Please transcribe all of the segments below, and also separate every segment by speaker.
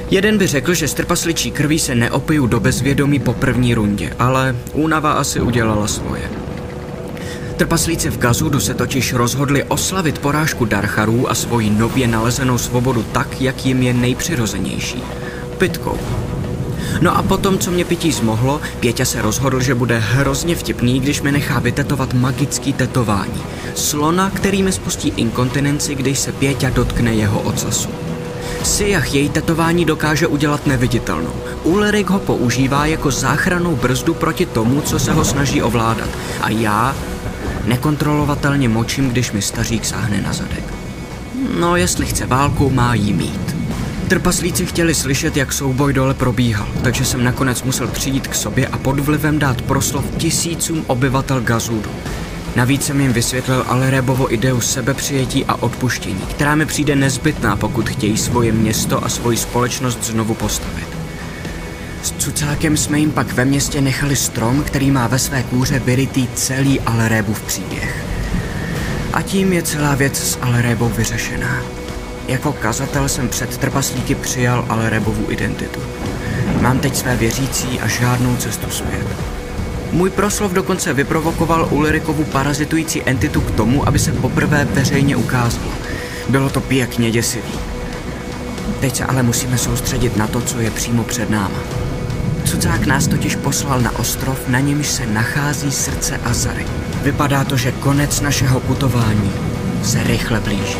Speaker 1: Jeden by řekl, že s trpasličí krví se neopiju do bezvědomí po první rundě, ale únava asi udělala svoje. Trpaslíci v Gazudu se totiž rozhodli oslavit porážku Darcharů a svoji nově nalezenou svobodu tak, jak jim je nejpřirozenější. Pitkou. No a potom, co mě pití zmohlo, Pěťa se rozhodl, že bude hrozně vtipný, když mi nechá vytetovat magický tetování. Slona, který mi spustí inkontinenci, když se Pěťa dotkne jeho ocasu. Sijach její tetování dokáže udělat neviditelnou. Ulrik ho používá jako záchrannou brzdu proti tomu, co se ho snaží ovládat. A já nekontrolovatelně močím, když mi stařík sáhne na zadek. No, jestli chce válku, má jí mít. Trpaslíci chtěli slyšet, jak souboj dole probíhal, takže jsem nakonec musel přijít k sobě a pod vlivem dát proslov tisícům obyvatel Gazudu. Navíc jsem jim vysvětlil Alerebovo ideu sebepřijetí a odpuštění, která mi přijde nezbytná, pokud chtějí svoje město a svoji společnost znovu postavit. S Cucákem jsme jim pak ve městě nechali strom, který má ve své kůře vyrytý celý Alerébův příběh. A tím je celá věc s Alerébou vyřešená. Jako kazatel jsem před trpaslíky přijal Alerebovu identitu. Mám teď své věřící a žádnou cestu zpět. Můj proslov dokonce vyprovokoval Ulrikovu parazitující entitu k tomu, aby se poprvé veřejně ukázala. Bylo to pěkně děsivý. Teď se ale musíme soustředit na to, co je přímo před náma. Cucák nás totiž poslal na ostrov, na němž se nachází srdce Azary. Vypadá to, že konec našeho putování se rychle blíží.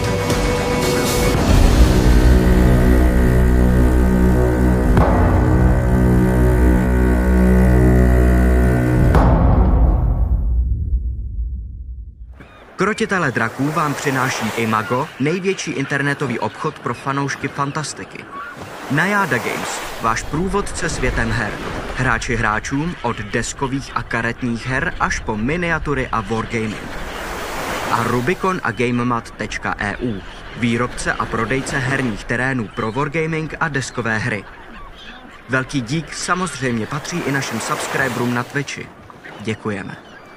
Speaker 1: Krotitele draků vám přináší Imago, největší internetový obchod pro fanoušky fantastiky. Najada Games, váš průvodce světem her. Hráči hráčům od deskových a karetních her až po miniatury a wargaming. A Rubicon a GameMat.eu, výrobce a prodejce herních terénů pro wargaming a deskové hry. Velký dík samozřejmě patří i našim subscriberům na Twitchi. Děkujeme.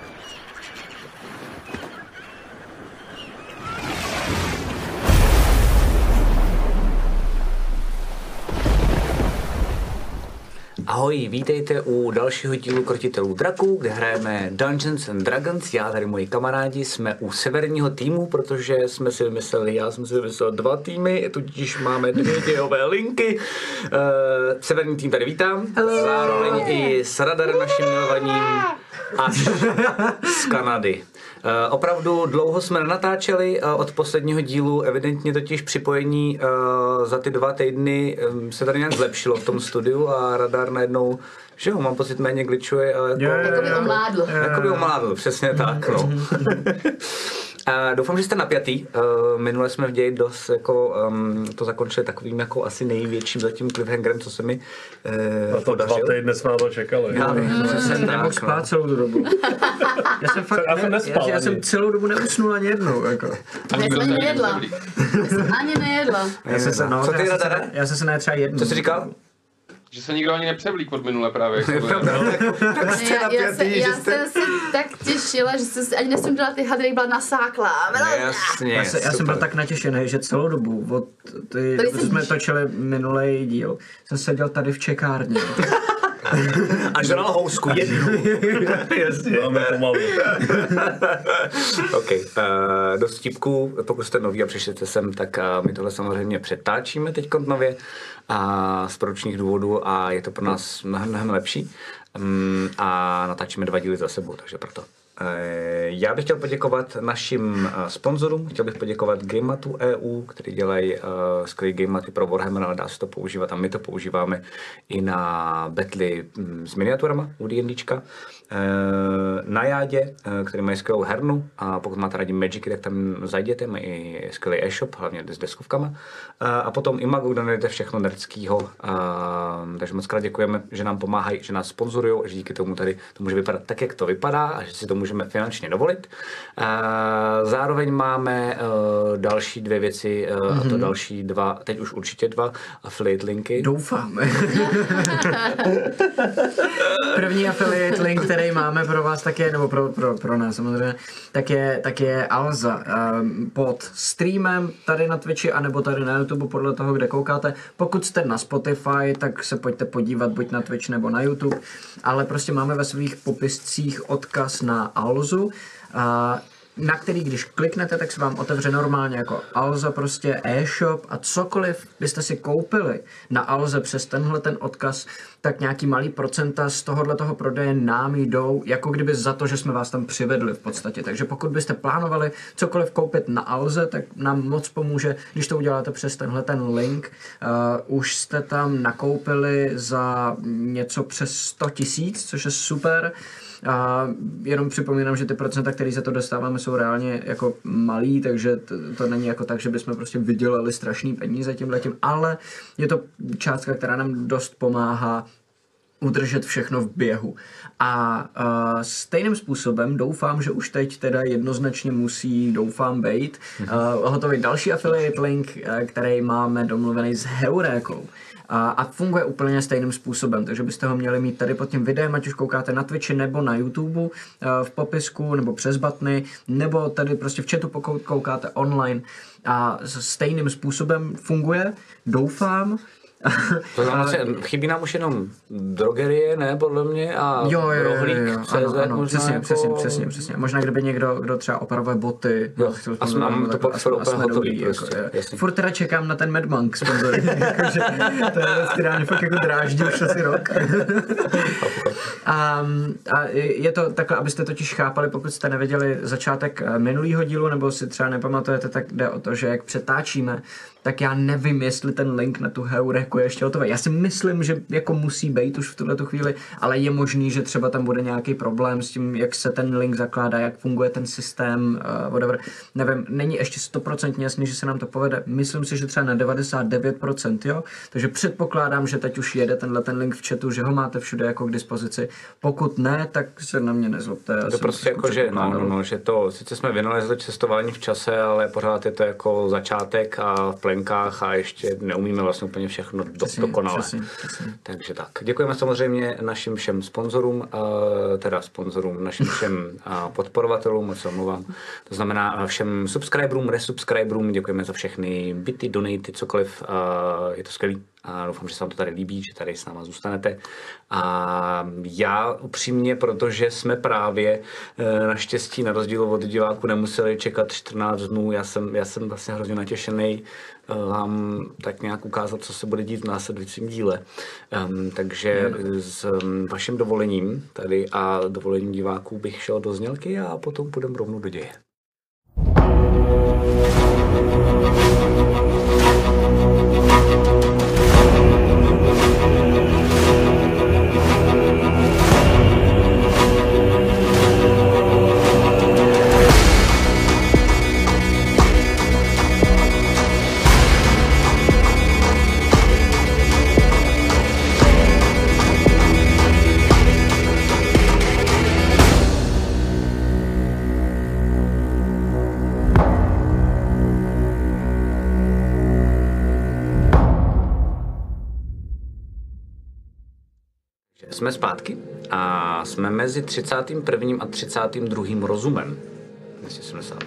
Speaker 2: Ahoj, vítejte u dalšího dílu Krotitelů draků, kde hrajeme Dungeons and Dragons. Já tady moji kamarádi jsme u severního týmu, protože jsme si vymysleli, já jsem si vymyslel 2 týmy, tudíž máme 2 dějové linky. Severní tým tady vítám, zároveň i s Radarem naším milovaním až z Kanady. Opravdu dlouho jsme nenatáčeli od posledního dílu, evidentně totiž připojení za ty 2 týdny se tady nějak zlepšilo v tom studiu a Radar najednou, že ho mám pocit méně glitchuje.
Speaker 3: Jakoby omládl.
Speaker 2: Jakoby omládl, přesně tak, no. Doufám, že jste napjatý. Minule jsme v ději dost jako, to zakončili takovým jako asi největším zatím cliffhangerem, co se mi podařil.
Speaker 4: 2 týdny jsme na to čekali.
Speaker 2: Já vím,
Speaker 5: Já jsem nemohl spát celou tu dobu. Já jsem celou dobu neusnul ani jednou. Jako.
Speaker 3: Já jsem ani nejedla. Ani nejedla.
Speaker 5: Já jsem se ne třeba jednou.
Speaker 2: Co jsi říkal?
Speaker 6: Že se nikdo ani nepřevlík od minule právě.
Speaker 3: Já jsem se tak těšila, že jsem ani nesundala ty hadry, jak byla nasáklá.
Speaker 2: Jasně,
Speaker 5: Já jsem byl tak natěšený, že celou dobu, protože jsme točili minulej díl, jsem seděl tady v čekárně.
Speaker 2: A žral housku jednu.
Speaker 4: Jasně. Máme pomalu.
Speaker 2: OK. Dost vtipků, pokud jste noví a přišli sem, tak my tohle samozřejmě přetáčíme teď nově z produčních důvodů a je to pro nás mnohem lepší. A natáčíme 2 díly za sebou, takže proto. Já bych chtěl poděkovat našim sponzorům, chtěl bych poděkovat GameMatu.eu, který dělají skvělý GameMaty pro Warhammer, ale dá se to používat a my to používáme i na betly s miniaturama u D&Dčka. Najádě, který mají skvělou hernu a pokud máte rádi Magicy, tak tam zajděte, mají i skvělý e-shop, hlavně s deskovkama. A potom Imago, kde najdete všechno nerdského. Takže moc krát děkujeme, že nám pomáhají, že nás sponzorují, že díky tomu tady to může vypadat tak, jak to vypadá a že si to můžeme finančně dovolit. Zároveň máme další 2 věci, a to další 2, teď už určitě 2 affiliate linky.
Speaker 5: Doufáme. První affiliate link, který máme pro vás, tak je, nebo pro nás samozřejmě, tak je Alza. Pod streamem tady na Twitchi, anebo tady na YouTube, podle toho, kde koukáte. Pokud jste na Spotify, tak se pojďte podívat buď na Twitch nebo na YouTube, ale prostě máme ve svých popiscích odkaz na Alzu, na který, když kliknete, tak se vám otevře normálně jako Alza prostě e-shop a cokoliv byste si koupili na Alze přes tenhle ten odkaz, tak nějaký malý procenta z tohoto prodeje nám jdou, jako kdyby za to, že jsme vás tam přivedli v podstatě. Takže pokud byste plánovali cokoliv koupit na Alze, tak nám moc pomůže, když to uděláte přes tenhle ten link. Už jste tam nakoupili za něco přes 100 000, což je super. A jenom připomínám, že ty procenta, které za to dostáváme, jsou reálně jako malý, takže to není jako tak, že bychom prostě vydělali strašný peníze tímhletím, ale je to částka, která nám dost pomáhá udržet všechno v běhu. A stejným způsobem doufám, že už teď teda jednoznačně musí, být hotový další affiliate link, který máme domluvený s Heurékou. A funguje úplně stejným způsobem, takže byste ho měli mít tady pod tím videem, ať už koukáte na Twitchi nebo na YouTube v popisku nebo přes butny, nebo tady prostě v chatu pokud koukáte online a stejným způsobem funguje, doufám.
Speaker 2: To znamená, chybí nám už jenom drogerie, ne, podle mě, a rohlík,
Speaker 5: ano, přesně. Možná kdyby někdo, kdo třeba opravuje boty,
Speaker 2: a jsme to úplně hotový.
Speaker 5: Furt teda čekám na ten Mad Monk sponzoring, jakože to je věc, která mě fakt jako dráždí už asi rok. A je to takhle, abyste totiž chápali, pokud jste nevěděli začátek minulého dílu, nebo si třeba nepamatujete, tak jde o to, že jak přetáčíme, tak já nevím, jestli ten link na tu Heuréku je ještě hotový. Já si myslím, že jako musí být už v tuhletu chvíli, ale je možný, že třeba tam bude nějaký problém s tím, jak se ten link zakládá, jak funguje ten systém, whatever. Nevím, není ještě 100% jasný, že se nám to povede. Myslím si, že třeba na 99%, jo. Takže předpokládám, že teď už jede ten link v chatu, že ho máte všude jako k dispozici. Pokud ne, tak se na mě nezlobte.
Speaker 2: To prostě jako, že že to, sice jsme vynalezli cestování v čase, ale pořád je to jako začátek a v plenkách a ještě neumíme vlastně úplně všechno dokonale. Přesně. Takže tak. Děkujeme samozřejmě našim všem sponzorům, našim všem podporovatelům, moc se omlouvám. To znamená všem subscriberům, resubscriberům, děkujeme za všechny bity, donaty, cokoliv. Je to skvělý. A doufám, že se vám to tady líbí, že tady s náma zůstanete. A já upřímně, protože jsme právě naštěstí na rozdíl od diváků nemuseli čekat 14 dnů, já jsem vlastně hrozně natěšený vám tak nějak ukázat, co se bude dít v následujícím díle. Takže s vaším dovolením tady a dovolením diváků bych šel do znělky a potom půjdeme rovnou do děje. Jsme zpátky a jsme mezi 31. a 32. rozumem, jestli si myslíte.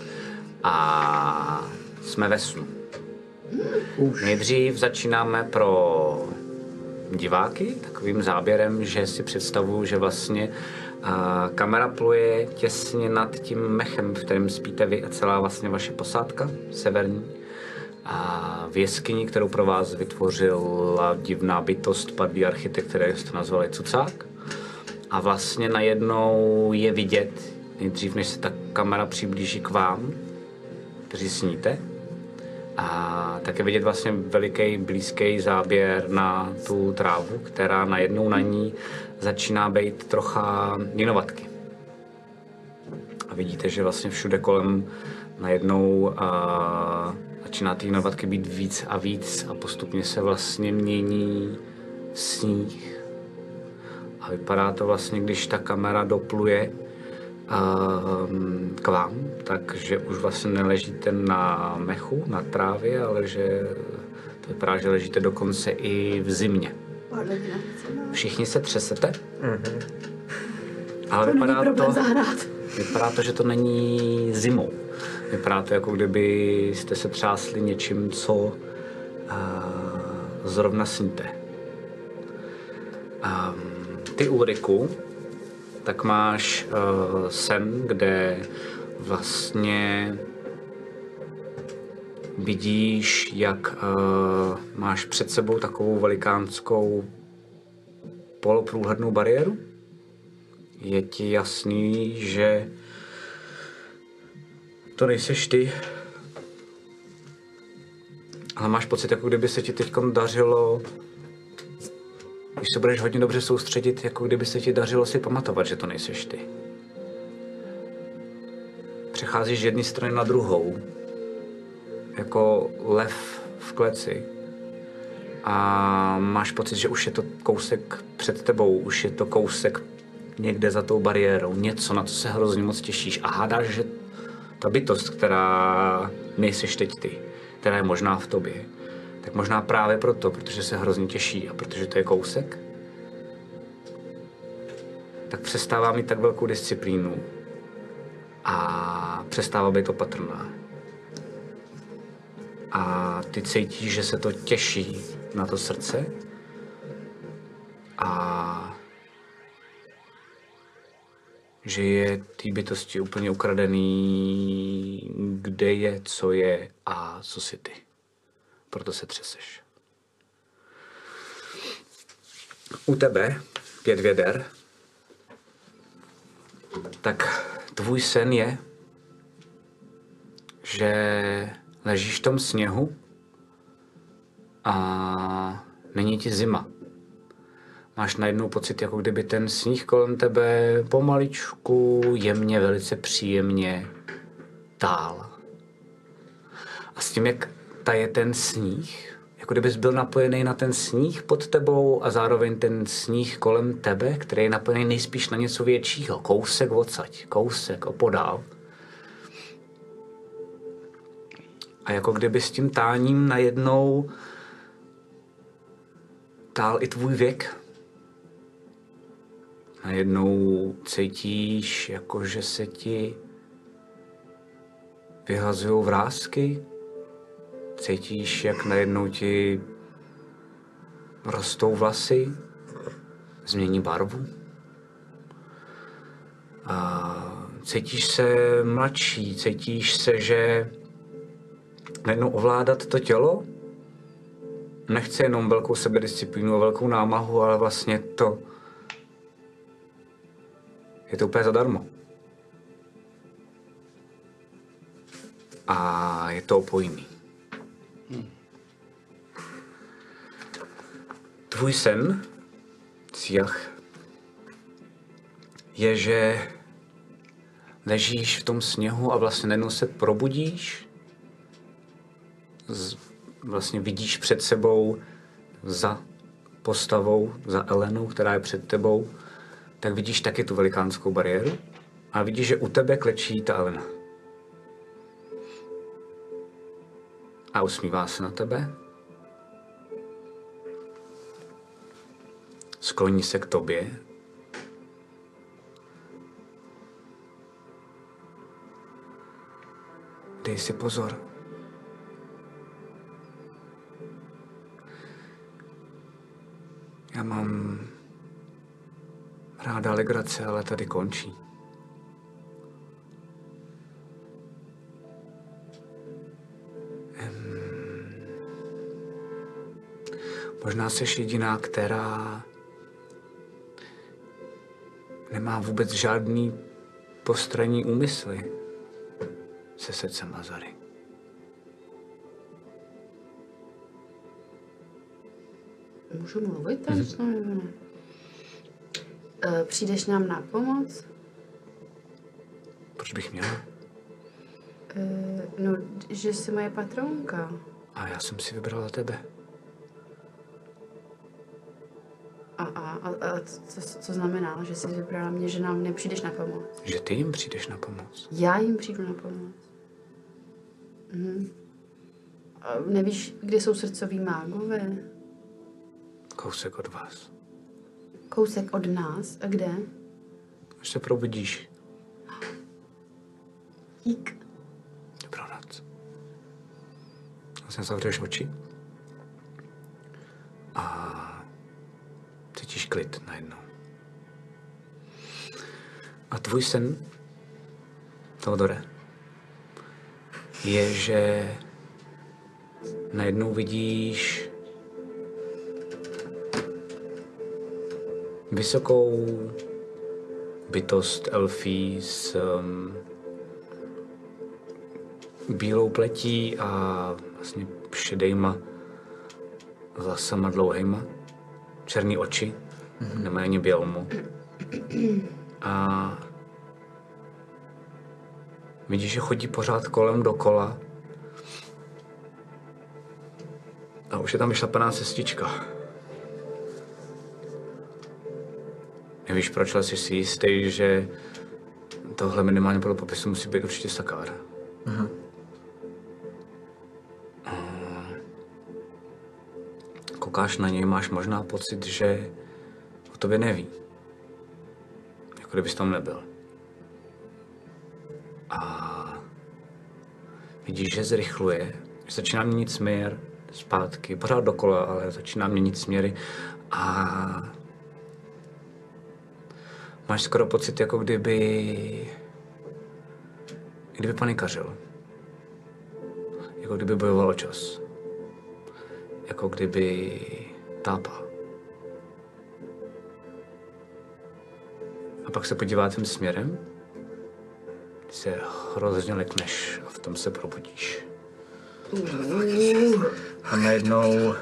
Speaker 2: A jsme ve snu. Nejdřív začínáme pro diváky takovým záběrem, že si představuju, že vlastně kamera pluje těsně nad tím mechem, v kterém spíte vy a celá vlastně vaše posádka severní. A v jeskyni, kterou pro vás vytvořila divná bytost, padlý architekt, který jste nazvali Cucák. A vlastně najednou je vidět, nejdřív než se ta kamera přiblíží k vám, kteří sníte. A tak je vidět vlastně veliký blízký záběr na tu trávu, která najednou na ní začíná být trocha jinovatky. A vidíte, že vlastně všude kolem najednou začíná ty jinovatky být víc a víc a postupně se vlastně mění sníh. A vypadá to vlastně, když ta kamera dopluje k vám, takže už vlastně neležíte na mechu, na trávě, ale že to vypadá, že ležíte dokonce i v zimě. Všichni se třesete, ale
Speaker 3: To není problém zahrát.
Speaker 2: vypadá to, že to není zimou. Vypadá to, jako kdyby jste se třásli něčím, co zrovna sníte. Ty, Ulriku, tak máš sen, kde vlastně vidíš, jak máš před sebou takovou velikánskou poloprůhlednou bariéru. Je ti jasný, že to nejseš ty, ale máš pocit, jako kdyby se ti teď dařilo, když se budeš hodně dobře soustředit, jako kdyby se ti dařilo si pamatovat, že to nejseš ty. Přecházíš z jedné strany na druhou, jako lev v kleci. A máš pocit, že už je to kousek před tebou, už je to kousek někde za tou bariérou, něco, na co se hrozně moc těšíš a hádáš, že ta bytost, která nejseš teď ty, která je možná v tobě, tak možná právě proto, protože se hrozně těší a protože to je kousek, tak přestává mít tak velkou disciplínu a přestává být opatrná. A ty cítíš, že se to těší na to srdce a že je té bytosti úplně ukradený, kde je, co je a co jsi ty. Proto se třeseš. U tebe, 5 věder, tak tvůj sen je, že ležíš v tom sněhu a není ti zima. Máš najednou pocit, jako kdyby ten sníh kolem tebe pomaličku, jemně, velice příjemně tál. A s tím, jak taje ten sníh, jako kdybys byl napojený na ten sníh pod tebou a zároveň ten sníh kolem tebe, který je napojený nejspíš na něco většího, kousek odsaď, kousek opodál. A jako kdyby s tím táním najednou tál i tvůj věk. Najednou cítíš, jako že se ti vyhazují vrásky. Cítíš, jak najednou ti rostou vlasy, změní barvu. A cítíš se mladší, cítíš se, že najednou ovládat to tělo nechce jenom velkou sebedisciplínu a velkou námahu, ale vlastně je to úplně zadarmo. A je to opojný. Tvůj sen, Ciach, je, že ležíš v tom sněhu a vlastně najednou se probudíš. Vlastně vidíš před sebou za postavou, za Elenou, která je před tebou, tak vidíš taky tu velikánskou bariéru a vidíš, že u tebe klečí ta Elena. A usmívá se na tebe. Skloní se k tobě. Dej si pozor. Já mám ráda legrace, ale tady končí. Možná seš jediná, která nemá vůbec žádný postranní úmysly se srdcem Azary.
Speaker 3: Můžu mluvit tam s námi, nebo ne? Přijdeš nám na pomoc?
Speaker 2: Proč bych měla?
Speaker 3: No, že jsi moje patronka.
Speaker 2: A já jsem si vybrala tebe.
Speaker 3: A co znamená, že jsi vybrala mě, že nám nepřijdeš na pomoc?
Speaker 2: Že ty jim přijdeš na pomoc.
Speaker 3: Já jim přijdu na pomoc. A nevíš, kde jsou srdcoví mágové?
Speaker 2: Kousek od vás.
Speaker 3: Kousek od nás. A kde?
Speaker 2: Až se probudíš.
Speaker 3: Dík.
Speaker 2: Dobrou noc. Vlastně zavřeš oči. A cítíš klid najednou. A tvůj sen, Teodore, je, že najednou vidíš vysokou bytost elfí s bílou pletí a vlastně šedejma vlasama dlouhejma, černý oči, nemají ani bělmu. A vidíš, že chodí pořád kolem dokola a už je tam vyšlapaná cestička. Nevíš proč, ale jsi si jistý, že tohle minimálně podle popisu musí být určitě Sakár.
Speaker 5: Aha.
Speaker 2: Koukáš na něj, máš možná pocit, že o tobě neví. Jako kdybys tam nebyl. A vidíš, že zrychluje, že začíná měnit směr zpátky, pořád dokola, ale začíná měnit směry a máš skoro pocit, jako kdyby panikařil. Jako kdyby bojoval o čas. Jako kdyby tápal. A pak se podívá tím směrem, ty se hrozně lekneš a v tom se probudíš. A najednou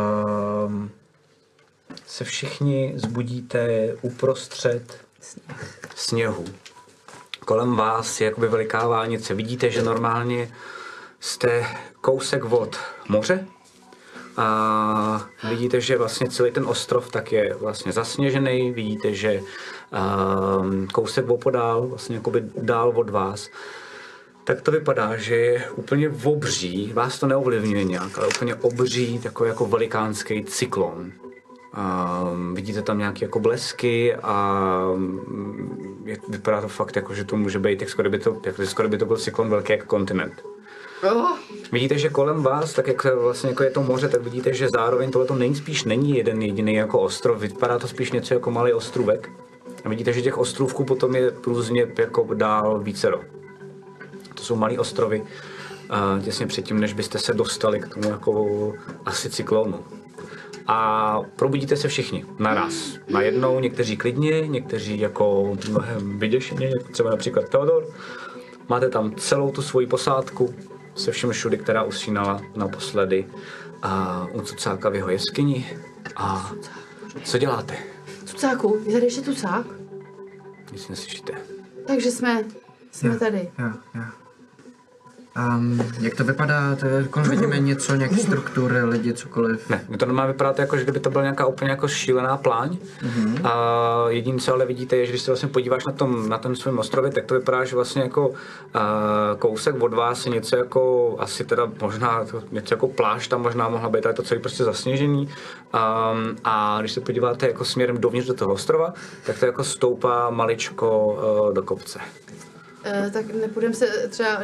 Speaker 2: se všichni zbudíte uprostřed sněhu. Kolem vás je jakoby veliká vánice. Vidíte, že normálně jste kousek od moře a vidíte, že vlastně celý ten ostrov tak je vlastně zasněžený. Vidíte, že kousek opodál, vlastně jakoby dál od vás, tak to vypadá, že je úplně obří, vás to neovlivňuje nějak, ale úplně obří, takový jako velikánský cyklon. Vidíte tam nějaké jako blesky a vypadá to fakt jako, že to může být, jak skoro by to byl cyklon velký jak kontinent. Vidíte, že kolem vás, tak jak vlastně jako je to moře, tak vidíte, že zároveň tohleto nejspíš není jeden jediný jako ostrov, vypadá to spíš něco jako malý ostrůvek. A vidíte, že těch ostrovků potom je různě jako dál vícero. To jsou malý ostrovy, těsně předtím, než byste se dostali k tomu jako asi cyklonu. A probudíte se všichni naraz. Najednou, někteří klidně, někteří jako mnohem vyděšeně, jako třeba například Teodor. Máte tam celou tu svoji posádku se všem všudy, která usínala naposledy u Cucáka v jeho jeskyni. A co děláte?
Speaker 3: Cucáku, je tady ještě Cucák?
Speaker 2: Nic neslyšíte.
Speaker 3: Takže jsme tady.
Speaker 5: Jo. Jak to vypadá? To je, vidíme něco, nějaké struktury, lidi, cokoliv?
Speaker 2: Ne, to normálně vypadá to jako, že kdyby to byla nějaká úplně jako šílená pláň. A jediné, co ale vidíte, je, že když se vlastně podíváš na ten svém ostrově, tak to vypadá, že vlastně jako kousek od vás je něco jako, asi teda možná něco jako plášť tam možná mohla být, ale to celé prostě zasněžený. A když se podíváte jako směrem dovnitř do toho ostrova, tak to jako stoupá maličko do kopce.
Speaker 3: Tak nepůjdeme se třeba,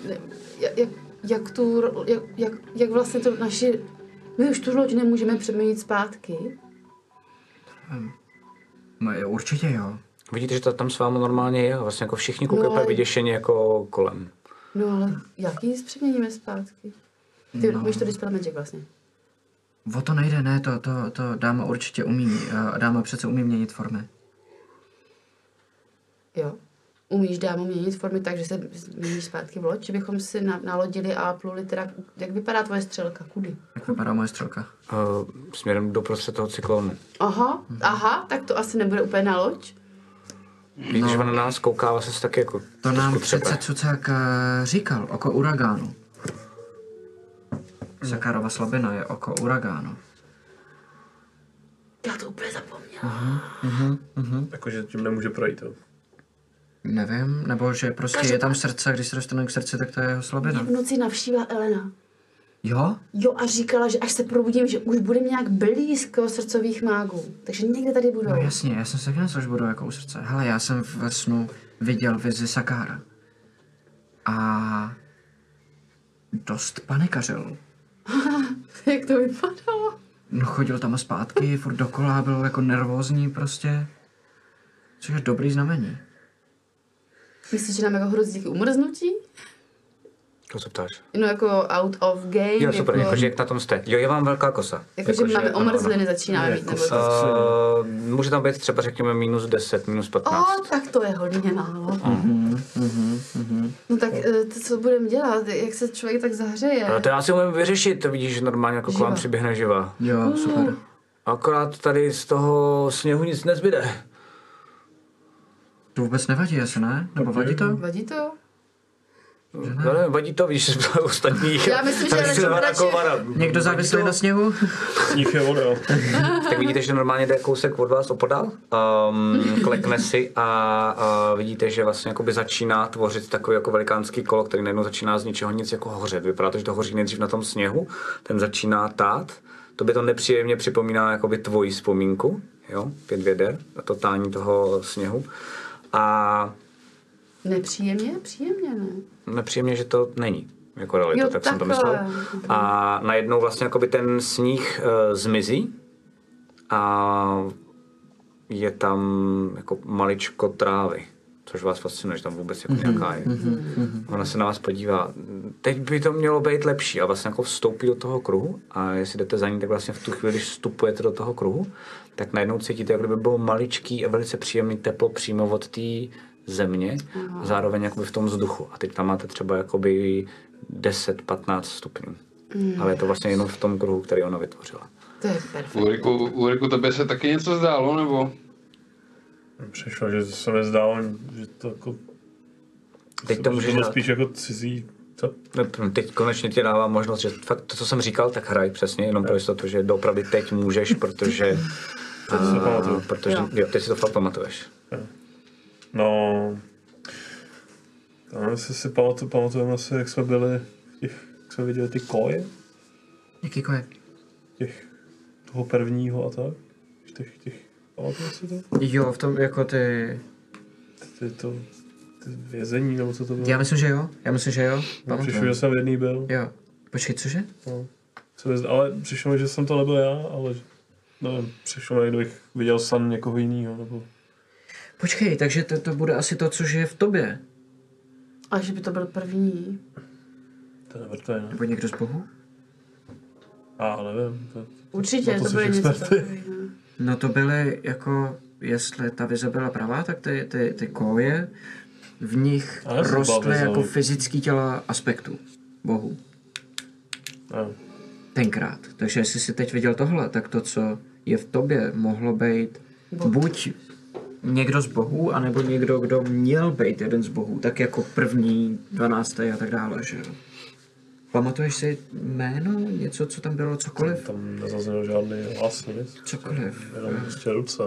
Speaker 3: jak vlastně to naši, my už tu loď nemůžeme přeměnit zpátky?
Speaker 5: Určitě jo.
Speaker 2: Vidíte, že to tam s vámi normálně je, vlastně jako všichni koukají vyděšeně jako kolem.
Speaker 3: No ale jak ji přeměníme zpátky? Ty víš to Dispel Magic vlastně.
Speaker 5: O to nejde, ne, to dáma určitě umí, dáma přece umí měnit formy.
Speaker 3: Jo. Umíš dámu měnit formy tak, že se změníš zpátky v loď, že bychom si nalodili a pluli teda, jak vypadá tvoje střelka, kudy?
Speaker 5: Jak vypadá moje střelka?
Speaker 2: Směrem do prostřed toho cyklonu.
Speaker 3: Aha, tak to asi nebude úplně na loď.
Speaker 2: Víš, že na nás kouká vlastně se taky jako
Speaker 5: to nám přece Cucák říkal, oko uragánu. Sakárova slabina je oko uragánu.
Speaker 3: Já to úplně zapomněla.
Speaker 4: Jakože tím nemůže projít, jo.
Speaker 5: Nevím, nebo že prostě je tam srdce, když se dostane k srdci, tak to je jeho slabina.
Speaker 3: Mě v noci navštívila Elena.
Speaker 5: Jo?
Speaker 3: Jo, a říkala, že až se probudím, že už budeme nějak blízko srdcových mágů. Takže někde tady budou.
Speaker 5: No jasně, já jsem se taky myslel, že budou jako u srdce. Hele, já jsem ve snu viděl vizi Sakára. A dost panikařil.
Speaker 3: Jak to vypadalo?
Speaker 5: No chodil tam a zpátky, furt dokola, byl jako nervózní prostě. Což je dobrý znamení.
Speaker 3: Myslíš, že nám jako hrozí díky umrznutí?
Speaker 2: To se ptáš.
Speaker 3: No jako out of game.
Speaker 2: Jo, super,
Speaker 3: jako,
Speaker 2: jakože jak na tom jste. Jo, je vám velká kosa.
Speaker 3: Jakože máme omrzliny, začínáme mít. Nebo
Speaker 2: Může tam být třeba řekněme minus 10, minus 15.
Speaker 3: tak to je hodně málo. No tak to co budeme dělat? Jak se člověk tak zahřeje?
Speaker 2: Ale to já si umím vyřešit, to vidíš, že normálně jako k vám přiběhne živa.
Speaker 5: Jo, super.
Speaker 2: Akorát tady z toho sněhu nic nezbyde.
Speaker 5: To vůbec nevadí, asi ne? Nebo vadí to?
Speaker 3: Vadí to?
Speaker 2: Já nevím, vadí to, víš, z ostatních.
Speaker 3: Já myslím, že
Speaker 5: Někdo závislý na sněhu?
Speaker 4: Sníh je voda.
Speaker 2: Tak vidíte, že normálně jde kousek od vás opodál, klekne si a vidíte, že vlastně jakoby začíná tvořit takový jako velikánský kolo, který najednou začíná z ničeho nic jako hořet. Vypadá to, že to hoří nejdřív na tom sněhu, ten začíná tát. To by to nepříjemně připomíná jakoby tvoji vzpomínku, jo, 5 věder, to tání toho sněhu. A
Speaker 3: nepříjemně? Příjemně, ne?
Speaker 2: nepříjemně, že to není jako realita,
Speaker 3: Jo,
Speaker 2: tak jsem to
Speaker 3: takhle.
Speaker 2: myslel. A najednou vlastně jakoby ten sníh zmizí a je tam jako maličko trávy, což vás fascinuje, že tam vůbec jako nějaká je. Ona se na vás podívá. Teď by to mělo být lepší a vlastně jako vstoupí do toho kruhu a jestli jdete za ní, tak vlastně v tu chvíli, když vstupujete do toho kruhu, tak najednou cítíte, jak kdyby bylo maličký a velice příjemný teplo přímo od té země a zároveň jakoby v tom vzduchu. A teď tam máte třeba jakoby 10-15 stupňů. Ale je to vlastně jenom v tom kruhu, který ona vytvořila.
Speaker 3: To je perfektní.
Speaker 6: Ulriku, tebe se taky něco zdálo, nebo?
Speaker 4: Přišlo, že se mi zdálo, že to jako...
Speaker 2: Teď to můžeš
Speaker 4: bylo
Speaker 2: dát.
Speaker 4: spíš jako cizí... Co?
Speaker 2: Teď konečně ti dávám možnost, že fakt to, co jsem říkal, tak hraj přesně, jenom pro jistotu, že doopravdy teď můžeš, protože... protože jo, teď si to fakt pamatuješ.
Speaker 4: No... Tam si pamatujeme asi, jak jsme byli... jak jsme viděli ty koje?
Speaker 5: Jaký koje?
Speaker 4: Toho prvního a tak? Těch pamatuješ si to?
Speaker 5: Jo, v tom jako ty
Speaker 4: vězení, nebo co to bylo?
Speaker 5: Já myslím, že jo.
Speaker 4: Přišlo, že jsem v jedný byl.
Speaker 5: Jo. Počkej, cože?
Speaker 4: No. Ale přišlo mi, že jsem to nebyl já, ale nevím, přišlo mi, kdybych viděl san někoho jiného, nebo...
Speaker 5: Počkej, takže to bude asi to, co je v tobě.
Speaker 3: A že by to byl první.
Speaker 4: To je nevrtvé, ne?
Speaker 5: Nebo někdo z bohu?
Speaker 4: Nevím.
Speaker 3: Určitě, to bylo něco takového.
Speaker 5: No to byly jako, jestli ta vize byla pravá, tak ty koje, v nich rostly jako fyzický těla aspektů bohu. Tenkrát. Takže jestli jsi teď viděl tohle, tak to, co je v tobě, mohlo být buď někdo z bohů, anebo někdo, kdo měl být jeden z bohů, tak jako první, 12. a tak dále, že jo. Pamatuješ si jméno, něco, co tam bylo, cokoliv?
Speaker 4: Tam nezazněl žádný hlas, nic.
Speaker 5: Cokoliv.
Speaker 4: Jenom prostě ruce.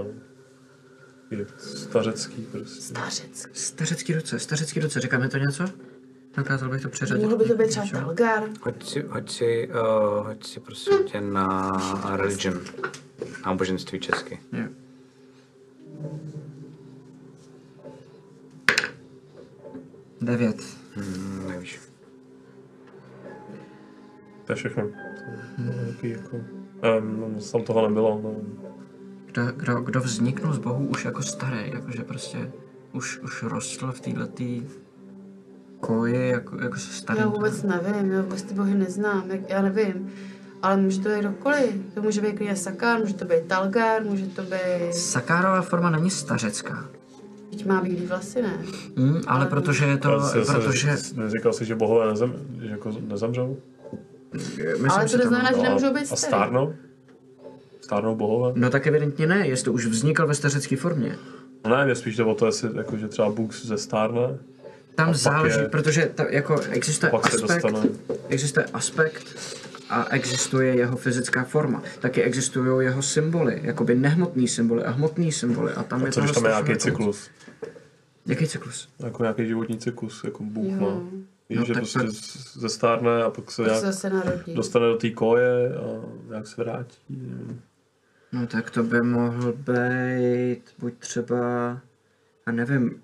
Speaker 4: Stařecký prostě.
Speaker 5: Stařecký ruce, říkáme to něco? Dokázal bych to přeřadit.
Speaker 3: Mohl by to být třeba Talgar.
Speaker 2: Hoď si prosím tě na religion. Náboženství česky.
Speaker 5: Jo. Devět.
Speaker 2: Nevíš.
Speaker 4: To je všechno. Jako... tam toho nebylo. No.
Speaker 5: Kdo vzniknul z bohu už jako starý, jakože prostě už rostl v této koji, jako se starý.
Speaker 3: Já vůbec nevím, já vůbec ty bohy neznám, já nevím. Ale může to být kdokoliv. To může být klidně Sakár, může to být Talgar, může to být...
Speaker 5: Sakárová forma není stařecká.
Speaker 3: Teď má bílý vlasy, ne?
Speaker 5: Ale protože je to...
Speaker 4: Neříkal jsi, že bohové jako nezemřou?
Speaker 3: Ale to neznamená, že nemůžou být
Speaker 4: A
Speaker 3: starý.
Speaker 4: stárnou? Stárnou bohové?
Speaker 5: No tak evidentně ne, jestli už vznikl ve stařecké formě.
Speaker 4: No ne, mě spíš jde o to, jestli jako, že třeba Bůh zestárne.
Speaker 5: Tam záleží, protože jako existuje aspekt a existuje jeho fyzická forma. Taky existují jeho symboly, jakoby nehmotný symboly a hmotný symboly. A tam je
Speaker 4: tam je nějaký cyklus?
Speaker 5: Jaký cyklus?
Speaker 4: Jako nějaký životní cyklus, jako Bůh má. Víš,
Speaker 5: No,
Speaker 4: že
Speaker 5: tak
Speaker 4: prostě
Speaker 5: pak-
Speaker 4: zestárne a pak se
Speaker 3: Pak se
Speaker 4: nějak
Speaker 3: zase narodí.
Speaker 4: dostane do té koje a nějak se vrátí.
Speaker 5: No tak to by mohl být buď třeba, a nevím,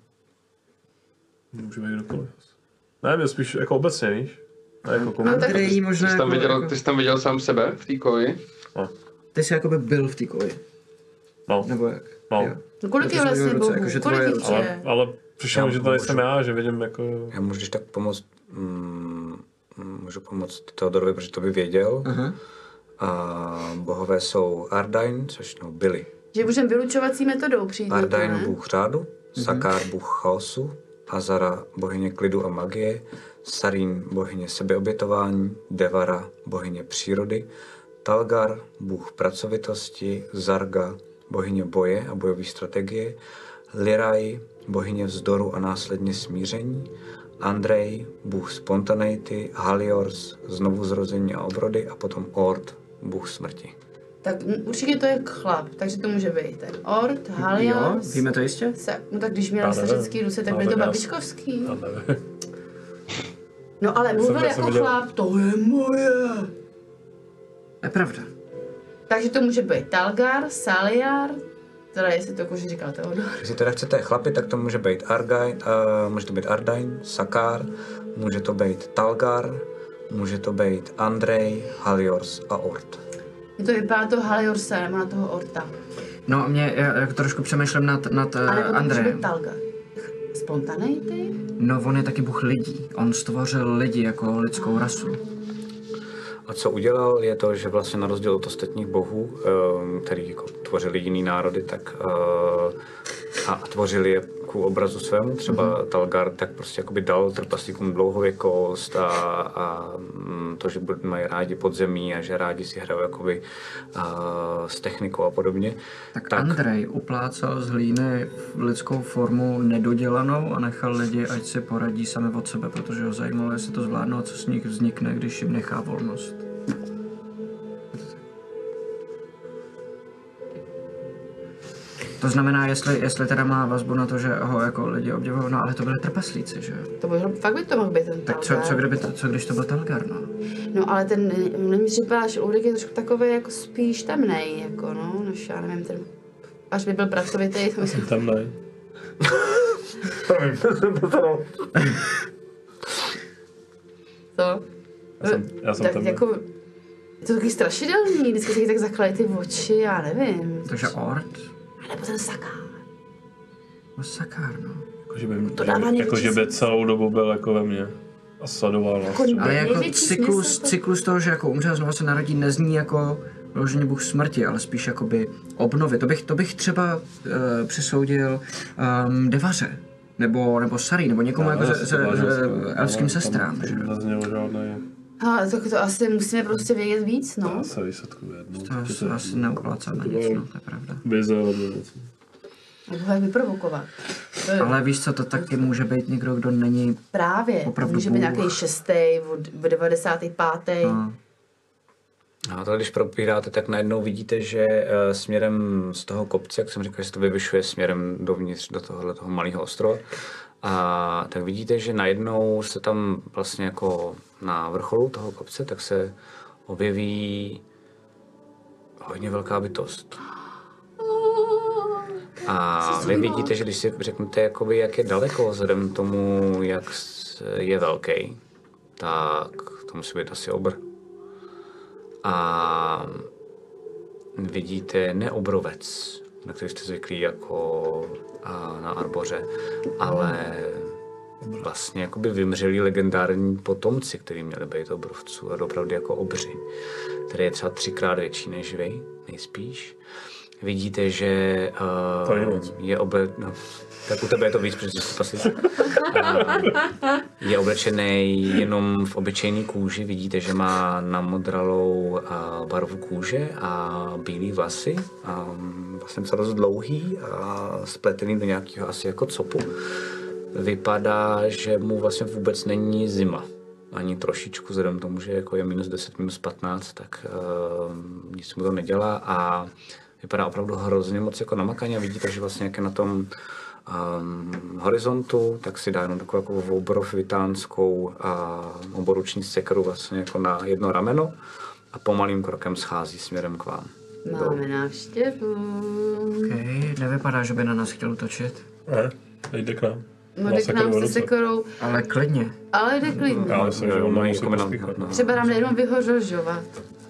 Speaker 4: Může být kdokoliv. Ne, mě spíš jako obecně, víš? A jako komu?
Speaker 3: tak-
Speaker 5: Andrej možná
Speaker 6: Ty jsi tam viděl sám sebe v té koji?
Speaker 5: ty jsi jakoby byl v té koji,
Speaker 4: No,
Speaker 5: nebo jak?
Speaker 4: No.
Speaker 5: Jo.
Speaker 3: No kolik je
Speaker 5: To jsou
Speaker 3: vlastně
Speaker 5: ruce,
Speaker 3: bohů?
Speaker 5: jakože
Speaker 3: Kolik
Speaker 5: tvoje
Speaker 3: jich
Speaker 5: ruce.
Speaker 3: je?
Speaker 4: ale přišel mi,
Speaker 2: Já
Speaker 4: že to nejsem
Speaker 2: můžu.
Speaker 4: já, že vidím jako...
Speaker 2: Já můžu když tak pomoct, můžu pomoct Teodorovi, protože to by věděl.
Speaker 5: Aha.
Speaker 2: A bohové jsou Ardain, což no Billy.
Speaker 3: Že můžeme vylučovací metodou přijít na to,
Speaker 2: Ardain,
Speaker 3: ne?
Speaker 2: bůh řádu, Sakár, bůh chaosu, Azara, bohyně klidu a magie, Sarín, bohyně sebeobětování, Devara, bohyně přírody, Talgar, bůh pracovitosti, Zarga, bohyně boje a bojové strategie, Lirai, bohyně vzdoru a následně smíření, Andrej, bůh spontaneity, Haliors, znovuzrození a obrody a potom Ord, bůh smrti.
Speaker 3: Tak určitě to je chlap, takže to může být ten Ord,
Speaker 5: Jo,
Speaker 3: Halios.
Speaker 5: víme to jistě?
Speaker 3: No tak když měl
Speaker 4: Já nevím.
Speaker 3: stařecký ruce, tak
Speaker 4: Ale
Speaker 3: byly to
Speaker 4: já-
Speaker 3: babičkovský.
Speaker 4: Já nevím.
Speaker 3: No ale mluvil
Speaker 4: já jsem
Speaker 3: jako
Speaker 4: viděl-
Speaker 3: chlap, to je moje.
Speaker 5: Je pravda.
Speaker 3: Takže to může být Talgar, Saliar, teda jestli to jakože říkal Teodor.
Speaker 2: Jestli teda chcete chlapy, tak to může být může to být Ardain, Sakár, může to být Talgar, může to být Andrej, Haliors a Ord.
Speaker 3: Mně to vypadá na toho Haliorsa nebo na toho Orta.
Speaker 5: No já jako trošku přemýšlím nad
Speaker 3: A nebo to může
Speaker 5: Andrejem.
Speaker 3: být Talgar. Spontaneity?
Speaker 5: No on je taky bůh lidí. On stvořil lidi jako lidskou rasu.
Speaker 2: A co udělal, je to, že vlastně na rozdíl od ostatních bohů, který jako tvořili jiný národy, tak a tvořili je k obrazu svému, třeba Talgar, tak prostě jakoby dal trpaslíkům dlouhověkost a to, že mají rádi podzemí a že rádi si hrajou jakoby s technikou a podobně.
Speaker 5: Tak Andrej uplácal z hlíny lidskou formu nedodělanou a nechal lidi, ať si poradí sami od sebe, protože ho zajímalo, jestli to zvládnou a co z nich vznikne, když jim nechá volnost. To znamená, jestli teda má vazbu na to, že ho jako lidi obdivují, no ale to byli trpaslíci, že jo?
Speaker 3: To by, fakt by to mohl být ten
Speaker 5: Tak
Speaker 3: Talgar.
Speaker 5: co když to byl Talgar, no?
Speaker 3: No ale ten, není připadá, že Ulrik je trošku takový jako spíš temnej, jako no, než já nevím, ten, až by byl pracovitý, to myslím,
Speaker 4: Tam ne.
Speaker 3: to.
Speaker 4: Já jsem
Speaker 3: Tak
Speaker 4: tam
Speaker 3: jako, je to taky strašidelný, vždycky se jí tak zakladají ty oči, já nevím.
Speaker 5: Takže Ord?
Speaker 3: A nebo ten Sakár.
Speaker 5: No Sakár, no.
Speaker 4: Jako, že by,
Speaker 3: To dává
Speaker 4: jako, že by
Speaker 3: největší
Speaker 4: celou dobu byl jako ve mně. A sledoval nás.
Speaker 3: Jako
Speaker 4: třeba.
Speaker 5: Ale jako
Speaker 3: největší smysl to-
Speaker 5: cyklus toho, že jako umře a znovu se narodí, nezní jako vyloženě bůh smrti, ale spíš jakoby obnovy. To bych třeba přisoudil Devaře, nebo Sari, nebo někomu jako elfským sestrám, že jo?
Speaker 4: Neznělo žádný.
Speaker 3: Tak to asi musíme prostě vědět víc, no.
Speaker 4: Já se výsledku jednou.
Speaker 5: To se asi neuplácá na nic, no, to je pravda.
Speaker 4: Vize od věcí.
Speaker 3: Nebo ho jak vyprovokovat. To je
Speaker 5: Ale víš co, to taky může být někdo, kdo není...
Speaker 3: právě,
Speaker 5: opravdu
Speaker 3: může být
Speaker 5: bůh.
Speaker 3: nějaký 6. od 95.
Speaker 5: No,
Speaker 2: A to, když probíráte, tak najednou vidíte, že směrem z toho kopce, jak jsem říkal, že se to vyvyšuje směrem dovnitř do tohoto malého ostrova, a tak vidíte, že najednou se tam vlastně jako na vrcholu toho kopce, tak se objeví hodně velká bytost. A vy vidíte, že když si řeknete, jakoby, jak je daleko vzhledem tomu, jak je velký, tak to musí být asi obr. A vidíte ne obrovec, na který jste zvyklí jako na Arboře, ale vlastně jakoby vymřelí legendární potomci, kteří měli být obrovců a opravdu jako obři, který je třeba 3krát větší než vy, nejspíš. Vidíte, že je no, tak u tebe je to víc, protože jsi paslík. Je oblečený jenom v obyčejné kůži. Vidíte, že má namodralou barvu kůže a bílé vlasy. Vlastně docela dost dlouhý a spletený do nějakého asi jako copu. Vypadá, že mu vlastně vůbec není zima. Ani trošičku, vzhledem tomu, že jako je -10, -15, tak nic mu to nedělá a vypadá opravdu hrozně moc jako namakaně a vidíte, že vlastně jak je na tom horizontu, tak si dá jenom takovou jako obrovitánskou oboruční sekeru vlastně jako na jedno rameno a pomalým krokem schází směrem k vám.
Speaker 3: Máme návštěvu.
Speaker 5: Okay, nevypadá, že by na nás chtěl útočit.
Speaker 4: Ne, jde k nám.
Speaker 3: No jde k nám se sekerou,
Speaker 5: Ale klidně.
Speaker 3: ale jde klidně.
Speaker 4: Já myslím, že on
Speaker 2: mají
Speaker 4: musí pospíchat.
Speaker 3: Třeba nám nejenom vyhořožovat.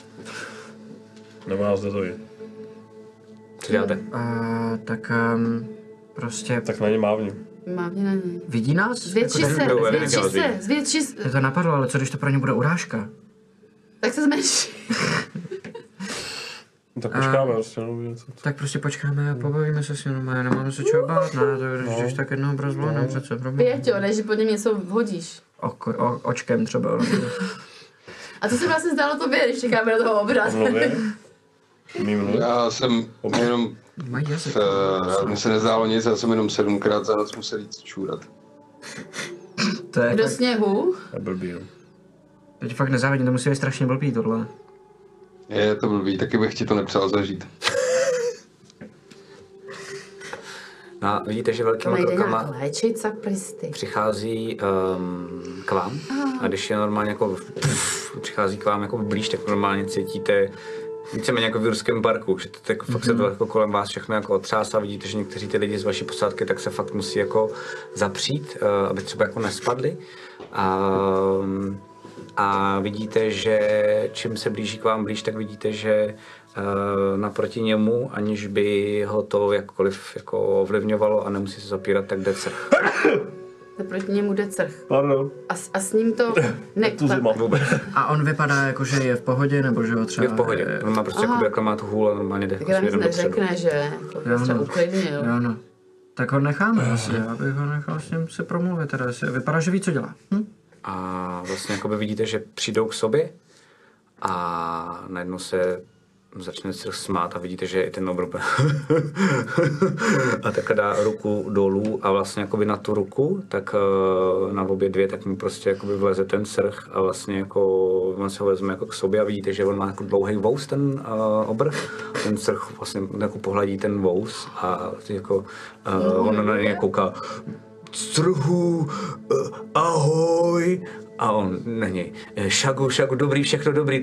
Speaker 4: Nebo nás jde to jít.
Speaker 2: Co děláte?
Speaker 5: Tak prostě...
Speaker 4: Tak na ně mávni.
Speaker 3: Mávně na něj.
Speaker 5: Vidí nás?
Speaker 3: Zvětší
Speaker 5: Jako,
Speaker 3: se,
Speaker 2: jo,
Speaker 3: zvětší
Speaker 2: já
Speaker 3: se, zvětší se.
Speaker 5: mě to napadlo, ale co když to pro ně bude urážka?
Speaker 3: Tak se zmenší.
Speaker 4: Tak počkáme prostě, no, něco.
Speaker 5: Tak prostě počkáme a pobavíme se s ním, nemáme se čeho bát, ne, to když tak jednoho brazvlánám přece, problém.
Speaker 3: Pěťo, než po něm něco hodíš.
Speaker 5: Očkem třeba.
Speaker 3: A co se vlastně zdálo tobě, když čekáme na toho obrazu?
Speaker 4: Mluvě. Mým
Speaker 6: Já jsem jenom,
Speaker 5: Mají jazyk.
Speaker 6: mně se nezdálo nic, já jsem jenom 7krát za noc musel jít čůrat.
Speaker 5: To je
Speaker 3: Do
Speaker 5: fakt,
Speaker 3: sněhu?
Speaker 4: A blbý, jo.
Speaker 5: teď fakt nezávidím, to musí být strašně blbý tohle.
Speaker 6: Je to blbý, taky bych ti to nepřál zažít.
Speaker 2: No a vidíte, že velkýma
Speaker 3: To nejde
Speaker 2: krokama
Speaker 3: nějak léčit saplisty.
Speaker 2: přichází k vám a když je normálně jako přichází k vám jako blíž, tak normálně cítíte víceméně jako v Jurském parku, že to tak fakt se to jako kolem vás všechno jako otřásá, vidíte, že někteří ty lidi z vaší posádky tak se fakt musí jako zapřít, aby třeba jako nespadli. A vidíte, že čím se blíží k vám blíž, tak vidíte, že naproti němu, aniž by ho to jakkoliv jako ovlivňovalo a nemusí se zapírat, tak jde crch.
Speaker 3: Naproti němu jde crch.
Speaker 4: Pardon.
Speaker 3: A s ním to
Speaker 4: Tu zima.
Speaker 2: Vůbec.
Speaker 5: A on vypadá jako, že je v pohodě, nebo že ho třeba...
Speaker 2: Je v pohodě. On má prostě jako má tu hůl a normálně jde
Speaker 3: Tak nám nic
Speaker 2: směrem dopředu.
Speaker 3: neřekne, že? To třeba uklidnil.
Speaker 5: Jo, no. Tak ho necháme asi, já bych ho nechal s ním si promluvit, teda vypadá, že ví, co dělá.
Speaker 2: A vlastně jakoby vidíte, že přijdou k sobě a najednou se začne se smát a vidíte, že i ten obr a tak dá ruku dolů a vlastně jakoby na tu ruku, tak na obě dvě, tak mu prostě jakoby vleze ten srch a vlastně jako on se ho vezme jako k sobě a vidíte, že on má jako dlouhý vous ten obr, ten srch vlastně jako pohladí ten vous a jako on na něj kouká Strhu, ahoj. A on na něj, Šagu, dobrý, všechno dobrý,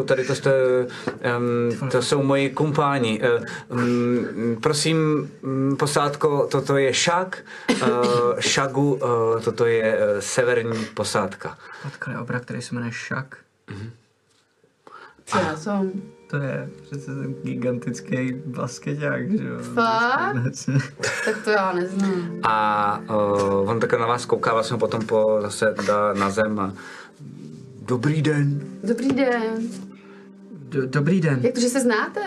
Speaker 2: to jsou moji kumpáni. Prosím, posádko, toto je Šag, Šagu, toto je severní posádka.
Speaker 5: Potkali obra, který se jmenuje Šak.
Speaker 3: Co já jsem?
Speaker 5: To je přece ten gigantický baskeťák, že jo?
Speaker 3: Fakt? Tak to já neznám.
Speaker 2: A on takhle na vás kouká, vlastně potom zase dá na zem a dobrý den.
Speaker 3: Dobrý den.
Speaker 5: Dobrý den.
Speaker 3: Jak to, že se znáte?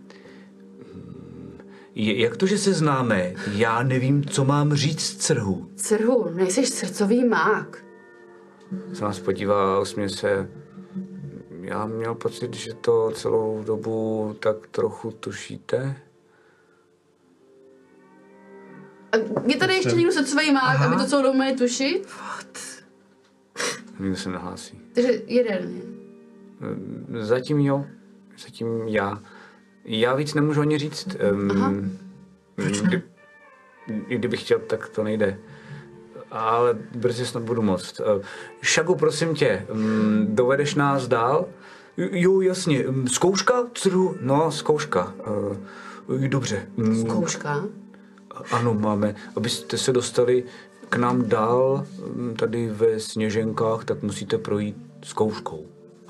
Speaker 2: Jak to, že se známe? Já nevím, co mám říct Crhu.
Speaker 3: Crhu, nejseš srdcový mák.
Speaker 2: Se nás podívá a usměje se. Já měl pocit, že to celou dobu tak trochu tušíte.
Speaker 3: A je tady ještě někdo srdcový mák, aby to celou dobu měli tušit?
Speaker 2: Nikdo se nehlásí.
Speaker 3: Takže jeden.
Speaker 2: Zatím jo, zatím já. Já víc nemůžu ani říct. Kdybych chtěl, tak to nejde. Ale brzy snad budu moct. Šagu, prosím tě, dovedeš nás dál? Jo, jasně. Zkouška? No, zkouška. Dobře.
Speaker 3: Zkouška?
Speaker 2: Ano, máme. Abyste se dostali k nám dál, tady ve Sněženkách, tak musíte projít zkouškou.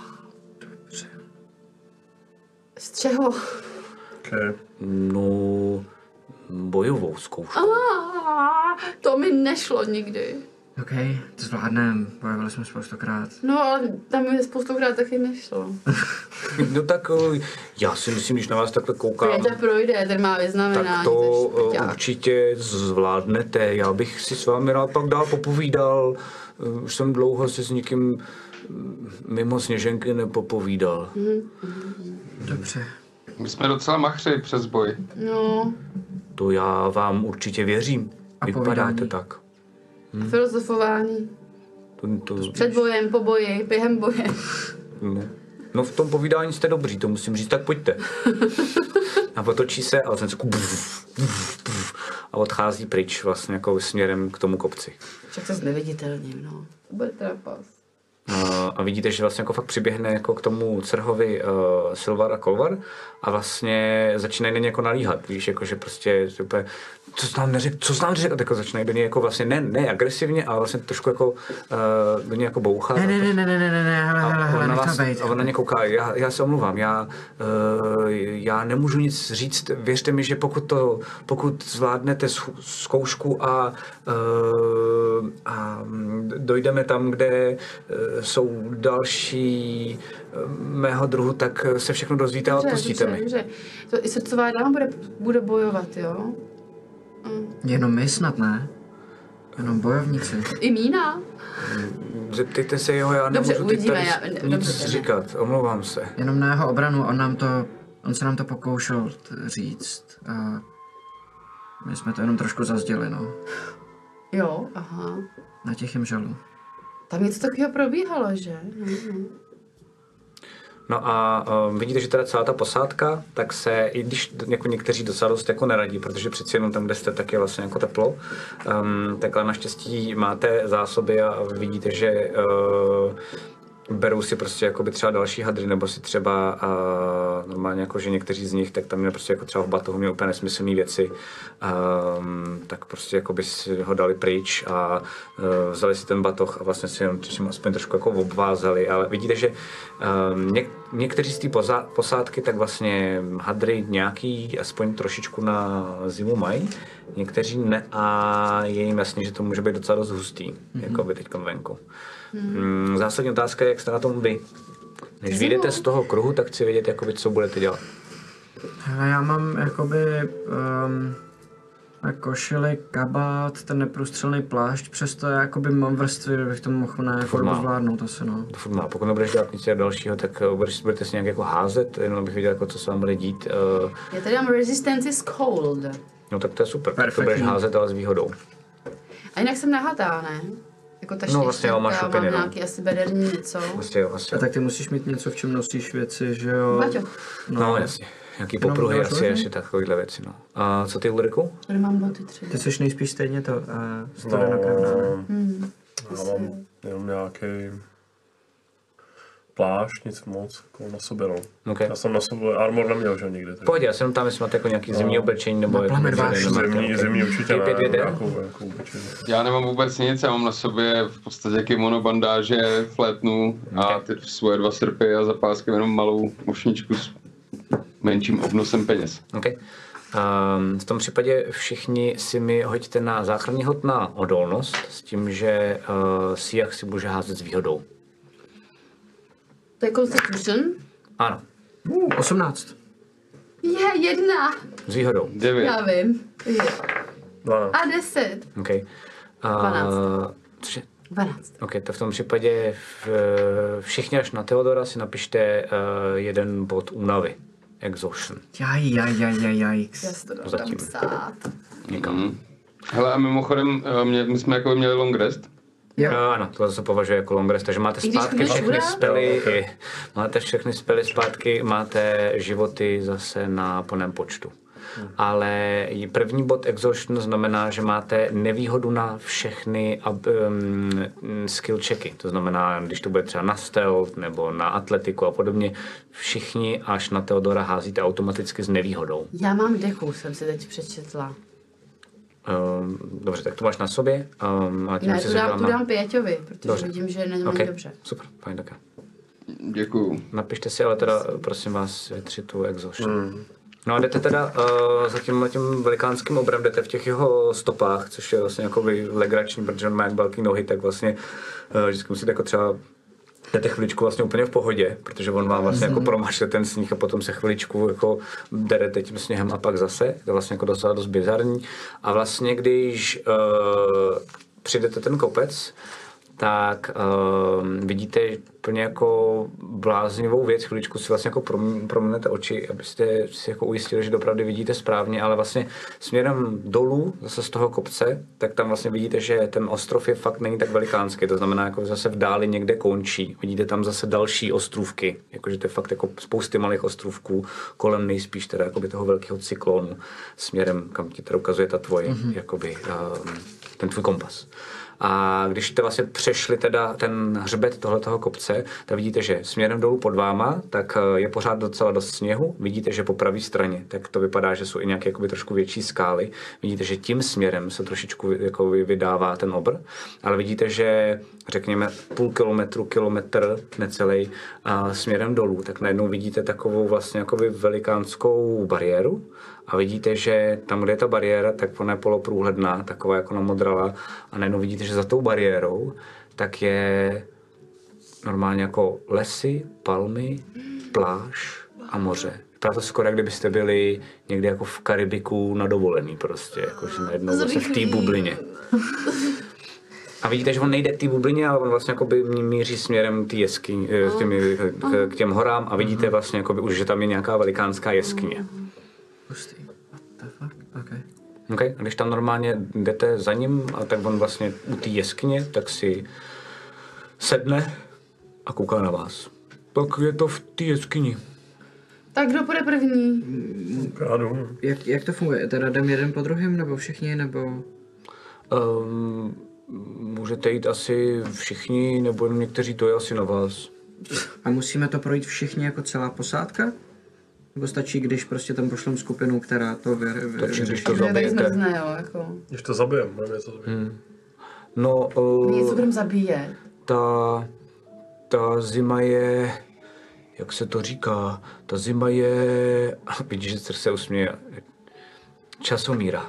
Speaker 3: Z čeho?
Speaker 4: Okay.
Speaker 2: No, bojovou zkoušku.
Speaker 3: To mi nešlo nikdy.
Speaker 5: OK, to zvládneme, bojovali jsme spoustokrát.
Speaker 3: No, ale tam mi spoustokrát taky nešlo.
Speaker 2: No tak já si myslím, když na vás takhle koukám,
Speaker 3: Pěťa projde, ten má vyznamenání.
Speaker 2: tak to určitě zvládnete. Já bych si s vámi rád pak dál popovídal. Už jsem dlouho se s nikým mimo Sněženky nepopovídal.
Speaker 5: Dobře.
Speaker 6: My jsme docela machři přes boj.
Speaker 3: No,
Speaker 2: To já vám určitě věřím.
Speaker 5: A
Speaker 2: Vypadáte
Speaker 5: povídání?
Speaker 2: tak.
Speaker 3: filozofování.
Speaker 2: To,
Speaker 3: Před bojem, po boji, během boje.
Speaker 2: no v tom povídání jste dobří, to musím říct, tak pojďte. A otočí se a on se a odchází pryč vlastně jako směrem k tomu kopci.
Speaker 3: Však se zneviditelním, no. To bude trapas.
Speaker 2: A vidíte, že vlastně jako fakt přiběhne jako k tomu Crhovi Silvar a Kolvar a vlastně začínají na ně jako nalíhat, víš, jako že prostě úplně, co jsi nám neřekl, jako začínají do něj jako vlastně ne agresivně, ale vlastně trošku jako do něj jako bouchat.
Speaker 5: Ne, hele, nech to bejt.
Speaker 2: A on na ně kouká, já se omluvám, já nemůžu nic říct, věřte mi, že pokud zvládnete zkoušku a dojdeme tam, kde jsou další mého druhu, tak se všechno dozvíte a odpustíte mi.
Speaker 3: Dobře. To i srdcová dáma bude bojovat, jo?
Speaker 5: Jenom my snad ne. Jenom bojovníci.
Speaker 3: I Mína.
Speaker 2: Zeptejte se jeho, já
Speaker 3: Dobře,
Speaker 2: nemůžu teď tady nic
Speaker 3: dobře,
Speaker 2: říkat, omlouvám se.
Speaker 5: Jenom na jeho obranu, on se nám to pokoušel říct. A my jsme to jenom trošku zazděli, no.
Speaker 3: Jo, aha.
Speaker 5: Na těch jim žalu.
Speaker 3: Tam něco takového probíhalo, že?
Speaker 2: No a vidíte, že teda celá ta posádka, tak se, i když jako někteří docela dost jako neradí, protože přeci jenom tam, kde jste, tak je vlastně jako teplo, tak ale naštěstí máte zásoby a vidíte, že berou si prostě jakoby třeba další hadry, nebo si třeba normálně jako, že někteří z nich, tak tam měli prostě jako třeba v batohu měli úplně nesmyslné věci, tak prostě jakoby si ho dali pryč a vzali si ten batoh a vlastně si jenom aspoň trošku jako obvázali, ale vidíte, že někteří z té posádky tak vlastně hadry nějaký aspoň trošičku na zimu mají, někteří ne a je jim jasný, že to může být docela dost hustý, jakoby teďkom venku. Zásadní otázka je, jak jste na tom vy. Než vyjdete z toho kruhu, tak chci vědět, jakoby, co budete dělat.
Speaker 5: Hele, já mám jakoby košili, kabát, ten neprůstřelný plášť, přesto já jakoby mám vrstvy, kdybych to mohl jako zvládnout asi, no.
Speaker 2: Furt má. Pokud nebudeš dělat nic dalšího, tak budete si nějak jako házet, jenom abych viděl, jako, co se vám bude dít.
Speaker 3: Já tady mám resistance is cold.
Speaker 2: No tak to je super, tak to budeš házet, ale s výhodou.
Speaker 3: A jinak jsem nahatá, ne? Jako ta
Speaker 2: No vlastně jo, máš
Speaker 3: mám
Speaker 2: šupiny, no.
Speaker 3: nějaký asi bederní něco.
Speaker 2: Vlastně.
Speaker 5: A tak ty musíš mít něco, v čem nosíš věci, že jo?
Speaker 3: Baťo.
Speaker 2: No jasně. Nějaký popruhy asi takovýhle věci, no. A co ty, Ulriku?
Speaker 3: Tady mám boty třeba.
Speaker 5: Ty jsi nejspíš stejně to studenokrevná, ne?
Speaker 4: Já mám jenom nějaký plášť, nic moc, jako na sobě, no.
Speaker 2: Okay.
Speaker 4: Já jsem na sobě armor neměl, že nikdy.
Speaker 2: Pojď, já jsem tam, jestli máte jako nějaký zimní oblečení, nebo jako
Speaker 4: Zimní určitě ne,
Speaker 2: nějakou
Speaker 4: oblečení.
Speaker 6: Já nemám vůbec nic, já mám na sobě v podstatě kimono, bandáže, flétnu a ty svoje 2 srpy a zapásky jenom malou mošničku s menším obnosem peněz.
Speaker 2: Okay. V tom případě všichni si mi hoďte na záchranný hod na odolnost, s tím, že Siach si může házet s výhodou.
Speaker 3: To je Constitution?
Speaker 2: Ano,
Speaker 5: 18.
Speaker 3: Je, 1.
Speaker 2: s výhodou.
Speaker 6: 9.
Speaker 3: Já vím.
Speaker 4: 12.
Speaker 3: A 10.
Speaker 2: Okay.
Speaker 3: 12.
Speaker 2: Cože?
Speaker 3: 12.
Speaker 2: OK, tak v tom případě všichni až na Theodora si napište 1 bod únavy. Exhaustion.
Speaker 5: Jajks.
Speaker 3: Já si to dám
Speaker 2: Zatím.
Speaker 3: psát.
Speaker 2: Někam.
Speaker 6: Hele a mimochodem, my jsme jako měli long rest.
Speaker 2: Ano, to se považuje jako long rest, takže máte
Speaker 3: I když
Speaker 2: zpátky
Speaker 3: budeš
Speaker 2: všechny
Speaker 3: udělat?
Speaker 2: spely, máte všechny spely zpátky, máte životy zase na plném počtu. Ale první bod exhaustion znamená, že máte nevýhodu na všechny skill checky. To znamená, když to bude třeba na stealth nebo na atletiku a podobně, všichni až na Theodora házíte automaticky s nevýhodou.
Speaker 3: Já mám deku, jsem si teď přečetla.
Speaker 2: Dobře, tak to máš na sobě. A tím
Speaker 3: Ne,
Speaker 2: si
Speaker 3: tu dám Pěťovi, protože
Speaker 2: Dobře.
Speaker 3: vidím, že není
Speaker 2: Okay.
Speaker 3: dobře.
Speaker 2: Super, fajn také.
Speaker 6: Děkuju.
Speaker 2: Napište si ale teda, prosím vás, 3 tu exhaustion. No a jdete teda za tím velikánským obrem, jdete v těch jeho stopách, což je vlastně jako legrační, protože on má jak velký nohy, tak vlastně vždycky musíte jako třeba jdete chviličku vlastně úplně v pohodě, protože on vám vlastně jako promašle ten sníh a potom se chviličku jako derete tím sněhem a pak zase, to vlastně jako docela dost bizarní. A vlastně když přijdete ten kopec, tak vidíte úplně jako bláznivou věc. Chviličku si vlastně jako proměnete oči, abyste si jako ujistili, že opravdu vidíte správně, ale vlastně směrem dolů, zase z toho kopce, tak tam vlastně vidíte, že ten ostrov je fakt není tak velikánský, to znamená, jako zase v dáli někde končí. Vidíte tam zase další ostrůvky, jakože to je fakt jako spousty malých ostrůvků kolem nejspíš teda jakoby toho velkého cyklonu směrem, kam ti teda ukazuje ta tvoje, jakoby ten tvůj kompas. A když jste vlastně přešli teda ten hřbet tohletoho kopce, tak vidíte, že směrem dolů pod váma, tak je pořád docela dost sněhu. Vidíte, že po pravé straně, tak to vypadá, že jsou i nějaké jakoby trošku větší skály. Vidíte, že tím směrem se trošičku jako vydává ten obr, ale vidíte, že řekněme půl kilometru, kilometr necelý směrem dolů, tak najednou vidíte takovou vlastně jakoby velikánskou bariéru. A vidíte, že tam, kde je ta bariéra, tak ona je poloprůhledná, taková jako namodrala. A najednou vidíte, že za tou bariérou tak je normálně jako lesy, palmy, pláž a moře. Vypadá to skoro, jak kdybyste byli někde jako v Karibiku na dovolený prostě, jakože najednou vlastně v té bublině. A vidíte, že on nejde k té bublině, ale on vlastně jakoby míří směrem té jeskyni, k těm horám a vidíte vlastně jakoby už, že tam je nějaká velikánská jeskyně.
Speaker 5: Pustý. What the fuck? Okay.
Speaker 2: Okay. A když tam normálně jdete za ním, a tak on vlastně u té jeskyně, tak si sedne a kouká na vás. Tak je to v té jeskyni.
Speaker 3: Tak kdo půjde první?
Speaker 4: Já jdu.
Speaker 5: Jak to funguje? Teda jdem jeden po druhém, nebo všichni, nebo...
Speaker 2: Můžete jít asi všichni, nebo někteří, to je asi na vás.
Speaker 5: A musíme to projít všichni jako celá posádka? Nebo stačí, když prostě tam pošlem skupinu, která to
Speaker 2: Stačí, když to
Speaker 3: Tak
Speaker 2: zabijete.
Speaker 3: zmrzne, jo, jako.
Speaker 4: Když to zabijem, budeme něco zabít.
Speaker 2: No,
Speaker 3: Něco budeme zabíjet.
Speaker 2: ta zima je, jak se to říká, ta zima je, vidíš, že se usměje, časomíra.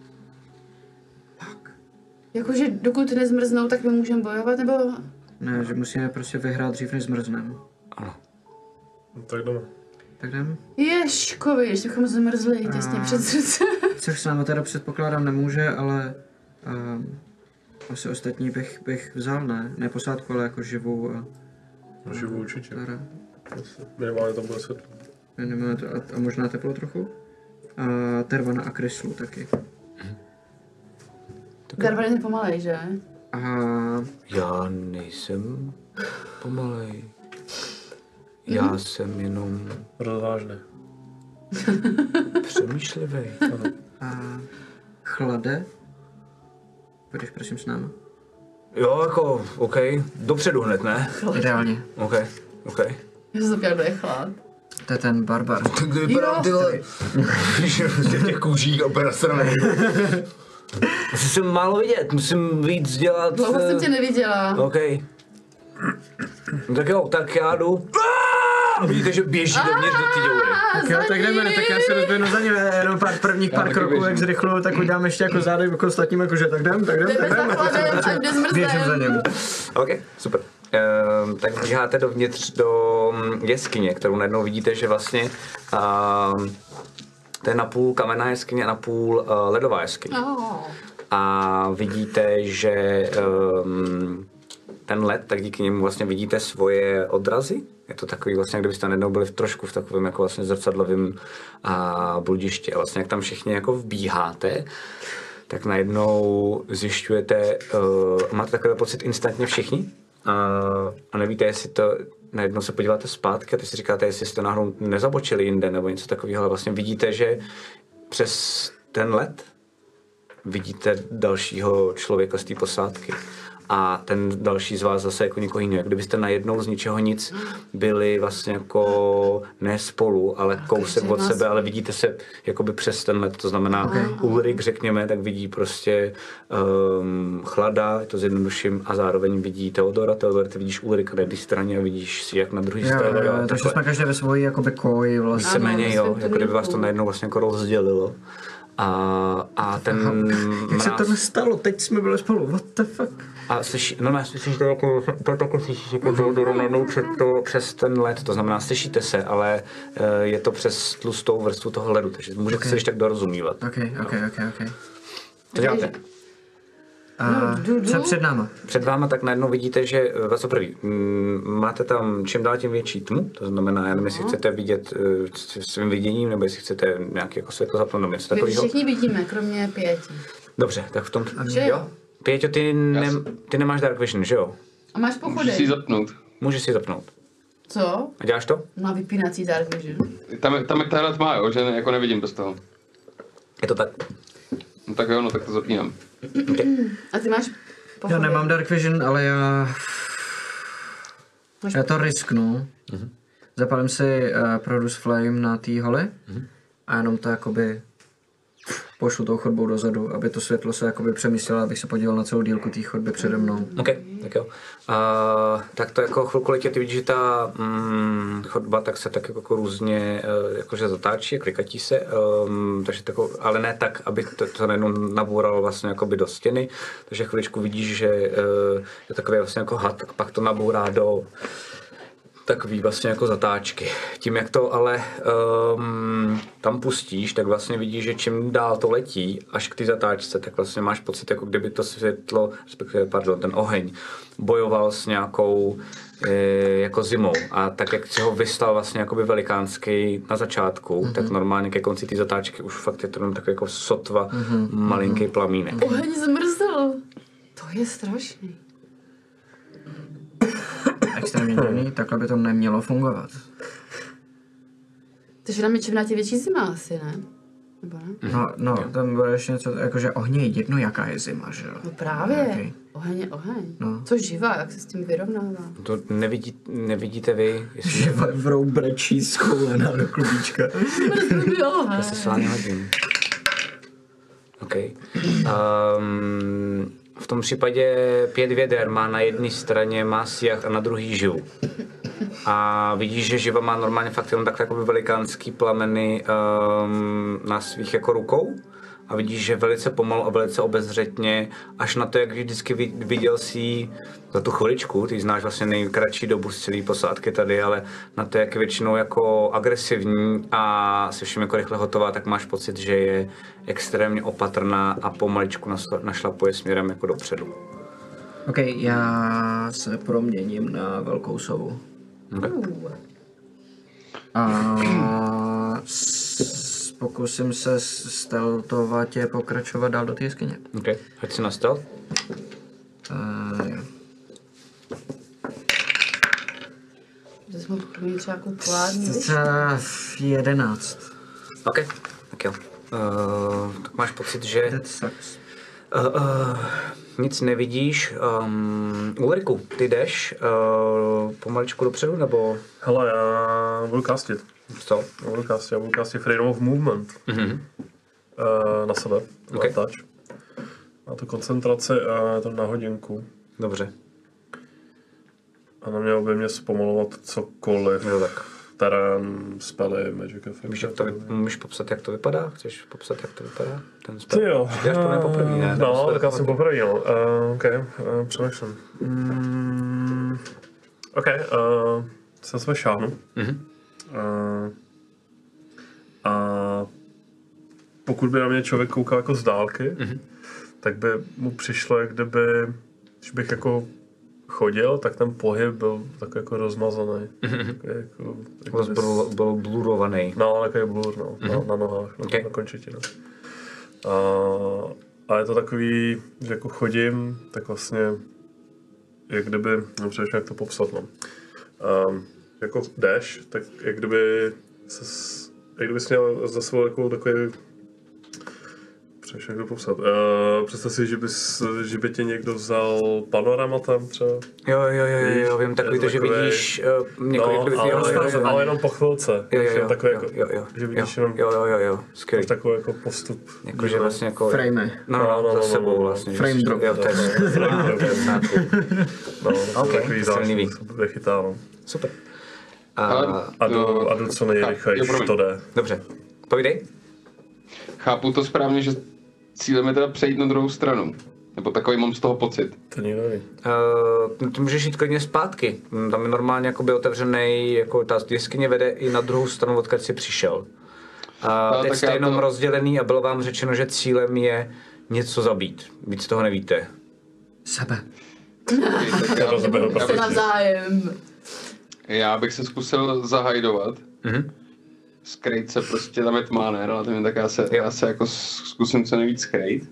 Speaker 3: Jakože dokud nezmrznou, tak my můžeme bojovat, nebo...
Speaker 5: Ne, že musíme prostě vyhrát dřív, než zmrzneme.
Speaker 2: Ano.
Speaker 4: No, tak jdeme.
Speaker 5: Tak jdem.
Speaker 3: Ježkovi, když bychom zmrzli těsně před srdce.
Speaker 5: Což s náma teda předpokládám nemůže, ale asi ostatní bych vzal, ne? Ne posádku, ale jako živou a...
Speaker 4: Živu určitě.
Speaker 5: Teda,
Speaker 4: Minimálně tam bude světlo.
Speaker 5: a možná teplo trochu. A Tervana a Kryslu taky.
Speaker 3: Darvan je pomalej, že?
Speaker 5: A
Speaker 2: Já nejsem pomalej. Já jsem jenom
Speaker 4: Rozvážné.
Speaker 2: přemýšlivý.
Speaker 5: Chlade? Půjdeš prosím s náma?
Speaker 2: Jo, jako, OK, dopředu hned, ne?
Speaker 5: Ideálně.
Speaker 2: OK.
Speaker 3: Já jsem zapěla, kdo je chlad.
Speaker 5: To je ten barbar.
Speaker 2: Tak to vypadá, ty vole. Když je prostě v těch kůžích a úplně nasranej. Asi jsem málo vidět, musím víc dělat.
Speaker 3: Dlouho jsem tě neviděla.
Speaker 2: OK. Tak jo, tak já jdu. Vidíte, že běží dovnitř do té děury.
Speaker 5: Tak jo, tak jdeme, tak já se rozběhnu za ním, jenom prvních pár
Speaker 6: taky
Speaker 5: kroků,
Speaker 6: běžím.
Speaker 5: jak zrychluju, tak udělám ještě jako zády jako ostatním, jakože tak jdem.
Speaker 3: Jdeme za chladem, až
Speaker 5: Běžím za ním.
Speaker 2: OK, super. Tak běháte dovnitř do jeskyně, kterou najednou vidíte, že vlastně to je napůl kamenná jeskyně a napůl ledová jeskyně. A vidíte, že ten led, tak díky němu vlastně vidíte svoje odrazy. Je to takový vlastně, kdybyste najednou byli trošku v takovém jako vlastně zrcadlovém bludišti. A vlastně jak tam všichni jako vbíháte, tak najednou zjišťujete, máte takový pocit instantně všichni a nevíte, jestli to, najednou se podíváte zpátky a teď si říkáte, jestli jste náhodou nezabočili jinde nebo něco takového, ale vlastně vidíte, že přes ten led vidíte dalšího člověka z té posádky. A ten další z vás zase jako někoho jiného. Jak kdybyste najednou z ničeho nic byli vlastně jako ne spolu, ale kousek od sebe, ale vidíte se jakoby přes ten led. To znamená, Ulrik, řekněme, tak vidí prostě Chlada, je to zjednoduším, a zároveň vidí Teodora. Teodor, ty vidíš Ulrika na jedné straně a vidíš si jak na druhé straně.
Speaker 5: Takže jsme každý ve svojí jakoby koji vlastně.
Speaker 2: Víceméně jo, jako kdyby vás to najednou vlastně jako rozdělilo. A ten
Speaker 5: Jak se to nestalo? Teď jsme byli spolu, what the fuck?
Speaker 2: A slyšíš to jako, to taky slyšíš jako dorovnanou přes ten led, to znamená slyšíte se, ale je to přes tlustou vrstvu toho ledu, takže můžete se ještě tak dorozumívat.
Speaker 5: Ok.
Speaker 2: Co děláte?
Speaker 5: Co je před náma?
Speaker 2: Před váma tak najednou vidíte, že vás první, máte tam čím dál tím větší tmu, to znamená, já nevím, jestli chcete vidět svým viděním, nebo jestli chcete nějaké jako světlo zapnout, nebo něco takového.
Speaker 3: Všichni vidíme, kromě 5.
Speaker 2: Dobře, tak v tom...
Speaker 3: Že jo?
Speaker 2: Pěťo, ty nemáš Dark Vision, že jo?
Speaker 3: A máš
Speaker 6: Můžeš si
Speaker 3: pochodej.
Speaker 6: ji zapnout.
Speaker 2: Můžeš si zapnout.
Speaker 3: Co?
Speaker 2: A děláš to?
Speaker 3: Má vypínací Dark Vision.
Speaker 6: Tam je tahle tma, jo, že jako nevidím bez toho.
Speaker 2: Je to tak.
Speaker 6: No tak jo, no tak to zapínám.
Speaker 3: A ty máš
Speaker 5: Já
Speaker 3: pochodej.
Speaker 5: nemám Dark Vision, ale já to risknu. Zapalím si Produce Flame na té holi a jenom to jakoby pošlu tou chodbou dozadu, aby to světlo se jakoby přemístilo, abych se podíval na celou dílku té chodby přede mnou.
Speaker 2: OK, tak jo. Tak to jako chvilku letě, ty vidíš, že ta chodba tak se tak jako různě jakože zatáčí, klikatí se, takže tako, ale ne tak, aby to najednou nabouralo vlastně jakoby do stěny, takže chviličku vidíš, že je takový vlastně jako had, pak to nabourá do takový vlastně jako zatáčky. Tím, jak to ale tam pustíš, tak vlastně vidíš, že čím dál to letí, až k té zatáčce, tak vlastně máš pocit, jako kdyby to světlo, respektive, pardon, ten oheň, bojoval s nějakou jako zimou. A tak, jak si ho vystal vlastně jakoby velikánský na začátku, tak normálně ke konci té zatáčky už fakt je to jenom takový jako sotva malinký plamínek.
Speaker 3: Oheň zmrzl. To je strašný.
Speaker 5: Extrémně divný, takhle by to nemělo fungovat.
Speaker 3: Takže nám je čím dál tím větší zima asi, ne? Nebo ne?
Speaker 5: No, tam bude ještě něco, jakože ohně je jedno, jaká je zima, že jo?
Speaker 3: No právě.
Speaker 5: Nějaký.
Speaker 3: Oheň je oheň.
Speaker 5: No.
Speaker 3: Co živá, jak se s tím vyrovnává.
Speaker 2: To nevidíte vy, jestli
Speaker 5: Že vrou brečí schoulená do klubíčka.
Speaker 3: Zmrzl oheň.
Speaker 2: se s vámi hodím. OK. V tom případě 5 věder má na jedné straně má siach a na druhý živu. A vidíš, že živa má normálně fakt jenom takhle jako velikánský plameny na svých jako rukou. A vidíš, že velice pomalu a velice obezřetně, až na to, jak vždycky viděl si za tu chviličku, ty znáš vlastně nejkratší dobu z celé posádky tady, ale na to, jak je většinou jako agresivní a se vším jako rychle hotová, tak máš pocit, že je extrémně opatrná a pomaličku našlapuje směrem jako dopředu.
Speaker 5: OK, já se proměním na velkou sovu.
Speaker 2: Okay.
Speaker 5: A pokusím se stealthovatě pokračovat dál do té jeskyně.
Speaker 2: OK, hoď si na stealth.
Speaker 5: Jo.
Speaker 3: Že jsme měli třeba jako polární liš.
Speaker 5: 11.
Speaker 2: OK, tak jo. Tak máš pocit, že
Speaker 5: That sucks.
Speaker 2: nic nevidíš. Ulriku, ty jdeš pomaličku dopředu, nebo
Speaker 4: Hele, já budu castit.
Speaker 2: co?
Speaker 4: Já budu castit Freedom of Movement. Na sebe,
Speaker 2: Okay.
Speaker 4: na touch. Má to koncentraci a je to na hodinku.
Speaker 2: Dobře.
Speaker 4: A nemělo by mě zpomalovat cokoliv.
Speaker 2: Jo, tak.
Speaker 4: Terén, spely, magic effect.
Speaker 2: Víš, jak to můžeš popsat, jak to vypadá? Chceš popsat, jak to vypadá? Ten spell?
Speaker 4: Ty jo.
Speaker 2: Děláš to ne poprvé, ne?
Speaker 4: No, tak já jsem poprvé, no. OK, přemýšlím. OK, se své šáhnu. A pokud by na mě člověk koukal jako z dálky, tak by mu přišlo, jak kdyby, když bych jako chodil, tak ten pohyb byl takový jako rozmazaný.
Speaker 2: Byl blurovaný.
Speaker 4: No, takový blur, no, na nohách,
Speaker 2: Okay.
Speaker 4: na končetinách. A je to takový, že jako chodím, tak vlastně, jak kdyby, no přemýšlím, jak to popsat, no. Jako jdeš, tak jak kdyby jsi měl za svou jako takový, přemýšlím, jak to popsat. Představ si, že by tě někdo vzal panoramatem třeba.
Speaker 2: Jo, vím, takový to, že vidíš několik lidí.
Speaker 4: Ale jenom po chvilce.
Speaker 2: Jo,
Speaker 4: Takový jako, že vidíš jenom
Speaker 2: skvělý.
Speaker 4: takový jako postup.
Speaker 2: Jakože vlastně jako...
Speaker 5: Frame.
Speaker 2: No, za sebou vlastně.
Speaker 5: Frame drop.
Speaker 2: Jo, to je
Speaker 4: No, takový
Speaker 2: silný.
Speaker 4: zážitek vychytá, no.
Speaker 2: Super.
Speaker 4: A jdu co nejrychleji, to jde.
Speaker 2: Dobře, pojdej.
Speaker 6: Chápu to správně, že cílem je teda přejít na druhou stranu. Nebo takový mám z toho pocit.
Speaker 4: To nikdo neví.
Speaker 2: Ty můžeš jít klidně zpátky. Tam je normálně jakoby otevřený, jako ta jeskyně vede i na druhou stranu, odkud jsi přišel. Teď jste jenom rozdělený a bylo vám řečeno, že cílem je něco zabít. Víc toho nevíte.
Speaker 5: Sebe.
Speaker 6: Tak já-
Speaker 3: Se navzájem.
Speaker 6: Já bych se zkusil zahajdovat. Skrýt se prostě, tam je tmá, ne? Relativně, tak já se jako zkusím co nejvíc skrýt.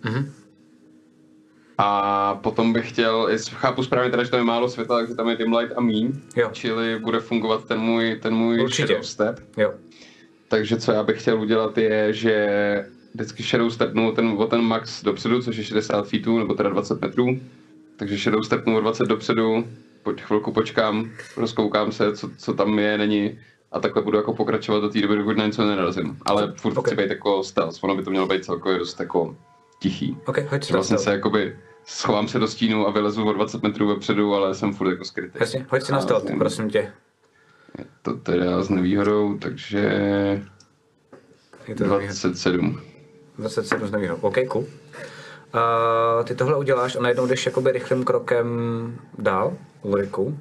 Speaker 6: A potom bych chtěl, jestli chápu správně teda, že tam je málo světla, takže tam je dim light a míň.
Speaker 2: Jo.
Speaker 6: Čili bude fungovat ten můj
Speaker 2: Určitě.
Speaker 6: shadow step.
Speaker 2: Jo.
Speaker 6: Takže co já bych chtěl udělat je, že vždycky shadow stepnu o ten max dopředu, což je 60 feetů, nebo teda 20 metrů. Takže shadow stepnu o 20 dopředu, chvilku počkám, rozkoukám se, co tam je, není. A takhle budu jako pokračovat do té doby, dokud na něco nenarazím. Ale furt chci být jako stealth, ono by to mělo být celkově dost jako tichý.
Speaker 2: OK, hoď si
Speaker 6: Vlastně
Speaker 2: na
Speaker 6: se
Speaker 2: stealth.
Speaker 6: jakoby schovám se do stínu a vylezu o 20 metrů vepředu, ale jsem furt jako skrytý.
Speaker 2: Jasně, hoď si na stealth, prosím tě.
Speaker 6: Je to teda s nevýhodou, takže
Speaker 2: Je to
Speaker 6: 27.
Speaker 2: 27 z nevýhodou. OK, cool. Ty tohle uděláš a najednou jdeš jakoby rychlým krokem dál, Ulriku.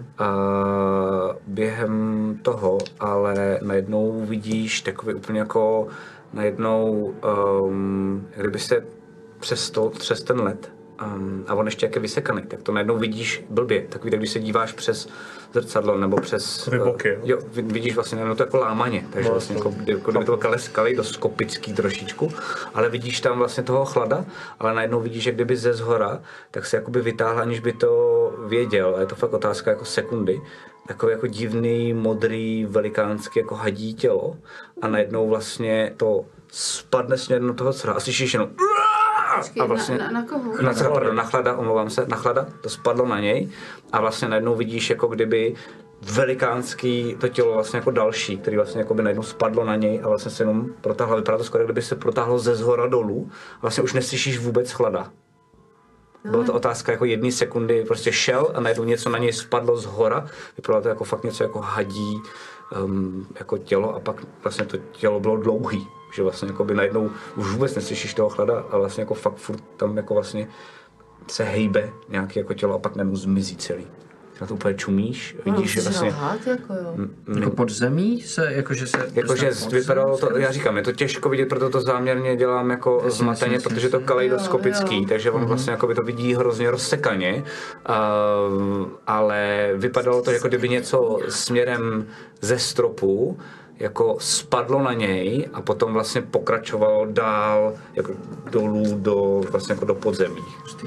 Speaker 2: Během toho, ale najednou vidíš takový úplně jako najednou, kdyby se přes ten led a on ještě jak je vysekaný, tak to najednou vidíš blbě. Takový, tak když se díváš přes zrcadlo nebo přes...
Speaker 4: Ty boky,
Speaker 2: jo, vidíš vlastně najednou to jako lámaně, takže vlastně jako kdyby to byl kaleidoskopický trošičku, ale vidíš tam vlastně toho chlada, ale najednou vidíš, že kdyby ze zhora, tak se jakoby vytáhl, aniž by to věděl, a je to fakt otázka jako sekundy, takový jako divný, modrý, velikánský jako hadí tělo a najednou vlastně to spadne směrem do toho cera a slyšíš jenom a vlastně
Speaker 3: Na koho?
Speaker 2: na chlada, omlouvám se, na chlada, to spadlo na něj a vlastně najednou vidíš, jako kdyby velikánský to tělo vlastně jako další, který vlastně jako by najednou spadlo na něj a vlastně se jenom protáhlo, vypadá to skoro, kdyby se protáhlo ze zhora dolů a vlastně už neslyšíš vůbec chlada. Byla to otázka jako 1 sekundy, prostě šel a najednou něco na něj spadlo z hora, vypadalo to jako fakt něco jako hadí jako tělo a pak vlastně to tělo bylo dlouhý, že vlastně jako by najednou už vůbec neslyšíš toho chlada a vlastně jako fakt furt tam jako vlastně se hejbe nějaký jako tělo a pak najednou zmizí celý. Na to úplně čumíš, vidíš, že vlastně...
Speaker 3: Jako jo.
Speaker 5: Jako pod zemí se, jakože se...
Speaker 2: Jakože vypadalo to, já říkám, je to těžko vidět, proto to záměrně dělám jako zmateně, protože to kaleidoskopický, takže on vlastně jako by to vidí hrozně rozsekaně, ale vypadalo to, jako kdyby něco směrem ze stropu jako spadlo na něj a potom vlastně pokračovalo dál jako dolů do, vlastně jako do podzemí.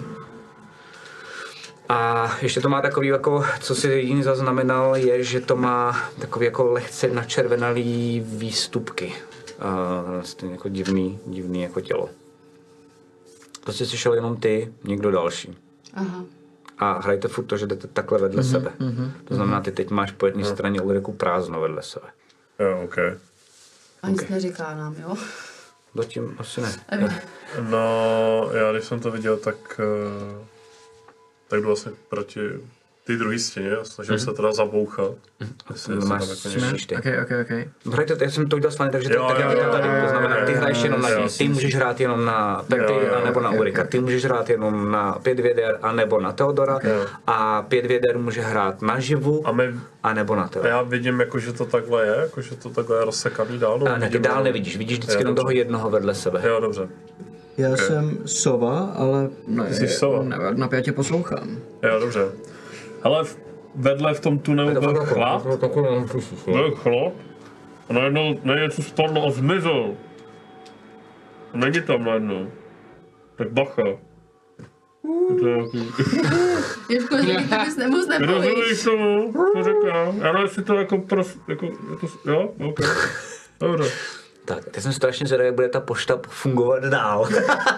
Speaker 2: A ještě to má takový jako, co si jediný zaznamenal, je, že to má takový jako lehce načervenalý výstupky. Stejně jako divný jako tělo. To jsi slyšel jenom ty, nikdo další.
Speaker 3: Aha.
Speaker 2: A hrajte furt to, že jdete takhle vedle sebe. To znamená, ty teď máš po jedné straně Ulriku prázdno vedle sebe.
Speaker 4: Jo, OK.
Speaker 3: A nic neříká nám, jo?
Speaker 2: Zatím asi ne.
Speaker 4: No, já když jsem to viděl, tak jdu vlastně proti té druhé stěně a snažím se teda zabouchat.
Speaker 2: Máš
Speaker 5: Ok.
Speaker 2: Hrajte, já jsem to udělal s vámi, takže tak já vidím tady, to znamená, ty hraješ jenom na ní, ty můžeš hrát jenom na Petty anebo na Ulrika, ty můžeš hrát jenom na 5 věder anebo na Theodora a 5 věder může hrát na Živu anebo na
Speaker 4: A
Speaker 2: Theodora.
Speaker 4: já vidím, jako, že to takhle je, jako, že to takhle je rozsekaný dál.
Speaker 2: A ne, ty dál nevidíš, vidíš vždycky jenom toho jednoho vedle sebe.
Speaker 4: Jo, dobře.
Speaker 5: Já jsem sova, ale
Speaker 4: Jsi sova.
Speaker 5: napjatě poslouchám.
Speaker 4: Jo, dobře. Ale vedle v tom tunelu byl chlap. Byl chlap. A najednou něco spadlo a zmizel. A není tam najednou. Tak bacha. To je nějaký...
Speaker 3: Ježko, že ty bys nemoc nepovíš.
Speaker 4: Rozumíš tomu, co říkám? Já nevím, jestli to jako jo? OK. Dobře.
Speaker 2: Tak, teď jsem strašně zvědavý, jak bude ta pošta fungovat dál.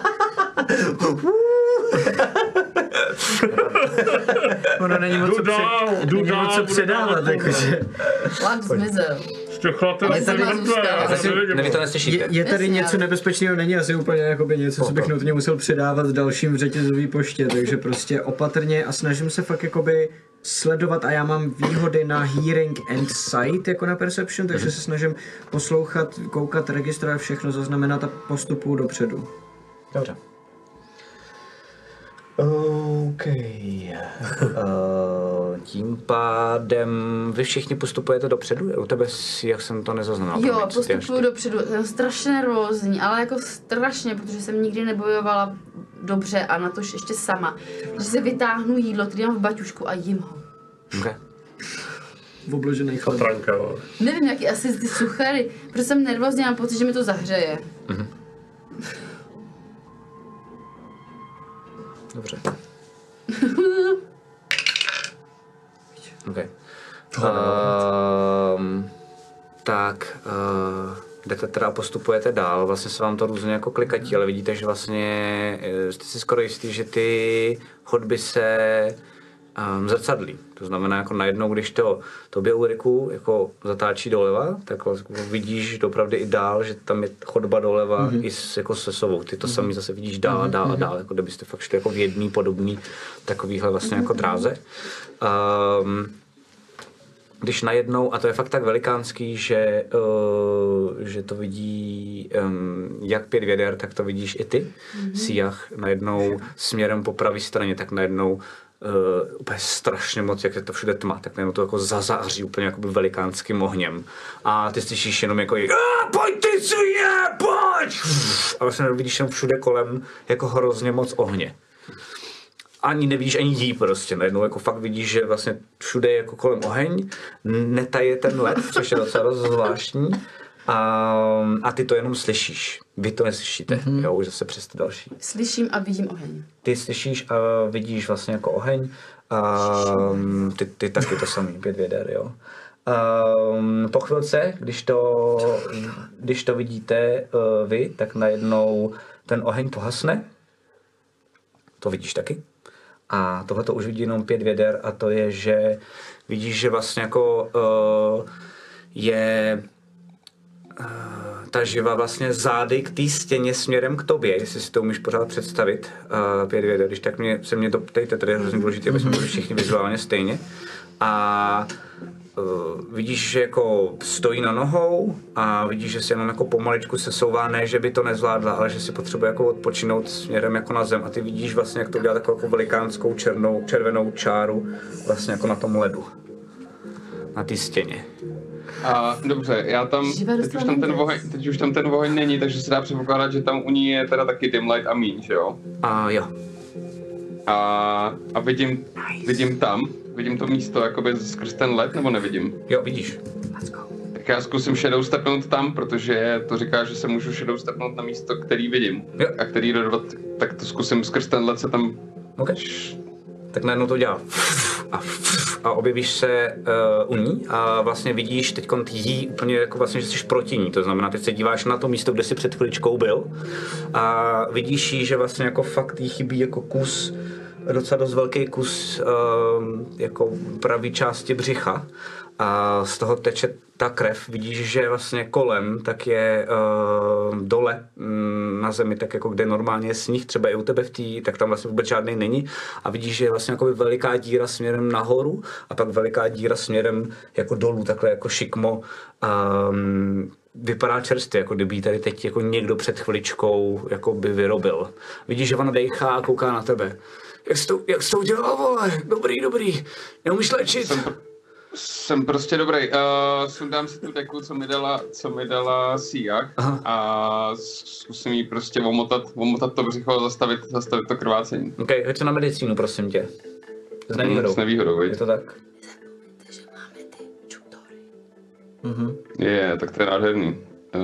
Speaker 5: Ono není moc co předávat, jakože.
Speaker 3: Chlap zmizel.
Speaker 4: Ale
Speaker 3: tady-
Speaker 2: Ne, vy to neslyšíte.
Speaker 5: Je tady
Speaker 3: Jasně,
Speaker 5: něco
Speaker 3: ale-
Speaker 5: nebezpečného, není asi úplně jakoby něco, co bych nutně musel předávat dalším v řetězové poště, takže prostě opatrně a snažím se fakt jakoby sledovat a já mám výhody na hearing and sight jako na perception, takže se snažím poslouchat, koukat, registrovat všechno, zaznamenat a postupuju dopředu.
Speaker 2: Dobře. OK. Tím pádem vy všichni postupujete dopředu? U tebe, jak jsem to nezaznamenal.
Speaker 3: Jo,
Speaker 2: promiň, co ty až
Speaker 3: postupuju
Speaker 2: ty?
Speaker 3: dopředu. Jsem strašně nervózní, ale jako strašně, protože jsem nikdy nebojovala dobře a na to ještě sama, že si vytáhnu jídlo, který mám v baťušku a jím ho.
Speaker 2: Okay.
Speaker 5: Obložený chleb.
Speaker 4: Patranka, jo.
Speaker 3: Nevím, jaký asi ty suchary, protože jsem nervózní, mám pocit, že mi to zahřeje.
Speaker 2: Dobře. Okay. Jdete teda postupujete dál, vlastně se vám to různě jako klikatí, ale vidíte, že vlastně jste si skoro jistý, že ty chodby se zrcadlí. To znamená, jako najednou, když to tobě Ulriku jako zatáčí doleva, tak vidíš opravdu i dál, že tam je chodba doleva i jako se sovou. Ty to sami zase vidíš dál a dál a dál, jako kdybyste fakt šli jako v jedný podobný takovýhle vlastně jako dráze. Když najednou, a to je fakt tak velikánský, že to vidí jak 5 věder, tak to vidíš i ty. Siach najednou směrem po pravé straně, tak najednou úplně strašně moc, jak je to všude tma, tak najednou to jako zazáří úplně jakoby velikánským ohněm. A ty slyšíš jenom jako pojď ty svině, pojď! A vlastně vidíš jenom všude kolem jako hrozně moc ohně. Ani nevidíš ani jí prostě, najednou jako fakt vidíš, že vlastně všude je jako kolem oheň, netaje ten led, což je docela zvláštní a ty to jenom slyšíš, vy to neslyšíte, jo, už zase přes ty další.
Speaker 3: Slyším a vidím oheň.
Speaker 2: Ty slyšíš a vidíš vlastně jako oheň a ty taky to samý, 5 věder, jo. Po chvilce, když to vidíte vy, tak najednou ten oheň pohasne, to vidíš taky. A tohle to už vidí jenom 5 věder a to je, že vidíš, že vlastně jako je ta živa vlastně zády k té stěně směrem k tobě, jestli si to umíš pořád představit, 5 věder, když tak se mě doptejte, tady je hrozně důležité, aby jsme byli všichni vizuálně stejně. A vidíš, že jako stojí na nohou a vidíš, že si jenom jako pomaličku se souvá, ne, že by to nezvládla, ale že si potřebuje jako odpočinout směrem jako na zem a ty vidíš vlastně, jak to dělá takovou jako velikánskou červenou čáru vlastně jako na tom ledu, na té stěně.
Speaker 6: A dobře, teď už tam ten oheň není, takže se dá předpokládat, že tam u ní je teda taky dim light a míň, že jo?
Speaker 2: Jo.
Speaker 6: A vidím to místo jakoby skrz ten led, nebo nevidím?
Speaker 2: Jo, vidíš.
Speaker 6: Tak já zkusím shadow stepnout tam, protože to říká, že se můžu shadow stepnout na místo, který vidím.
Speaker 2: Jo.
Speaker 6: A který dodovat, tak to zkusím skrz ten led se tam...
Speaker 2: Okay. Tak najednou to dělá a objevíš se u ní a vlastně vidíš teď jí úplně jako vlastně, že jsi proti ní, to znamená, teď se díváš na to místo, kde jsi před chviličkou byl a vidíš jí, že vlastně jako fakt jí chybí jako kus, docela dost velký kus jako pravý části břicha a z toho teče ta krev, vidíš, že vlastně kolem tak je dole na zemi, tak jako kde normálně je sníh, třeba i u tebe tak tam vlastně vůbec žádný není a vidíš, že je vlastně jako veliká díra směrem nahoru a pak veliká díra směrem jako dolů, takhle jako šikmo. Vypadá čerstvě, jako kdyby tady teď jako někdo před chviličkou jako by vyrobil. Vidíš, že ona dejchá a kouká na tebe. Jak jsi to udělal, vole? Dobrý. Neumíš léčit?
Speaker 6: Jsem prostě dobrý. Sundám si tu deku, co mi dala Siach a zkusím jí prostě omotat to břicho a zastavit to krvácení.
Speaker 2: OK, hoď to na medicínu, prosím tě. S
Speaker 6: nevýhodou,
Speaker 2: je to tak?
Speaker 3: Nezapomeňte, že máme ty čutory.
Speaker 6: Tak to je nádherný.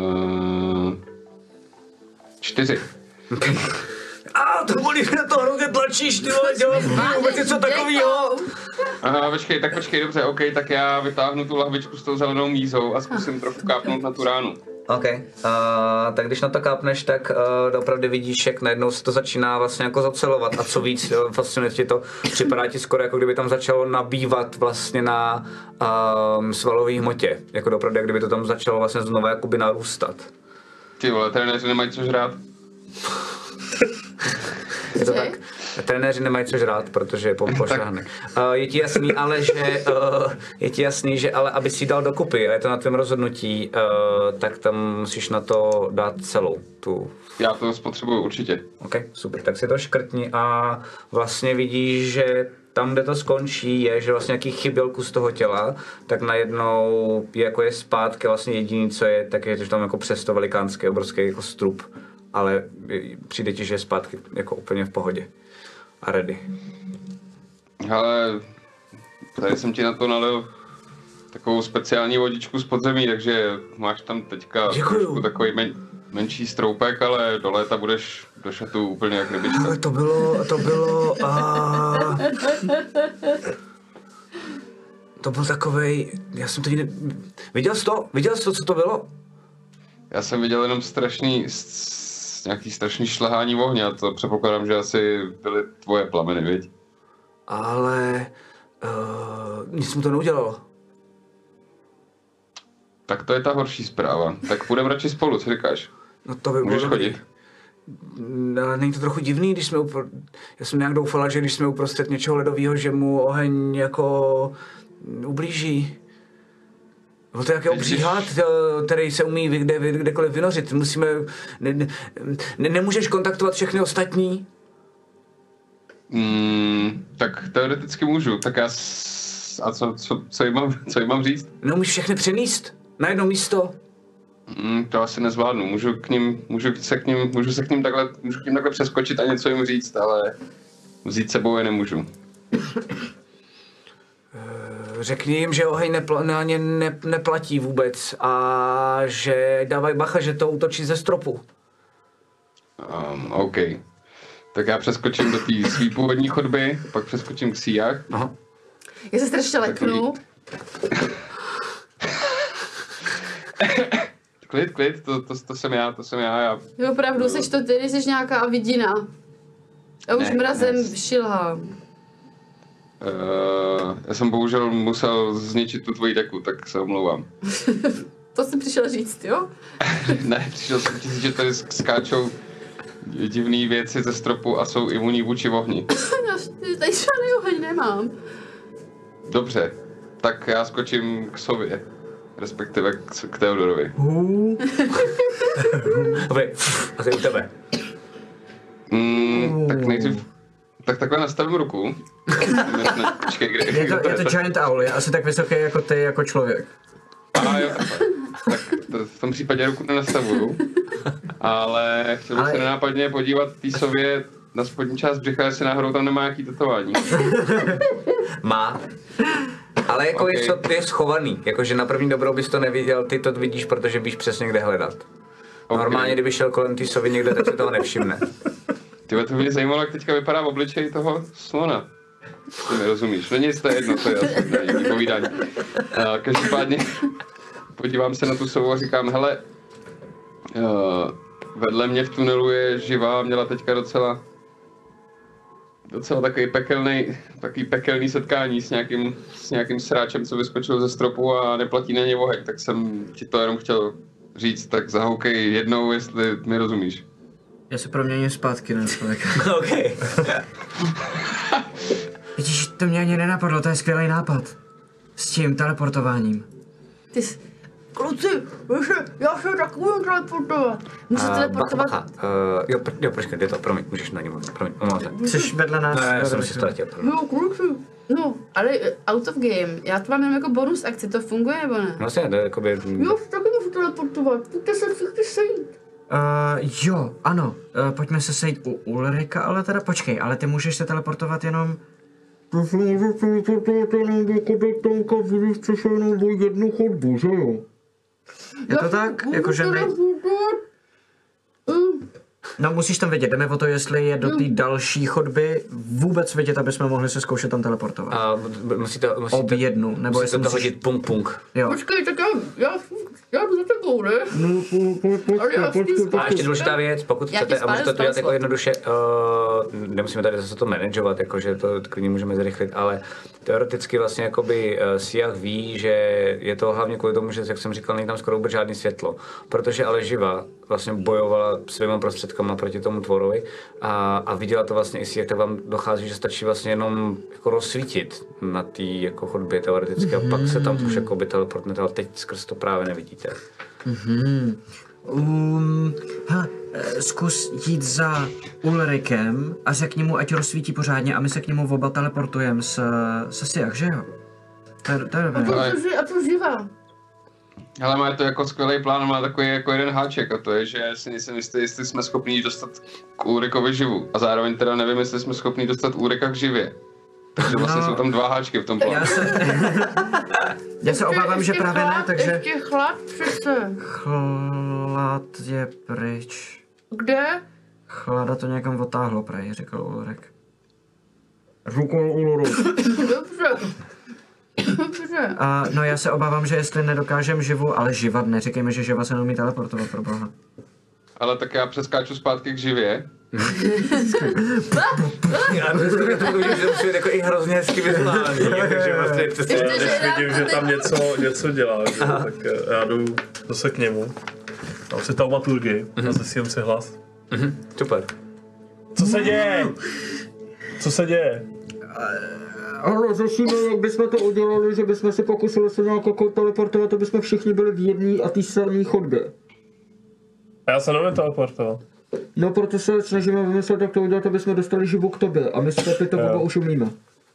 Speaker 6: 4.
Speaker 2: Okay. To bolí, na to hrozně tlačíš, ty vole, dělám vůbec něco takovýho.
Speaker 6: Počkej, dobře, OK, tak já vytáhnu tu lahvičku s tou zelenou mízou a zkusím trochu kápnout na tu ránu.
Speaker 2: OK, tak když na to kápneš, tak opravdu vidíš, jak najednou se to začíná vlastně jako zacelovat a co víc, fascinuje ti to, připadá ti skoro jako kdyby tam začalo nabývat vlastně na svalové hmotě, jako opravdu, jak kdyby to tam začalo vlastně znovu jakoby narůstat.
Speaker 6: Ty vole, trenéři nemají co žrát.
Speaker 2: Je to tak? Trenéři nemají co žrát, protože je pošahný. Je ti jasný, že ale aby si dal dokupy, a je to na tvém rozhodnutí, tak tam musíš na to dát celou tu...
Speaker 6: Já to spotřebuju určitě.
Speaker 2: OK, super, tak si to škrtni a vlastně vidíš, že tam, kde to skončí, je, že vlastně nějaký chyběl kus toho těla, tak najednou je zpátky vlastně jediný, co je, tak je, že tam jako přesto velikánský, obrovský jako strup ale přijde ti, že je zpátky jako úplně v pohodě a ready.
Speaker 6: Ale tady jsem ti na to nalil takovou speciální vodičku z podzemí, takže máš tam teďka trošku takový menší stroupek, ale do léta budeš do šatu úplně jak rybička.
Speaker 2: Ale to bylo, to byl takovej, já jsem to viděl jsi to, co to bylo?
Speaker 6: Já jsem viděl jenom nějaký strašný šlehání ohně a to předpokládám, že asi byly tvoje plameny, viď?
Speaker 2: Ale nic mu to neudělalo.
Speaker 6: Tak to je ta horší zpráva. Tak půjdeme radši spolu, co říkáš?
Speaker 2: No to by bylo
Speaker 6: Můžeš
Speaker 2: dobrý.
Speaker 6: chodit?
Speaker 2: Ale není to trochu divný, když jsme já jsem nějak doufala, že když jsme uprostřed něčeho ledového, že mu oheň jako ublíží. Byl to nějaký obří had, který se umí kdekoliv vynořit. Musíme... Nemůžeš kontaktovat všechny ostatní?
Speaker 6: Tak teoreticky můžu. Tak já... A co jim mám říct?
Speaker 2: Neumíš všechny přenést na jedno místo?
Speaker 6: To asi nezvládnu. Můžu k ním takhle přeskočit a něco jim říct, ale vzít sebou je nemůžu.
Speaker 2: Řekni jim, že oheň na ně neplatí vůbec a že dávaj bacha, že to útočí ze stropu.
Speaker 6: OK. Tak já přeskočím do té svý původní chodby, pak přeskočím k síjach.
Speaker 2: Aha.
Speaker 3: Já se strašně leknu.
Speaker 6: Klid, to jsem já.
Speaker 3: Jo, opravdu, seš to ty, jsi nějaká vidina. Já už mrazem šilhám.
Speaker 6: Já jsem bohužel musel zničit tu tvoji deku, tak se omlouvám.
Speaker 3: To jsi přišel říct, jo?
Speaker 6: Ne, přišel jsem říct, že tady skáčou divné věci ze stropu a jsou imunní vůči ohni.
Speaker 3: Já tady žádný oheň nemám.
Speaker 6: Dobře, tak já skočím k Sově, respektive k Theodorovi.
Speaker 2: Dobrý, a to je u tebe.
Speaker 6: Tak nejdřív, tak takhle nastavím ruku. Počkej,
Speaker 5: je to giant owl, je asi tak vysoký jako ty, jako člověk.
Speaker 6: Jo, tak v tom případě ruku nenastavuju, ale chtěl bych se nenápadně podívat té Sově na spodní část břicha, jestli náhodou tam nemá nějaký tetování.
Speaker 2: Má. Ale jako
Speaker 6: Okay.
Speaker 2: je schovaný, jakože na první dobrou bys to neviděl, ty to vidíš, protože víš přesně kde hledat. Normálně, kdyby šel kolem té Sovy někde, tak se toho nevšimne.
Speaker 6: Tyhle, to mě zajímalo, jak teďka vypadá v obličeji toho slona. Ty mi rozumíš, no nic, to je jedno, to je asi není povídání. Každopádně podívám se na tu sovu a říkám, hele, vedle mě v tunelu je živá, měla teďka docela takový pekelný setkání s nějakým sráčem, co vyskočil ze stropu a neplatí na ně oheň, tak jsem ti to jenom chtěl říct, tak zahoukej jednou, jestli mi rozumíš.
Speaker 5: Já se proměním zpátky na člověka.
Speaker 2: OK.
Speaker 5: Vidíš, to mě ani nenapadlo, to je skvělý nápad. S tím teleportováním.
Speaker 3: Ty jsi... Kluci, já se taky budu teleportovat. Můžu teleportovat?
Speaker 2: Bacha. Počkej, jde to, promiň, můžeš na něj mluvit, promiň, omlouvám se.
Speaker 5: Jsi vedle nás.
Speaker 2: Ne, já jsem si ztratil.
Speaker 3: Jo, kluci. No, ale out of game. Já to mám jenom jako bonus akci, to funguje nebo ne?
Speaker 2: Vlastně, to je jakoby...
Speaker 3: Jo, taky můžu teleportovat. Pojďte se všichni sejít.
Speaker 5: Jo, ano, pojďme se sejít u Ulrika, ale teda počkej, ale ty můžeš se teleportovat jenom...
Speaker 7: jednu chodbu, že jo?
Speaker 5: Je to tak? Jakože ne... No musíš tam vidět, jdeme o to, jestli je do té další chodby vůbec vidět, aby jsme mohli se zkoušet tam teleportovat.
Speaker 2: A musíte
Speaker 5: jednu, nebo jestli
Speaker 2: to hodit pung.
Speaker 5: Jo.
Speaker 3: Počkej, tak já jdu za tebou, ne?
Speaker 2: A ještě důležitá věc, pokud
Speaker 3: Já
Speaker 2: chcete,
Speaker 3: ti
Speaker 2: a můžete to
Speaker 3: spálím
Speaker 2: dělat jako
Speaker 3: spell
Speaker 2: jednoduše, nemusíme tady zase to manažovat, jakože to klidně můžeme zrychlit, ale teoreticky vlastně jakoby Siach ví, že je to hlavně kvůli tomu, že jak jsem říkal, není tam skoro vůbec žádný světlo, protože ale Živa vlastně bojovala svýma prostředkama proti tomu tvorovi a viděla to vlastně i Siach, tak vám dochází, že stačí vlastně jenom jako rozsvítit na té jako chodbě teoreticky a pak se tam už jakoby teleportnete, ale teď skrz to právě nevidíte.
Speaker 5: Hele, zkus jít za Ulrikem a řekni mu, ať rozsvítí pořádně a my se k němu oba teleportujeme se Siach, že jo? To je dobré.
Speaker 3: A to živá.
Speaker 6: Ale má to jako skvělý plán, má takový jako jeden háček a to je, že si nejsem jistý, jestli jsme schopni dostat k Ulrikovi živu. A zároveň teda nevím, jestli jsme schopni dostat Ulrika k živě. Takže vlastně jsou tam 2 háčky v tom plánu.
Speaker 5: Já se obávám, že právě ne, takže...
Speaker 3: Ještě chlad přece.
Speaker 5: Chlad je pryč.
Speaker 3: Kde?
Speaker 5: Chlada to někam otáhlo, prej, říkal Ulrik.
Speaker 7: Říkal Ulrik.
Speaker 3: Dobře. Dobře.
Speaker 5: No já se obávám, že jestli nedokážem živu, ale živat, neříkejme, že živa se neumí teleportovat, pro boha.
Speaker 6: Ale tak já přeskáču zpátky k živě.
Speaker 2: Já myslím, že musí být jako i hrozně hezky vizuální. Takže vlastně přesně...
Speaker 4: Když vidím, že tam něco dělá, že, tak já jdu zase k němu. Tam si taumaturgii a zesím si hlas.
Speaker 2: Super.
Speaker 4: Co se děje? Co se děje?
Speaker 7: Ale řešíme, jak bychom to udělali, že bychom se pokusili se nějak jako teleportovat, aby jsme všichni byli v jedné a té samé chodbě.
Speaker 4: A já se nevím teleportovat.
Speaker 7: No proto se snažíme vymyslet, jak to udělat, aby jsme dostali živu k tobě a my si to oba už umíme.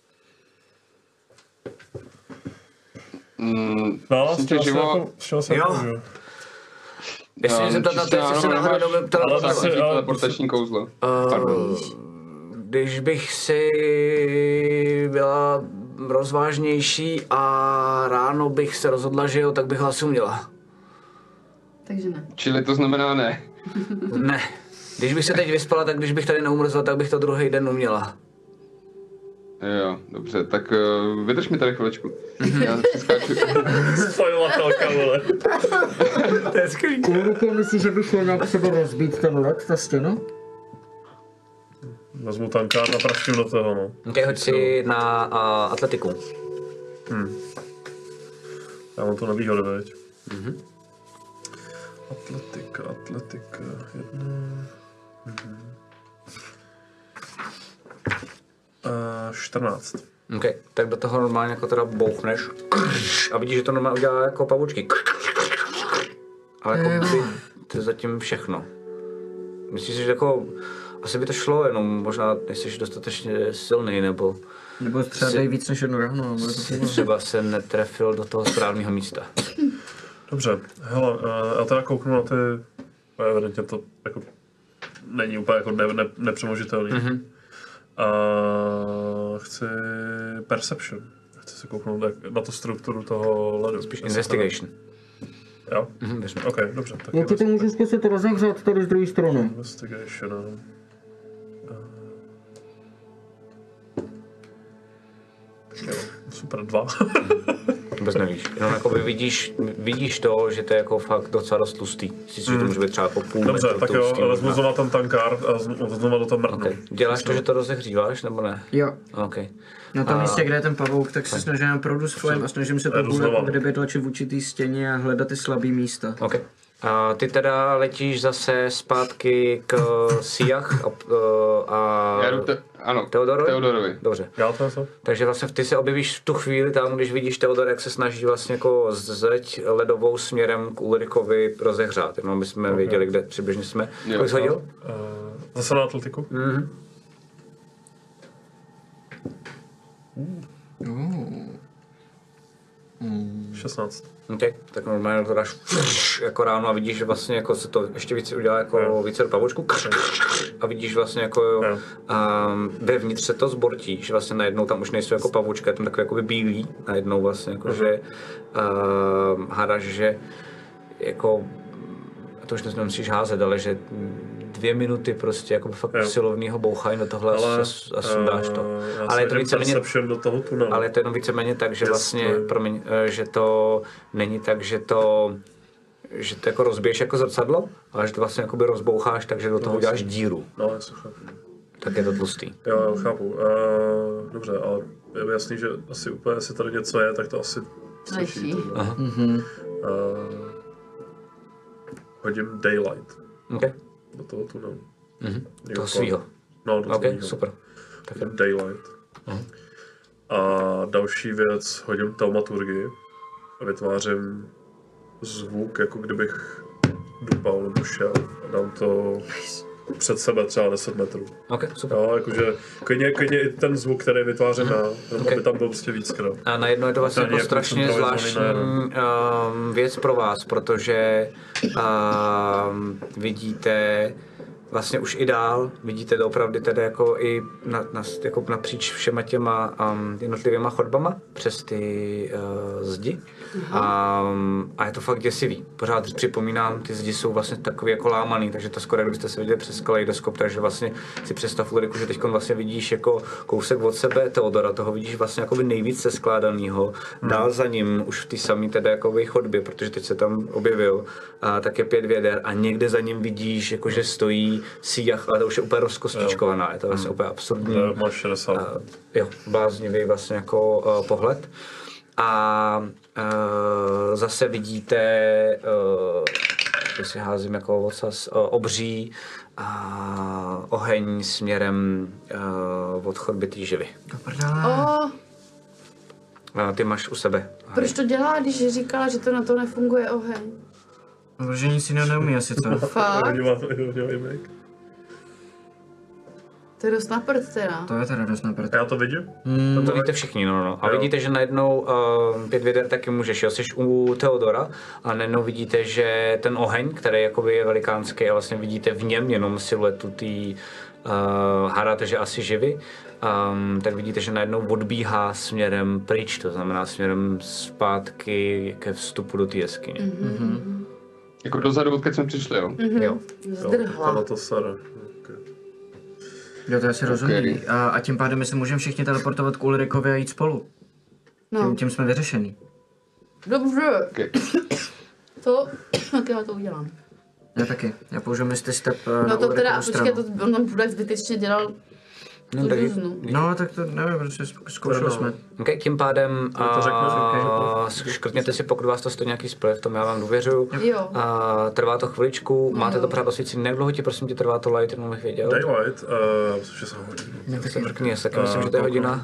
Speaker 4: No,
Speaker 6: Myslím, že živo...
Speaker 2: Jo. Jestli mě zeptat na to, jestli se náhodou
Speaker 6: teleportační kouzlo. Pardon.
Speaker 2: Když bych si byla rozvážnější a ráno bych se rozhodla, že jo, tak bych ho asi uměla.
Speaker 3: Takže ne.
Speaker 6: Čili to znamená ne.
Speaker 2: Ne. Když bych se teď vyspala, tak když bych tady neumrzla, tak bych to druhý den uměla.
Speaker 6: Jo, dobře, tak vydrž mi tady chviličku. Já přeskáču.
Speaker 4: Spojovatelka, vole.
Speaker 2: To je skvělý.
Speaker 7: Ulrike, myslíš, že by šlo nějak sebe rozbít ten led, ta stěna?
Speaker 4: Vezmu tankár a praštím do toho, no.
Speaker 2: Ok, hoď si na atletiku.
Speaker 4: Já mám to na výhodu, veď. Atletika, 14.
Speaker 2: Ok, tak do toho normálně jako teda bouchneš a vidíš, že to normálně udělá jako pavučky. Ale jako ty zatím všechno. Myslíš, že jako asi by to šlo, jenom možná nejsi dostatečně silný, nebo...
Speaker 5: Nebo třeba dej víc než jedno ráno, bude to fungovat.
Speaker 2: Třeba se netrefil do toho správného místa.
Speaker 4: Dobře, hele, já teda kouknu na ty... Evidentně to jako není úplně jako nepřemožitelný. A chci perception. Chci se kouknout na tu strukturu toho ledu.
Speaker 2: Spíš investigation.
Speaker 4: Jo? Ok, dobře. Tak
Speaker 7: Já ti to můžu zkusit rozehřát tady z druhé strany.
Speaker 4: Investigation. Jo, super, 2.
Speaker 2: Vůbec nevíš. Jenom jako vidíš to, že to je jako fakt docela dost tlustý. Myslíš, že to může být třeba jako půl
Speaker 4: Dobře,
Speaker 2: metru
Speaker 4: tak
Speaker 2: tlustý,
Speaker 4: jo, vezmu znova ten tankár a znova do toho mrknu.
Speaker 2: Okay. Děláš to, že to rozehříváš, nebo ne?
Speaker 5: Jo.
Speaker 2: Okay.
Speaker 5: Na tom místě, kde je ten pavouk, tak se snažím produce flame a snažím se to jako kdyby tlačit v určitý stěně a hledat ty slabý místa.
Speaker 2: Okay. A ty teda letíš zase zpátky k Siach a
Speaker 6: Já jdu ano,
Speaker 2: Teodorovi? Dobře.
Speaker 4: Já to co?
Speaker 2: Takže vlastně ty se objevíš v tu chvíli tam, když vidíš Teodor, jak se snaží vlastně jako zeď ledovou směrem k Ulrikovi rozehřát. Jenom aby jsme věděli, kde přibližně jsme. Kolik jsi hodil?
Speaker 4: Zase na atletiku? 16.
Speaker 2: Okay. Tak normálně to dáš jako ráno a vidíš, že vlastně jako se to ještě víc udělá jako více do pavoučku a vidíš vlastně jako vevnitř se to zbortí, že vlastně najednou tam už nejsou jako pavoučka, je tam takový jakoby bílý najednou vlastně jako, že hádáš, že jako to už nemusíš házet, ale že 2 minuty prostě jako fakt silovného bouchání do tohle a sundáš to. Ale je to víceméně
Speaker 4: do toho tunelu.
Speaker 2: Ale je to jenom víceméně tak, že vlastně, promiň, že to není tak, že to jako rozbiješ jako zrcadlo, ale že to vlastně jakoby rozboucháš, takže do toho uděláš díru.
Speaker 4: No, jasně, chápu.
Speaker 2: Tak je to tlustý.
Speaker 4: Jo, chápu. Dobře, ale je jasný, že asi úplně, jestli tady něco je, tak to asi slyší. Hodím daylight.
Speaker 2: Okay.
Speaker 4: Do toho tunelu.
Speaker 2: Toho svýho.
Speaker 4: No, do
Speaker 2: okay,
Speaker 4: svýho.
Speaker 2: Super.
Speaker 4: Tak daylight. A další věc, hodím taumaturgii a vytvářím zvuk, jako kdybych dupal nebo šel a dám to před sebe třeba 10 metrů.
Speaker 2: OK, super.
Speaker 4: Jo, jakože klidně i ten zvuk, který vytváříme, aby tam byl prostě víc krát.
Speaker 2: A najednou je to vlastně jako strašně zvláštní věc pro vás, protože vidíte vlastně už i dál, vidíte doopravdy tedy jako i jako napříč všema těma jednotlivýma chodbama přes ty zdi. A je to fakt děsivý. Pořád připomínám, ty zdi jsou vlastně takový jako lámaný, takže to skoro kdybyste se viděli přes kaleidoskop, takže vlastně si představ, Ulriku, že teď vlastně vidíš jako kousek od sebe Theodora, toho vidíš vlastně jakoby nejvíc seskládanýho. Dál za ním už v té samé tedy jakoby chodbě, protože teď se tam objevil, tak je 5 věder a někde za ním vidíš, jakože stojí síjach, ale to už je úplně rozkostičkovaná, je to vlastně úplně absurdní.
Speaker 4: Máš 60.
Speaker 2: Jo, bláznivý vlastně jako pohled. A zase vidíte, že si házím jako ocas, obří oheň směrem od chodby té živy. Ty máš u sebe.
Speaker 3: Proč to dělá, když říkala, že to na to nefunguje oheň?
Speaker 5: Protože nic jiného neumí asi, co?
Speaker 3: Fakt? To je dost na prd teda.
Speaker 5: To je teda dost na prd.
Speaker 4: Já to vidím?
Speaker 2: To víte všichni, no. A vidíte, že najednou 5 věder taky můžeš, jo, jsi u Theodora a najednou vidíte, že ten oheň, který jakoby je velikánský a vlastně vidíte v něm jenom siluetu tý hádáte, že asi živy, tak vidíte, že najednou odbíhá směrem pryč, to znamená směrem zpátky ke vstupu do té jeskyně.
Speaker 6: Jako dozadu, odkud jsme přišli, jo?
Speaker 2: Jo.
Speaker 3: Zdrhla.
Speaker 4: To sere.
Speaker 5: Jo, to asi rozumí. A tím pádem my se můžeme všichni teleportovat k Ulrikovi a jít spolu.
Speaker 3: No.
Speaker 5: Tím jsme vyřešení.
Speaker 3: Dobře.
Speaker 6: Okay.
Speaker 3: Tak já to udělám.
Speaker 5: Já taky. Já použiju Misty Step
Speaker 3: No to teda, počkej, on tam bude zbytečně dělal tu různu.
Speaker 5: No, tak to nevím, protože zkoušeli jsme.
Speaker 2: Okay, tím pádem škrtněte si, pokud vás to stojí nějaký split, v tom já vám důvěřuju.
Speaker 3: Jo.
Speaker 2: Trvá to chviličku, máte to pořád osvícení, jak dlouho ti prosím tě trvá to light, jenom bych věděl.
Speaker 4: Daylight, 6 hodin.
Speaker 2: Se mrkni, taky myslím, že to je hodina.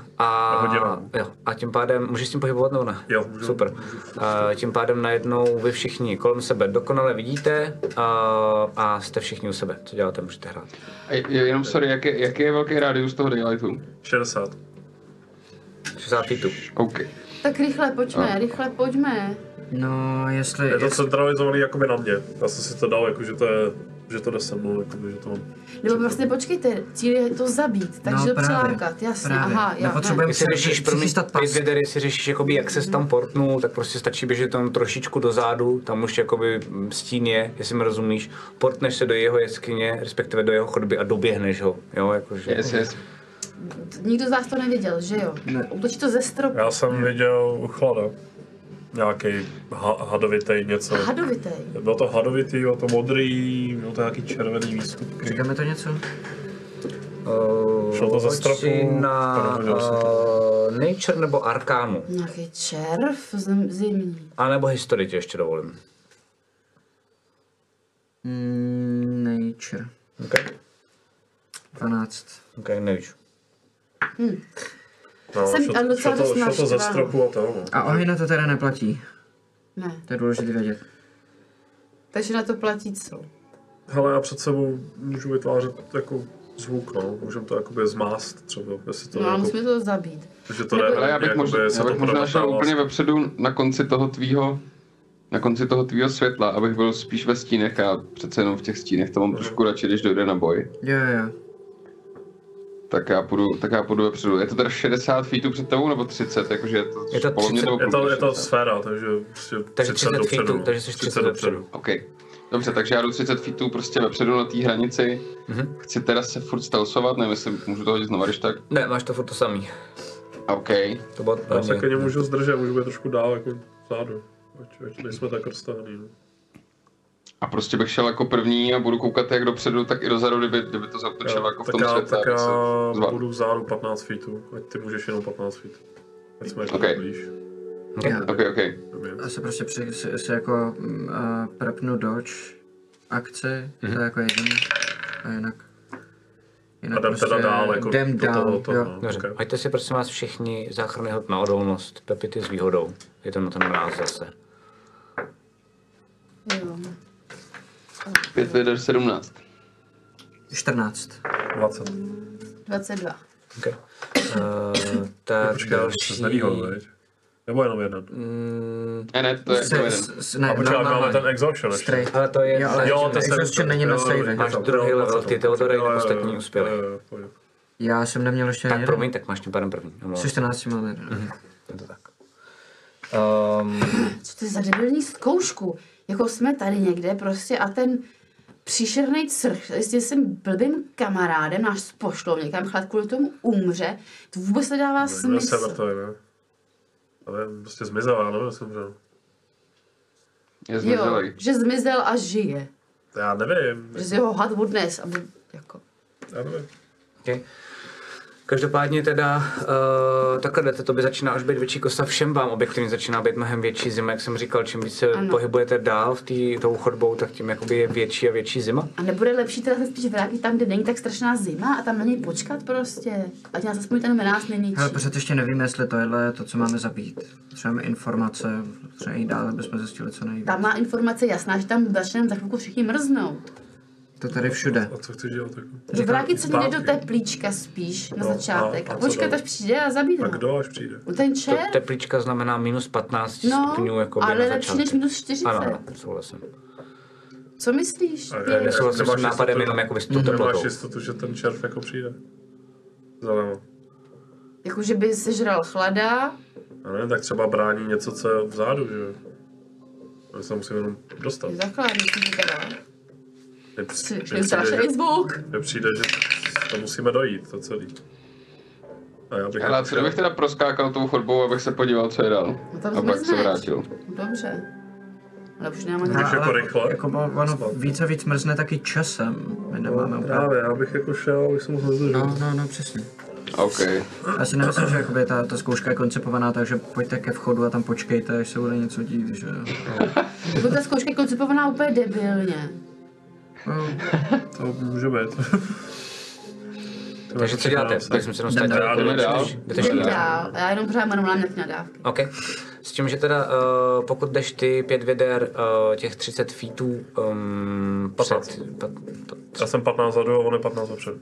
Speaker 2: A tím pádem, můžeš s tím pohybovat nebo ne?
Speaker 4: Jo, můžu.
Speaker 2: Super. Tím pádem najednou vy všichni kolem sebe dokonale vidíte a jste všichni u sebe. Co děláte, můžete hrát.
Speaker 6: Jenom sorry, jaký je velký rádius toho daylightu?
Speaker 4: 60.
Speaker 2: 60 feetů.
Speaker 6: OK.
Speaker 3: Tak rychle pojďme.
Speaker 5: No, jestli...
Speaker 4: Je to centralizovaný jakoby na mě. Já jsem si to dal, jako, že to jde se mnou, jakoby, že to mám.
Speaker 3: Nebo vlastně počkejte, cíl je to zabít, takže to přilákat, jasně,
Speaker 5: právě.
Speaker 3: aha, já.
Speaker 5: Nepotřebujeme
Speaker 2: Když si řešíš, když si řešíš, jakoby, jak ses tam portnul, tak prostě stačí běžet tam trošičku dozadu, tam už jakoby stín je, jestli mi rozumíš, portneš se do jeho jeskyně, respektive do jeho chodby a doběhneš ho, jo, jakože.
Speaker 6: Yes.
Speaker 3: Nikdo z vás to neviděl, že jo? Útočí to ze stropu.
Speaker 4: Já jsem viděl u chlada. Nějaký hadovitej něco.
Speaker 3: Hadovitej?
Speaker 4: Bylo to hadovitý, bylo to modrý, bylo to nějaký červený výstup.
Speaker 5: Říkáme to něco?
Speaker 4: Šlo to ze stropu.
Speaker 2: Na Nature nebo Arkánu.
Speaker 3: Nějaký červ zimní.
Speaker 2: A nebo historii ti ještě dovolím.
Speaker 5: Nature.
Speaker 2: Okay.
Speaker 5: 12.
Speaker 2: Ok, nevíš.
Speaker 4: No, šlo to ze stropu a to.
Speaker 5: A oheň na to teda neplatí.
Speaker 3: Ne.
Speaker 5: To je důležité vědět.
Speaker 3: Takže na to platí co?
Speaker 4: Hele, já před sebou můžu vytvářet jako zvuk, no. Můžeme to jakoby zmást třeba, jestli to
Speaker 3: No, ale
Speaker 4: jako,
Speaker 3: musíme to zabít.
Speaker 4: že to jde,
Speaker 6: Ale já bych možná šel úplně vepředu na konci toho tvýho světla, abych byl spíš ve stínech a přece jenom v těch stínech to mám trošku radši, když dojde na boj.
Speaker 5: Jo.
Speaker 6: Tak já půjdu vepředu. Je to teda 60 feetů před tebou nebo 30? Jakože
Speaker 2: je to 30,
Speaker 4: je to sféra, takže
Speaker 2: 30 feetů, takže jsi 30 dopředu.
Speaker 6: OK. Dobře, takže já jdu 30 feetů prostě vepředu na té hranici. Chci teda se furt stealthovat, nevím, jestli můžu to hodit znova, když tak.
Speaker 2: Ne, máš to furt to samý.
Speaker 6: OK.
Speaker 2: To bylo
Speaker 4: já se klidně můžu zdržet, můžu být trošku dál jako vzadu. Ať nejsme tak rozstavený. No.
Speaker 6: A prostě bych šel jako první a budu koukat jak dopředu, tak i dozadu, kdyby to zautočilo jako v tom světle.
Speaker 4: Tak já budu vzadu 15 feetů, ať ty můžeš jenom 15 feet. Ať jsme ještě blíž.
Speaker 6: OK.
Speaker 5: Já se prostě se jako prepnu dodge akci, to je jako jediný. A jinak
Speaker 4: jdem prostě teda dál, jako
Speaker 5: jdem dál, jo.
Speaker 2: Dobře, hoďte si prosím vás všichni záchranný hod na odolnost, Pepity s výhodou. Je to na ten mráz zase.
Speaker 3: Jo.
Speaker 6: 5 věder 17.
Speaker 5: 14.
Speaker 4: 20.
Speaker 3: 22.
Speaker 2: Okay. Tak
Speaker 4: Počkej,
Speaker 2: další...
Speaker 4: to nevýhodu, veď? Nebo jenom jeden?
Speaker 6: Ne, to je jeden.
Speaker 4: A počkej, máme ten exhaustion ještě.
Speaker 5: Straight.
Speaker 2: Ale to je...
Speaker 5: Jo, to exhaustion není na save.
Speaker 2: Máš druhý level, ty Teodore, jinak ostatní uspěli.
Speaker 5: Já jsem neměl ještě
Speaker 2: Tak
Speaker 5: ani
Speaker 2: promiň, tak máš tím pádem první.
Speaker 5: Při 14 máme jeden.
Speaker 2: Je to tak.
Speaker 3: Co to je za debilní zkoušku? Jako jsme tady někde prostě a ten příšerný crch, jestli jsem blbým kamarádem, náš pošlou někam chlad kvůli tomu umře, to vůbec nedává smysl.
Speaker 4: To je, ne? Ale prostě zmizel, já nevím, jsem, že...
Speaker 6: Je
Speaker 3: Jo,
Speaker 6: zmizelý.
Speaker 3: že zmizel a žije.
Speaker 4: Já nevím.
Speaker 3: Že si ho had odnes, aby jako...
Speaker 4: Já nevím.
Speaker 2: Okay. Každopádně teda takhle to by začíná už být větší kosa, všem vám objektivně začíná být mnohem větší zima, jak jsem říkal, čím víc se pohybujete dál v tou chodbou, tak tím jakoby je větší a větší zima.
Speaker 3: A nebude lepší teda se spíš vrátit tam, kde není tak strašná zima a tam na něj počkat prostě, ať nás aspoň ten nás neničí.
Speaker 5: Ale pořád ještě nevíme, jestli tohle je to, co máme zabít. Třeba informace, třeba i dál, abychom zjistili co nejvíc.
Speaker 3: Tam má informace jasná, že tam začneme za chvilku všichni mrznout.
Speaker 5: To tady všude.
Speaker 4: A co chceš dělat tak?
Speaker 3: Vrátit se někde do teplíčka spíš na začátek a počkat, až přijde a zabít
Speaker 4: A
Speaker 3: ho.
Speaker 4: kdo až přijde?
Speaker 3: Ten čer?
Speaker 2: Teplíčka znamená minus 15
Speaker 3: No,
Speaker 2: stupňů jakoby
Speaker 3: ale
Speaker 2: na
Speaker 3: lepší
Speaker 2: začátek.
Speaker 3: než minus 40.
Speaker 2: Ano, souhlasím.
Speaker 3: Co myslíš?
Speaker 2: Nesouhlasím s tím nápadem jenom jakoby s tou
Speaker 4: Nemáš
Speaker 2: teplotou.
Speaker 4: jistotu, že ten červ jako přijde? Zadarmo.
Speaker 3: Jako, že by sežral chlada.
Speaker 4: Já nevím, tak třeba brání něco, co je vzadu, že jo? My se musíme jenom dostat.
Speaker 3: Je takhle, myslíš, že teda?
Speaker 4: Mně
Speaker 3: Strašný zvuk.
Speaker 4: přijde, že to musíme dojít, to celý. A já bych...
Speaker 6: Ale co kdybych teda proskákal tou chodbou, abych se podíval, co je dál.
Speaker 3: No tam
Speaker 6: A pak se
Speaker 3: zmizneš.
Speaker 6: vrátil.
Speaker 3: Dobře. Ale už nemáme
Speaker 4: Jdeš jako rychle?
Speaker 5: Jako ono víc a víc mrzne taky časem. My nemáme úplně.
Speaker 4: Právě, já bych jako šel, abych se mohl nezdržet.
Speaker 5: No, přesně.
Speaker 6: OK.
Speaker 5: Já si nemyslím, že jakoby ta zkouška je koncipovaná tak, že pojďte ke vchodu a tam počkejte, až se bude něco dít, že
Speaker 3: Jako ta zkouška je koncipovaná úplně debilně.
Speaker 4: To může být.
Speaker 2: Takže co děláte? Tak jsem se jenom ztratil.
Speaker 6: Jdeme dál.
Speaker 2: Jdete šli
Speaker 3: Jdem
Speaker 2: dál.
Speaker 3: dál. A já jenom pořád mám nějaké nadávky.
Speaker 2: OK. S tím, že teda pokud jdeš ty 5 věder těch 30 feetů
Speaker 4: 15. Já jsem 15 vzadu a on je 15 dopředu.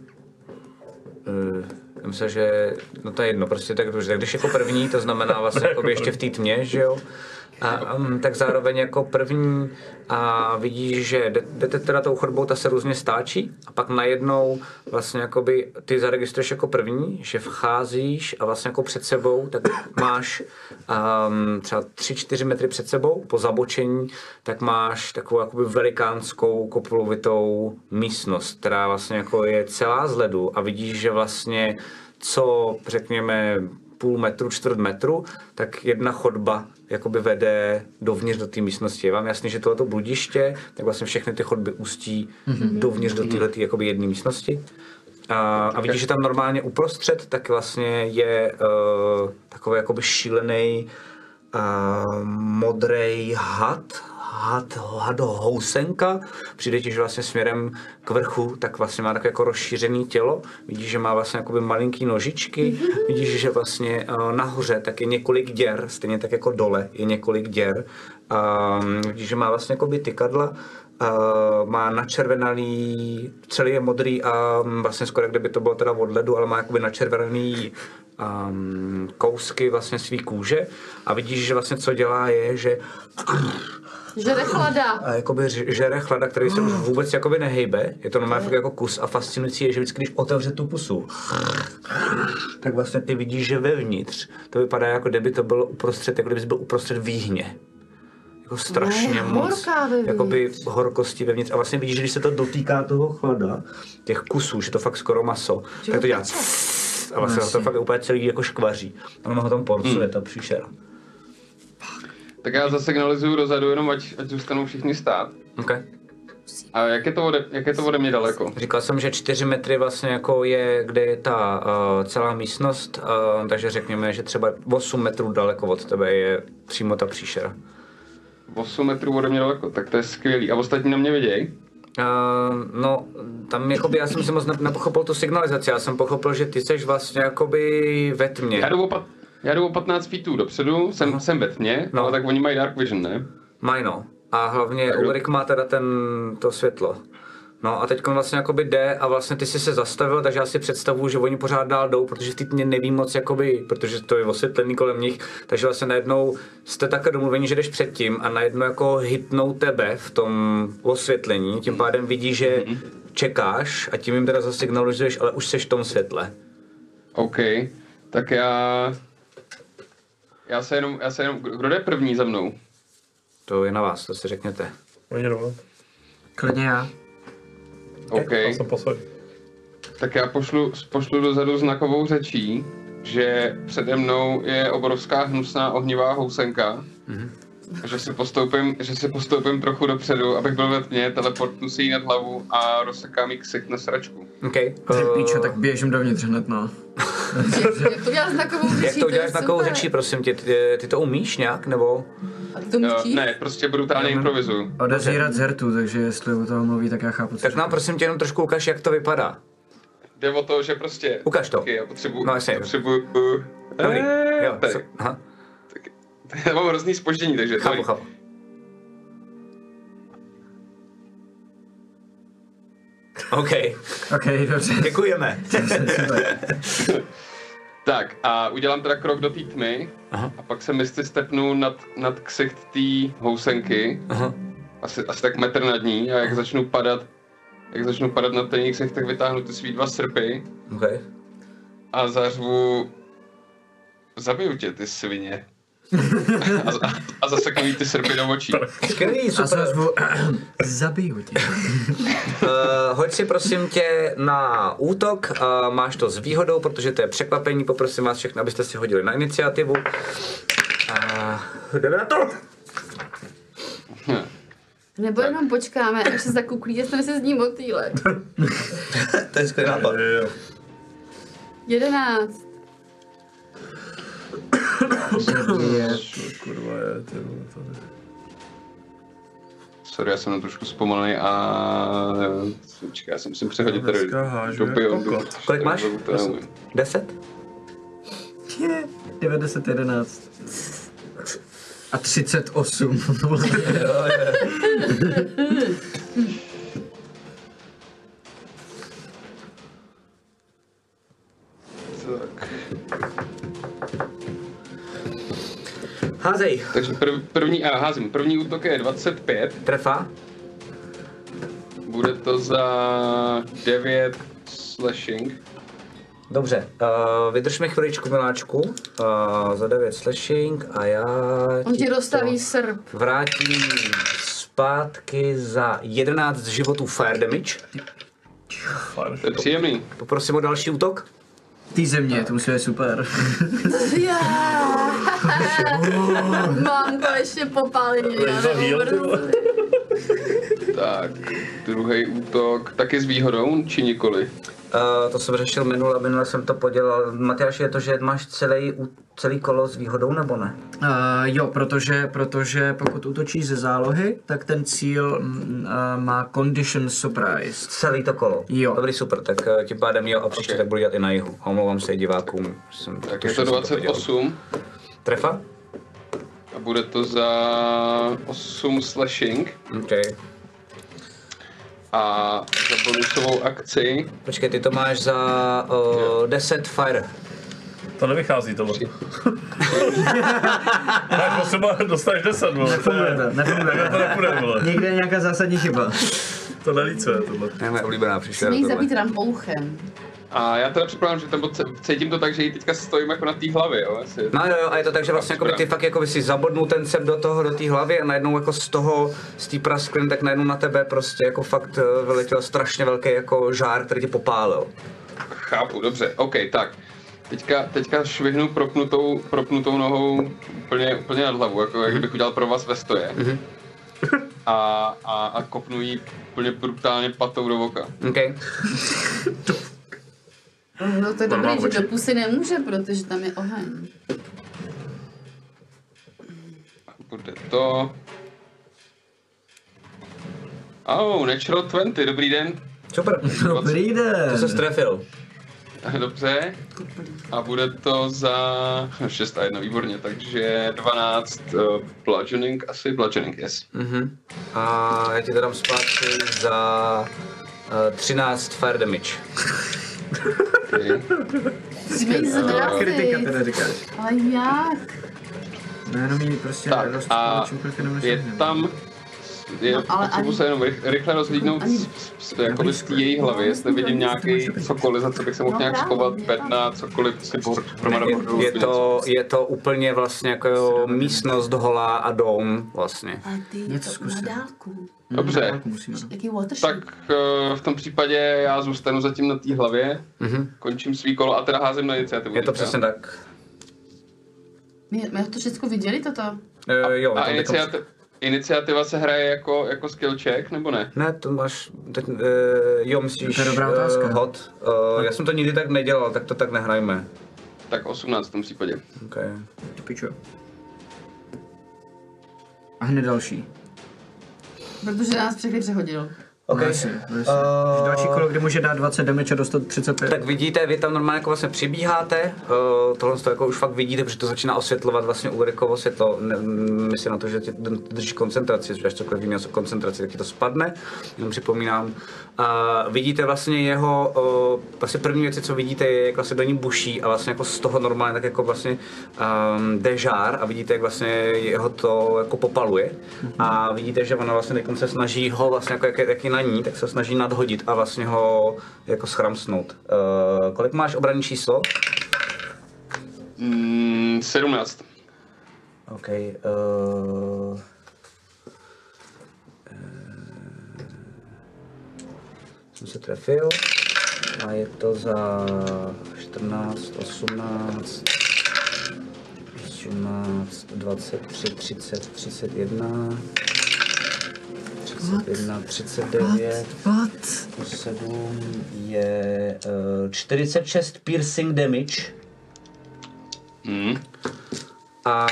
Speaker 2: já myslím, že no to je jedno, prostě tak dobře. Tak když jako první, to znamená vlastně jako ještě v té tmě, že jo? Tak zároveň jako první a vidíš, že jdete teda tou chodbou, ta se různě stáčí a pak najednou vlastně jakoby ty zaregistruješ jako první, že vcházíš a vlastně jako před sebou, tak máš třeba 3-4 metry před sebou po zabočení, tak máš takovou jakoby velikánskou kopulovitou místnost, která vlastně jako je celá z ledu a vidíš, že vlastně co řekněme půl metru, čtvrt metru, tak jedna chodba jakoby vede dovnitř do té místnosti. Je vám jasný, že tohleto bludiště, tak vlastně všechny ty chodby ústí dovnitř do téhleté jakoby jedné místnosti. A vidíš, že tam normálně uprostřed tak vlastně je takový jakoby šílený modrej had housenka, přijde ti, že vlastně směrem k vrchu, tak vlastně má takové jako rozšířené tělo, vidíš, že má vlastně jakoby malinký nožičky, vidíš, že vlastně nahoře tak je několik děr, stejně tak jako dole je několik děr, vidíš, že má vlastně jakoby tykadla, má načervenalý, celý je modrý a vlastně skoro kdyby to bylo teda od ledu, ale má jakoby načervenaný kousky vlastně svý kůže a vidíš, že vlastně co dělá je, že
Speaker 3: Žere chlada.
Speaker 2: a jakoby žere chlada, který se už vůbec jakoby nehejbe. Je to normálně jako kus a fascinující je, že vždycky, když otevře tu pusu, tak vlastně ty vidíš, že vevnitř to vypadá jako kdyby to bylo uprostřed, jako kdyby byl uprostřed výhně. Jako strašně moc jakoby horkosti vevnitř a vlastně vidíš, že když se to dotýká toho chlada, těch kusů, že to fakt skoro maso, tak to dělá a vlastně to fakt úplně celý jako škvaří. A ono ho tam porcuje ta příšera.
Speaker 6: Tak já zasignalizuju dozadu, jenom ať zůstanou všichni stát.
Speaker 2: Okay.
Speaker 6: A jak je to ode mě daleko?
Speaker 2: Říkal jsem, že 4 metry vlastně jako je, kde je ta celá místnost, takže řekněme, že třeba 8 metrů daleko od tebe je přímo ta příšera.
Speaker 6: 8 metrů ode mě daleko, tak to je skvělý. A ostatní na mě vidějí?
Speaker 2: No, tam jakoby, já jsem si moc nepochopil tu signalizaci, já jsem pochopil, že ty seš vlastně jakoby ve tmě.
Speaker 6: Já jdu o 15 feetů dopředu, jsem ve tmě,
Speaker 2: No.
Speaker 6: ale tak oni mají dark vision, ne?
Speaker 2: Mají no. A hlavně Ulrik má teda to světlo. No a teď vlastně jakoby jde a vlastně ty jsi se zastavil, takže já si představuju, že oni pořád dál jdou, protože ty mě neví moc jakoby, protože to je osvětlený kolem nich, takže vlastně najednou jste takhle domluvení, že jdeš předtím a najednou jako hitnou tebe v tom osvětlení, tím pádem vidí, že čekáš a tím jim teda zasignalizuješ, ale už seš v tom světle.
Speaker 6: OK, tak já se jenom, kdo jde první za mnou?
Speaker 2: To je na vás, to si řekněte.
Speaker 4: Oni jdou.
Speaker 5: Klidně já.
Speaker 6: OK,
Speaker 4: Já jsem poslední.
Speaker 6: tak já pošlu dozadu znakovou řečí, že přede mnou je obrovská hnusná ohnivá housenka. Že si postoupím trochu dopředu, abych byl ve tmě, teleportnu si jí nad hlavu a rozsekám jí ksicht na sračku.
Speaker 2: Okay.
Speaker 5: Píčo, tak běžím dovnitř hned, no.
Speaker 3: Jak to děláš znakovou řečí?
Speaker 2: Jak to uděláš znakovou řečí, prosím tě? Ty to umíš nějak, nebo?
Speaker 3: A ty to umíš číst?
Speaker 6: Ne, prostě brutálně improvizuju.
Speaker 5: Odezírat z hertu, takže jestli o toho mluví, tak já chápu, co
Speaker 2: Tak nám prosím tě jenom trošku ukaž, jak to vypadá.
Speaker 6: Jde o to, že prostě...
Speaker 2: Ukaž to.
Speaker 6: Okay, já potřebuji...
Speaker 2: No, jasně. Dobrý, jo,
Speaker 6: tak,
Speaker 2: aha.
Speaker 6: já mám hrozný zpoždění, takže...
Speaker 2: Chápu. OK.
Speaker 5: OK, dobře.
Speaker 2: Děkujeme.
Speaker 6: Tak a udělám teda krok do té tmy.
Speaker 2: Aha.
Speaker 6: A pak se misty stepnu nad ksicht té housenky.
Speaker 2: Aha.
Speaker 6: Asi tak metr nad ní a jak začnu padat na ten ksicht, tak vytáhnu ty svý 2 srpy
Speaker 2: OK.
Speaker 6: a zařvu: zabiju tě, ty svině. a zaseknu jí ty srpy do očí.
Speaker 2: Skvělý,
Speaker 5: A
Speaker 2: super.
Speaker 5: zazvu, zabiju tě.
Speaker 2: Hoď si prosím tě na útok, máš to s výhodou, protože to je překvapení, poprosím vás všechny, abyste si hodili na iniciativu. Jdeme na to!
Speaker 3: Nebo jenom počkáme, až se zakuklí, jestli se z ní motýlek.
Speaker 2: To je skvělý nápad.
Speaker 3: 11.
Speaker 4: Kurva je, ty vole, tady.
Speaker 6: Sorry, já jsem trošku zpomalený a... Čekaj, já se musím přehodit tady
Speaker 4: Dneska hážu
Speaker 6: do
Speaker 4: jak
Speaker 6: beyondu.
Speaker 4: kokot.
Speaker 2: Kolik máš? 10?
Speaker 5: 90, 11. A 38.
Speaker 6: Tak.
Speaker 2: Házej.
Speaker 6: Takže házím. První útok je 25.
Speaker 2: Trefa.
Speaker 6: Bude to za 9 slashing.
Speaker 2: Dobře, vydrž mi chviličku, miláčku, za 9 slashing a já
Speaker 3: On ti
Speaker 2: to
Speaker 3: rozstaví srp.
Speaker 2: vrátím zpátky za 11 životů fire damage.
Speaker 6: To je příjemný.
Speaker 2: Poprosím o další útok.
Speaker 5: Ty země, to musí být super.
Speaker 3: Mám konečně popálení.
Speaker 6: Tak, druhý útok, taky s výhodou, či nikoli?
Speaker 2: To jsem řešil minule jsem to podělal. Matyáš, je to, že máš celý kolo s výhodou, nebo ne?
Speaker 5: Jo, protože pokud útočíš ze zálohy, tak ten cíl má condition surprise.
Speaker 2: Celý to kolo.
Speaker 5: Jo.
Speaker 2: Dobrý, super, tak tím pádem jo a příště
Speaker 6: Okay.
Speaker 2: tak budu dělat i na jihu. A omlouvám se divákům.
Speaker 6: Tak je to 28
Speaker 2: Trefa?
Speaker 6: a bude to za 8 slashing
Speaker 2: Okay.
Speaker 6: a za bonusovou akci.
Speaker 2: Počkej, ty to máš za 10 fire.
Speaker 4: To nevychází tohle. Tak potřeba dostaneš 10, vole.
Speaker 5: Nefunguje
Speaker 4: To nepůjde, vole.
Speaker 5: Někde je nějaká zásadní chyba.
Speaker 4: To nelícuje tohle.
Speaker 2: To je moje oblíbená příšera.
Speaker 3: Smí
Speaker 2: tohle.
Speaker 3: zabít rampouchem.
Speaker 6: A já teda předpokládám, že ten bod cítím to tak, že jí teďka stojím jako na té hlavě, jo? Jestli...
Speaker 2: No jo, a je to tak, že vlastně jako by ty fakt jako by si zabodnul ten cep do té hlavy a najednou jako z té praskliny, tak najednou na tebe prostě jako fakt vyletěl strašně velký jako žár, který tě popálil.
Speaker 6: Chápu, dobře, OK, tak. Teďka švihnu propnutou nohou úplně nad hlavu, jako jak bych udělal pro vás ve stoje. A kopnu jí úplně brutálně patou do voka.
Speaker 2: Okay.
Speaker 3: No to je dobrý, že do pusy nemůže, protože tam je oheň.
Speaker 6: Bude to... Natural 20, dobrý den.
Speaker 2: Super,
Speaker 5: Dobrý den.
Speaker 2: to se strefil.
Speaker 6: Dobře. A bude to za 6 a 1, výborně, takže 12 bludgeoning, yes.
Speaker 2: A já ti to dám zpátky za 13 fire damage.
Speaker 6: Okay.
Speaker 5: Kritika teda říkáš.
Speaker 3: Ale jak?
Speaker 5: No jenom jí prostě
Speaker 6: Tak a je tam...
Speaker 3: ale
Speaker 6: potřebuji
Speaker 3: ani-
Speaker 6: se jenom rychle rozhlídnout jakoby z té její hlavy, jestli nevidím nějaký cokoliv, za co bych se mohl nějak schovat, bedna, cokoliv, prostě hromada bordelu.
Speaker 2: Je to úplně vlastně jako místnost holá a dom vlastně.
Speaker 3: Ale ty
Speaker 5: Něco
Speaker 3: to
Speaker 5: zkusit.
Speaker 3: na dálku.
Speaker 6: Dobře,
Speaker 5: Musíme.
Speaker 3: Jaký watershed?
Speaker 6: tak v tom případě já zůstanu zatím na té hlavě, končím svý kolo a teda házím na iniciativu.
Speaker 2: Je to
Speaker 6: teďka.
Speaker 2: přesně tak.
Speaker 3: My to všechno viděli toto?
Speaker 2: Jo,
Speaker 6: A
Speaker 2: je to
Speaker 6: iniciativa se hraje jako skill check, nebo ne?
Speaker 2: Ne, to máš, teď, jo, myslíš
Speaker 5: To je dobrá otázka.
Speaker 2: hod. Já jsem to nikdy tak nedělal, tak to tak nehrajme.
Speaker 6: Tak 18 v tom případě.
Speaker 2: Okay.
Speaker 5: Pičo. A hned další.
Speaker 3: Protože nás všechny přehodil.
Speaker 2: Okay.
Speaker 5: Asi. Další kolo, kdy může dát 20 damage a dostat 35.
Speaker 2: Tak vidíte, vy tam normálně jako vlastně přibíháte, tohle to jako už fakt vidíte, protože to začíná osvětlovat vlastně Ulrikovo světlo, myslím na to, že tě držíš koncentraci, že až cokoliv vím o koncentraci, tak ti to spadne, jenom připomínám. Vidíte vlastně jeho, vlastně první věci, co vidíte, je, jak vlastně do ní buší a vlastně jako z toho normálně tak jako vlastně jde žár a vidíte, jak vlastně jeho to jako popaluje a vidíte, že ona vlastně se snaží ho vlastně jako jak je na ní, tak se snaží nadhodit a vlastně ho jako schramsnout. Kolik máš obranné číslo?
Speaker 6: 17.
Speaker 2: OK. Jsem se trefil a je to za 14, 18, 18, 23, 30, 31, 31, 39, 7 je 46 piercing damage a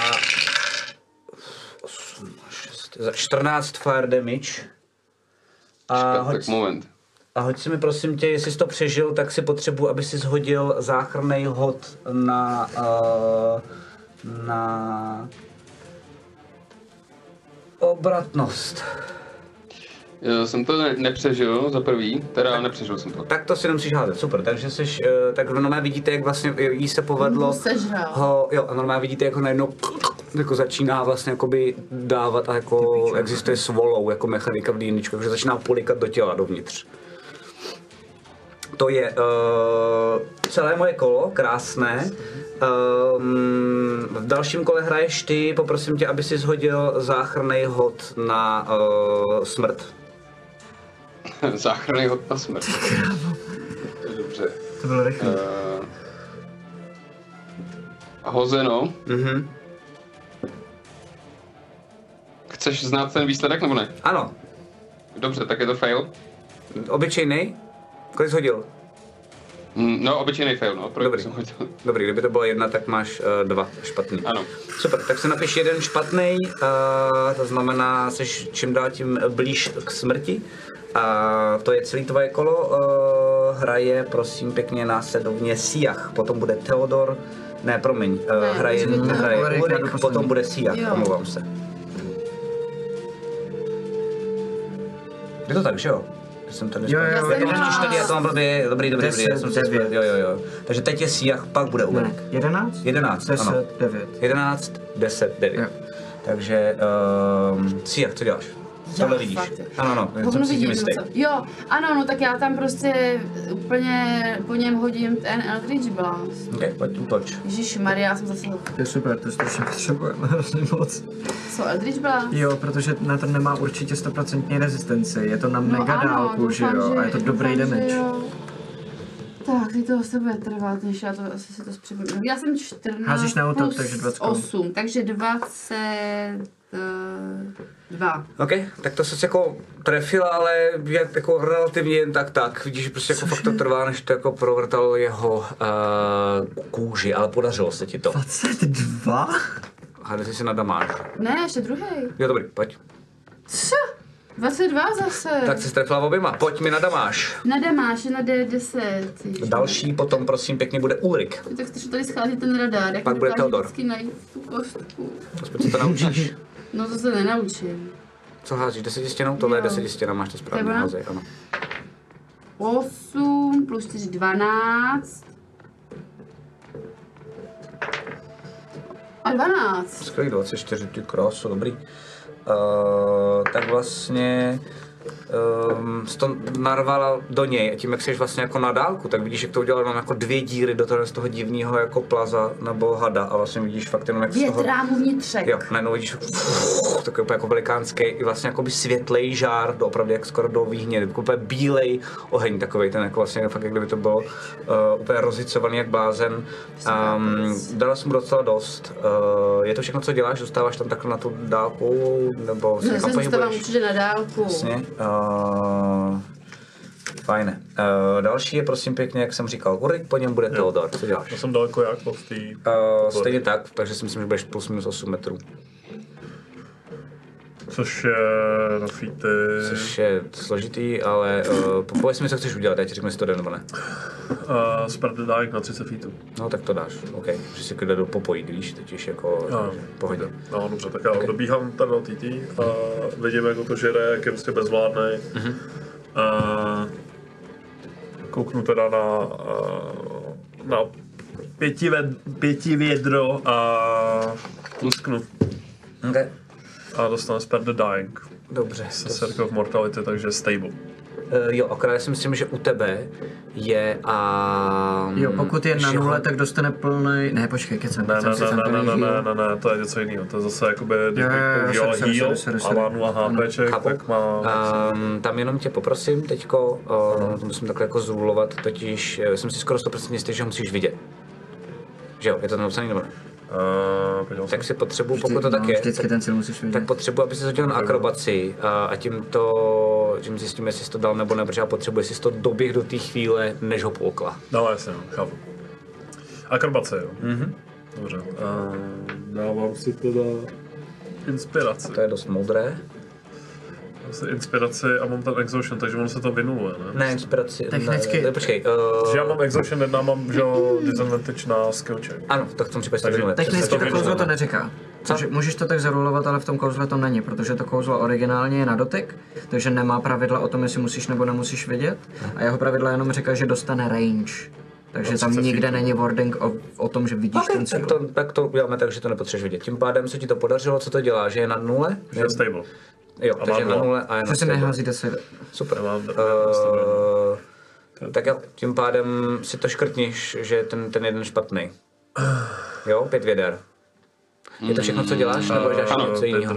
Speaker 2: 8, 6, 14 fire damage. A
Speaker 6: Tak moment.
Speaker 2: a hoď si mi prosím tě, jestli jsi to přežil, tak si potřebuji, aby si shodil záchranný hod na obratnost.
Speaker 6: Já jsem to nepřežil za prvý, teda nepřežil jsem to.
Speaker 2: Tak to si nemusíš házet, super, takže jsi, tak normálně vidíte, jak vlastně jí se povedlo
Speaker 3: Sežral.
Speaker 2: jo, a normálně vidíte, jak ho najednou jako začíná vlastně jakoby dávat a jako existuje swallow jako mechanika v D&Dčku, takže začíná polikat do těla dovnitř. To je celé moje kolo, krásné. V dalším kole hraješ ty, poprosím tě, aby si shodil záchranný hod na smrt.
Speaker 6: Záchranný hod na smrt. Dobře.
Speaker 5: To bylo rychle.
Speaker 6: Hozeno. Chceš znát ten výsledek nebo ne?
Speaker 2: Ano,
Speaker 6: Dobře, tak je to fail.
Speaker 2: obyčejný. Kolik jsi hodil?
Speaker 6: No, obyčejný fail, no.
Speaker 2: Dobrý.
Speaker 6: Jsem hodil.
Speaker 2: Dobrý, kdyby to bylo 1, tak máš 2 špatný.
Speaker 6: Ano.
Speaker 2: Super, tak si napiš 1 špatný, to znamená, jsi čím dál tím blíž k smrti. A to je celý tvoje kolo, hraje prosím pěkně následovně Siach, potom bude Theodor, ne promiň, hraje Ulrik, potom bude Siach,
Speaker 3: Jo.
Speaker 2: omlouvám se. Je to tak, že jo? Já jsem tady
Speaker 5: Jo,
Speaker 3: Já jsem měla-
Speaker 2: já to mám blbě, dobrý, já jsem se
Speaker 5: 9.
Speaker 2: jo. Takže teď je Siach, pak bude Ulrik.
Speaker 5: Ne, 11?
Speaker 2: 11,
Speaker 5: 10,
Speaker 2: ano.
Speaker 5: 9.
Speaker 2: 11, 10, 9.
Speaker 5: Jo.
Speaker 2: Takže, Siach, co děláš? Tohle vidíš?
Speaker 3: fakt, jo.
Speaker 2: Ano,
Speaker 3: Hovno
Speaker 2: jsem si tím
Speaker 3: vidím,
Speaker 2: jistý.
Speaker 3: co? Jo, ano, no tak já tam prostě úplně po něm hodím ten Eldritch Blast.
Speaker 2: Ok, pojď, útoč.
Speaker 3: Ježišmarja, já jsem zase...
Speaker 5: To je super, to strašně potřebujeme hrozně moc.
Speaker 3: Co, Eldritch Blast?
Speaker 5: Jo, protože na to nemá určitě 100% rezistenci, je to na
Speaker 3: No
Speaker 5: mega
Speaker 3: ano,
Speaker 5: dálku, že
Speaker 3: doufám,
Speaker 5: jo, a je to dobrý
Speaker 3: doufám, že
Speaker 5: damage.
Speaker 3: jo. Tak, ty to se bude trvat, než já to asi si to zpřipomínám. Já jsem 14
Speaker 5: Házíš na útok,
Speaker 3: plus
Speaker 5: takže 20.
Speaker 3: 8, takže 22.
Speaker 2: Ok, tak to se jako trefila, ale je jako relativně jen tak. Vidíš, že prostě jako fakt to trvá, než to jako provrtalo jeho kůži, ale podařilo se ti to.
Speaker 5: 22?
Speaker 2: Hádej si na damáž.
Speaker 3: Ne, ještě druhý.
Speaker 2: Jo, dobrý, pojď.
Speaker 3: Co? 22 zase.
Speaker 2: Tak se strefila oběma, pojď mi na damáž.
Speaker 3: Na demáš, na D10.
Speaker 2: Další potom prosím pěkně bude Ulrik.
Speaker 3: Tak strašně tady schází ten radar, jak
Speaker 2: Pak bude
Speaker 3: dokáže
Speaker 2: Theodor.
Speaker 3: vždycky najít tu kostku.
Speaker 2: Aspoň se to naučíš.
Speaker 3: No to se nenaučím.
Speaker 2: Co házíš, 10 stěnou? Tohle je
Speaker 3: Jo.
Speaker 2: 10 stěna, máš to správně,
Speaker 3: To je ono?
Speaker 2: házej, ano.
Speaker 3: 8 plus 4, 12. A 12.
Speaker 2: Skvělý 24, ty krásu, dobrý. Tak vlastně jsi to narvala do něj a tím, jak jsi vlastně jako na dálku, tak vidíš, jak to udělal jenom jako 2 díry do toho, z toho divného jako plaza nebo hada a vlastně vidíš fakt jenom jak z toho...
Speaker 3: Větrámu vnitřek.
Speaker 2: Jo, najednou vidíš takový úplně jako velikánský i vlastně jakoby světlej žár, opravdu jak skoro do výhně, úplně bílej oheň takovej, ten jako vlastně fakt, jak kdyby to bylo úplně rozhicovaný jak blázen. Dala jsem mu docela dost. Je to všechno, co děláš? Zůstáváš tam takhle na tu dálku? Nebo se někam
Speaker 3: Zůstávám
Speaker 2: pohybuješ?
Speaker 3: určitě na dálku.
Speaker 2: Jasně. Fajne. Další je prosím pěkně, jak jsem říkal, Ulrik, po něm bude Theodor. Co děláš?
Speaker 4: Já jsem daleko jak od té...
Speaker 2: Stejně tak, takže si myslím, že budeš plus minus 8 metrů.
Speaker 4: Což je na feety...
Speaker 2: Což je složitý, ale pověz mi, co chceš udělat, já ti řeknu, jestli to jde nebo ne.
Speaker 4: Spread the dying na 30 feetů.
Speaker 2: No tak to dáš, OK. Že si klidně jdu popojit, víš, teď jako pohodě.
Speaker 4: No dobře, tak já dobíhám tady do TT a vidím, jak to žere, jak je prostě bezvládnej. Kouknu teda na pěti vědro a lusknu.
Speaker 2: Okay.
Speaker 4: A dostane Spare the Dying.
Speaker 2: Dobře.
Speaker 4: Se Circle of Mortality, takže stable.
Speaker 2: Jo, akorát já si myslím, že u tebe je
Speaker 5: Jo, pokud je na 0, tak dostane plný. Ne, počkej, kecem.
Speaker 4: Ne, to je něco jiného. To je zase jakoby, když bych používal heal a má 0 HPček, tak má...
Speaker 2: Tam jenom tě poprosím teďko, to musím takhle jako zrulovat, totiž jsem si skoro 100% jistý, že ho musíš vidět. Že jo, je to tam napsaný nebo ne? Tak si potřebuji, pokud to tak je,
Speaker 5: vždycky ten cíl musíš vidět.
Speaker 2: Tak potřebuji, aby si hodil na akrobaci a tím zjistíme, jestli jsi to dal nebo ne, protože já potřebuji, jestli jsi to doběh do té chvíle, než ho polkla.
Speaker 4: No jasně, chápu. Akrobace, jo. Dobře. Dávám si teda inspiraci.
Speaker 2: To je dost moudré.
Speaker 4: Inspiraci a mám tam exhaustion, takže ono se to vynuluje, ne?
Speaker 2: Ne, inspiraci,
Speaker 5: technicky.
Speaker 2: ne, počkej.
Speaker 4: Že já mám exhaustion 1, mám že disadvantage na skill check.
Speaker 2: Ano, tak v tom případě to vynuluje.
Speaker 5: Technicky to kouzlo to neříká. Můžeš to tak zarulovat, ale v tom kouzle to není, protože to kouzlo originálně je na dotyk, takže nemá pravidla o tom, jestli musíš nebo nemusíš vidět. A jeho pravidla jenom říká, že dostane range. Takže tam nikde není wording o tom, že vidíš ten cíl.
Speaker 2: Tak to uděláme tak, že to nepotřebuješ vidět. Tím pádem se ti to podařilo, co to dělá, že je na 0?
Speaker 4: Je stable.
Speaker 2: Jo, takže na 0 a je na
Speaker 5: si neházíte se.
Speaker 2: Super. Tak jo, tím pádem si to škrtníš, že je ten jeden špatný. Jo, 5 věder. Je to všechno, co děláš, nebo děláš něco jiného?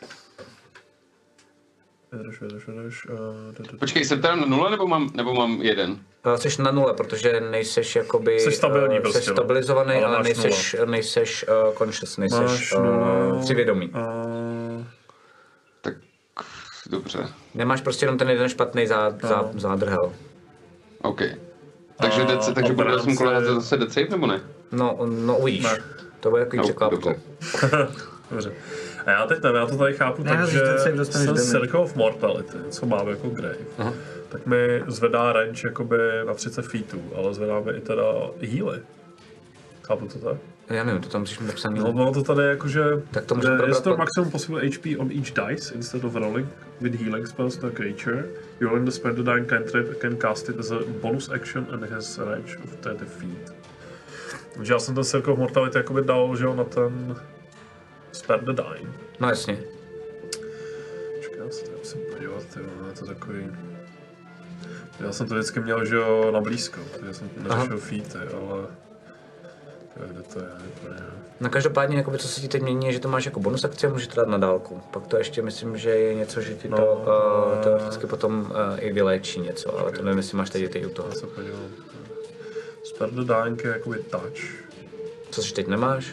Speaker 4: Vydrž.
Speaker 6: Počkej, jsem teda na 0 nebo mám 1?
Speaker 2: Jsi na 0, protože nejseš jakoby...
Speaker 4: Jsi stabilní prostě.
Speaker 2: Jsi stabilizovaný, ale nejseš conscious, nejseš přivědomý.
Speaker 6: Tak dobře.
Speaker 2: Nemáš prostě jenom ten jeden špatný zádrhel.
Speaker 6: OK. Takže bude 8 kola zase dead save, nebo ne?
Speaker 2: No uvidíš. Ne. To bude takový překvapko.
Speaker 4: Dobře. A já teď nevím, já to tady chápu tak, že jsem Circle of Mortality, co máme jako Grave, tak mi zvedá range jakoby na 30 feetů, ale zvedá mi i teda healy. Chápu to tak?
Speaker 2: Já nevím, to tam musíš mít napsaný.
Speaker 4: No to tady jakože,
Speaker 2: tak to můžeme probrat.
Speaker 4: Is the maximum possible HP on each dice instead of rolling with healing spells to a creature. You roll in the Spare the Dying cantrip can cast it as a bonus action and it has a range of 30 feet. Takže já jsem ten Circle of Mortality jakoby dal, že jo, na ten Spare the Dying.
Speaker 2: No jasně.
Speaker 4: Počkej, já se musím podívat, je to takový... Já jsem to vždycky měl, že jo, na blízko, takže jsem neřešil feety, ale... Kde to je?
Speaker 2: No každopádně, jakoby, co se ti teď mění, je, že to máš jako bonus akci a můžeš to dát na dálku. Pak to ještě myslím, že je něco, že ti to teoreticky potom i vyléčí něco, ale to nevím, jestli máš teď u toho.
Speaker 4: Já se podívám. Spare the Dying je jakoby touch.
Speaker 2: Co si teď nemáš?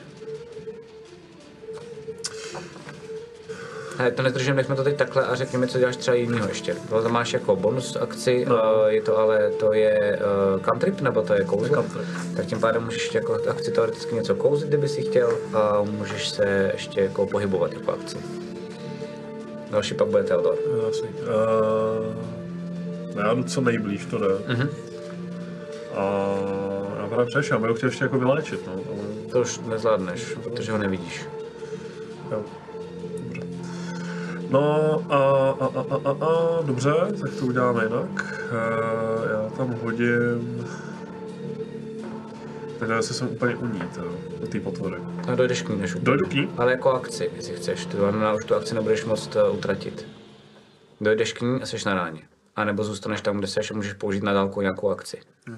Speaker 2: Hele, to nezdržím, nechme to teď takhle a řekni mi, co děláš třeba jinýho ještě. To máš jako bonus akci, je to ale, to je cantrip, nebo to je kouzlo? Tak tím pádem můžeš jako akci teoreticky něco kouzit, kdyby si chtěl, a můžeš se ještě jako pohybovat jako akci. Další pak bude Theodor.
Speaker 4: Já jdu co nejblíž, to jde. A já právě přešel, bych ho chtěl ještě jako vyléčit, no. Ale...
Speaker 2: To už nezvládneš, protože ho nevidíš.
Speaker 4: Jo. No dobře, tak to uděláme jinak. Já tam hodím... Teď nevím, jestli jsem úplně u ní, u té potvory.
Speaker 2: A dojdeš k ní, než
Speaker 4: Dojdu k ní?
Speaker 2: Ale jako akci, jestli chceš. To znamená, už tu akci nebudeš moct utratit. Dojdeš k ní a seš na ráně. A nebo zůstaneš tam, kde seš a můžeš použít na dálku nějakou akci.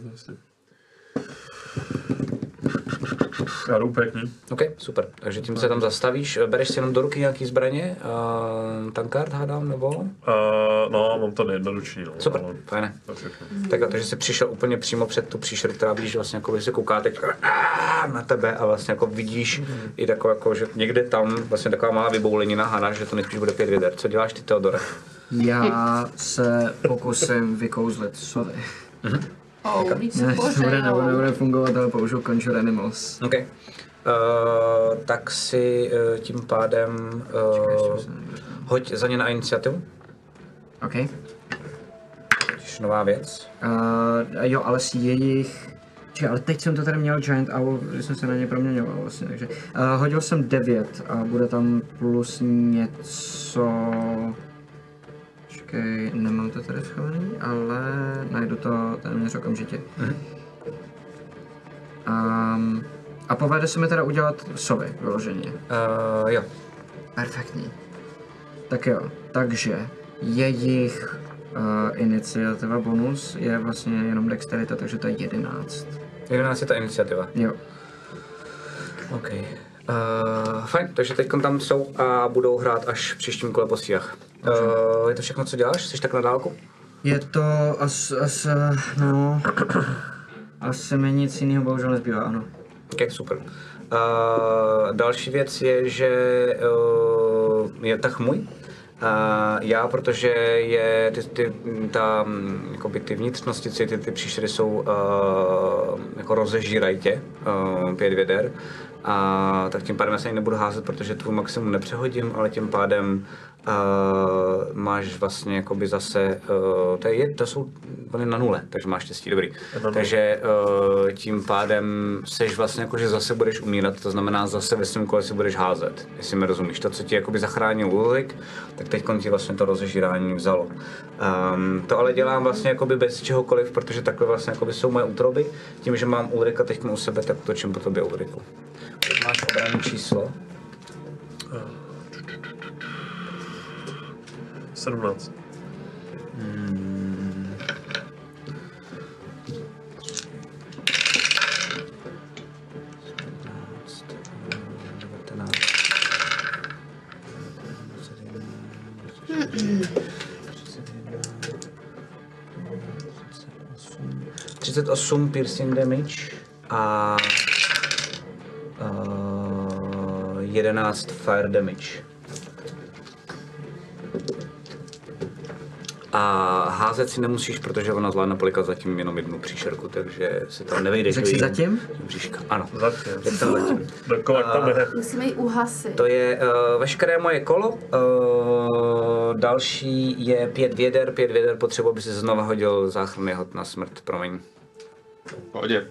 Speaker 4: Já jdu úplně k ní.
Speaker 2: OK, super. Takže tím se tam zastavíš. Bereš si jenom do ruky nějaký zbraně? Tankard hádám, nebo?
Speaker 4: No, mám to nejjednodušší. No,
Speaker 2: Super,
Speaker 4: ale...
Speaker 2: fajné. Takže jsi přišel úplně přímo před tu příšeru, která vidíš vlastně, jako když se kouká teď na tebe a vlastně jako vidíš i takovou, jako, že někde tam vlastně taková malá vyboulenina hana, že to nejspíš bude 5 věder. Co děláš ty, Teodore?
Speaker 5: Já se pokusím vykouzlit sovy.
Speaker 3: Víc
Speaker 5: Nebude fungovat, ale použiju Conjure Animals.
Speaker 2: OK. Tak si tím pádem hoď za ně na iniciativu.
Speaker 5: OK.
Speaker 2: Což nová věc.
Speaker 5: Jo, ale s jejich... Čekaj, ale teď jsem to tady měl Giant Owl, když jsem se na ně proměňoval vlastně, takže... hodil jsem 9 a bude tam plus něco... Počkej, nemám to tady schovaný, ale najdu to téměř okamžitě. A povede se mi teda udělat sovy, vyloženě.
Speaker 2: Jo.
Speaker 5: Perfektní. Tak jo, takže jejich iniciativa bonus je vlastně jenom dexterita, takže to je 11.
Speaker 2: 11 je ta iniciativa.
Speaker 5: Jo.
Speaker 2: OK. Fajn, takže teď tam jsou a budou hrát až v příštím kole po stíhách. Je to všechno, co děláš? Jsi tak na dálku?
Speaker 5: Je to no... Asi mi nic jiného bohužel nezbývá, ano.
Speaker 2: Ok, super. Další věc je, že je tah můj. Já, protože je ty vnitřnosti, ty příšery jsou jako rozežírají tě, 5 věder. Tak tím pádem já se ani nebudu házet, protože tvůj maximum nepřehodím, ale tím pádem máš vlastně jakoby zase, to jsou oni na 0, takže máš štěstí, dobrý. Takže tím pádem seš vlastně jakože zase budeš umírat, to znamená zase ve svém kole si budeš házet, jestli mi rozumíš. To, co ti jakoby zachránil Ulrik, tak teď ti vlastně to rozežírání vzalo. To ale dělám vlastně jakoby bez čehokoliv, protože takhle vlastně jakoby jsou moje útroby. Tím, že mám Ulrika teď u sebe, tak točím po tobě Ulriku. Máš obranné číslo?
Speaker 4: 17.
Speaker 2: $38 piercing damage a 11 fire damage. A házet si nemusíš, protože ona zvládne polikat zatím jenom jednu příšerku, takže se tam nevejdeš.
Speaker 5: Řekl jsi zatím?
Speaker 2: Bříška. Ano.
Speaker 4: Zatím. Kolik tam je?
Speaker 3: Musíme ji uhasit.
Speaker 2: To je veškeré moje kolo. Další je 5 věder. 5 věder potřebuji, aby si znova hodil záchranný hod na smrt. Promiň.
Speaker 6: Pohodě.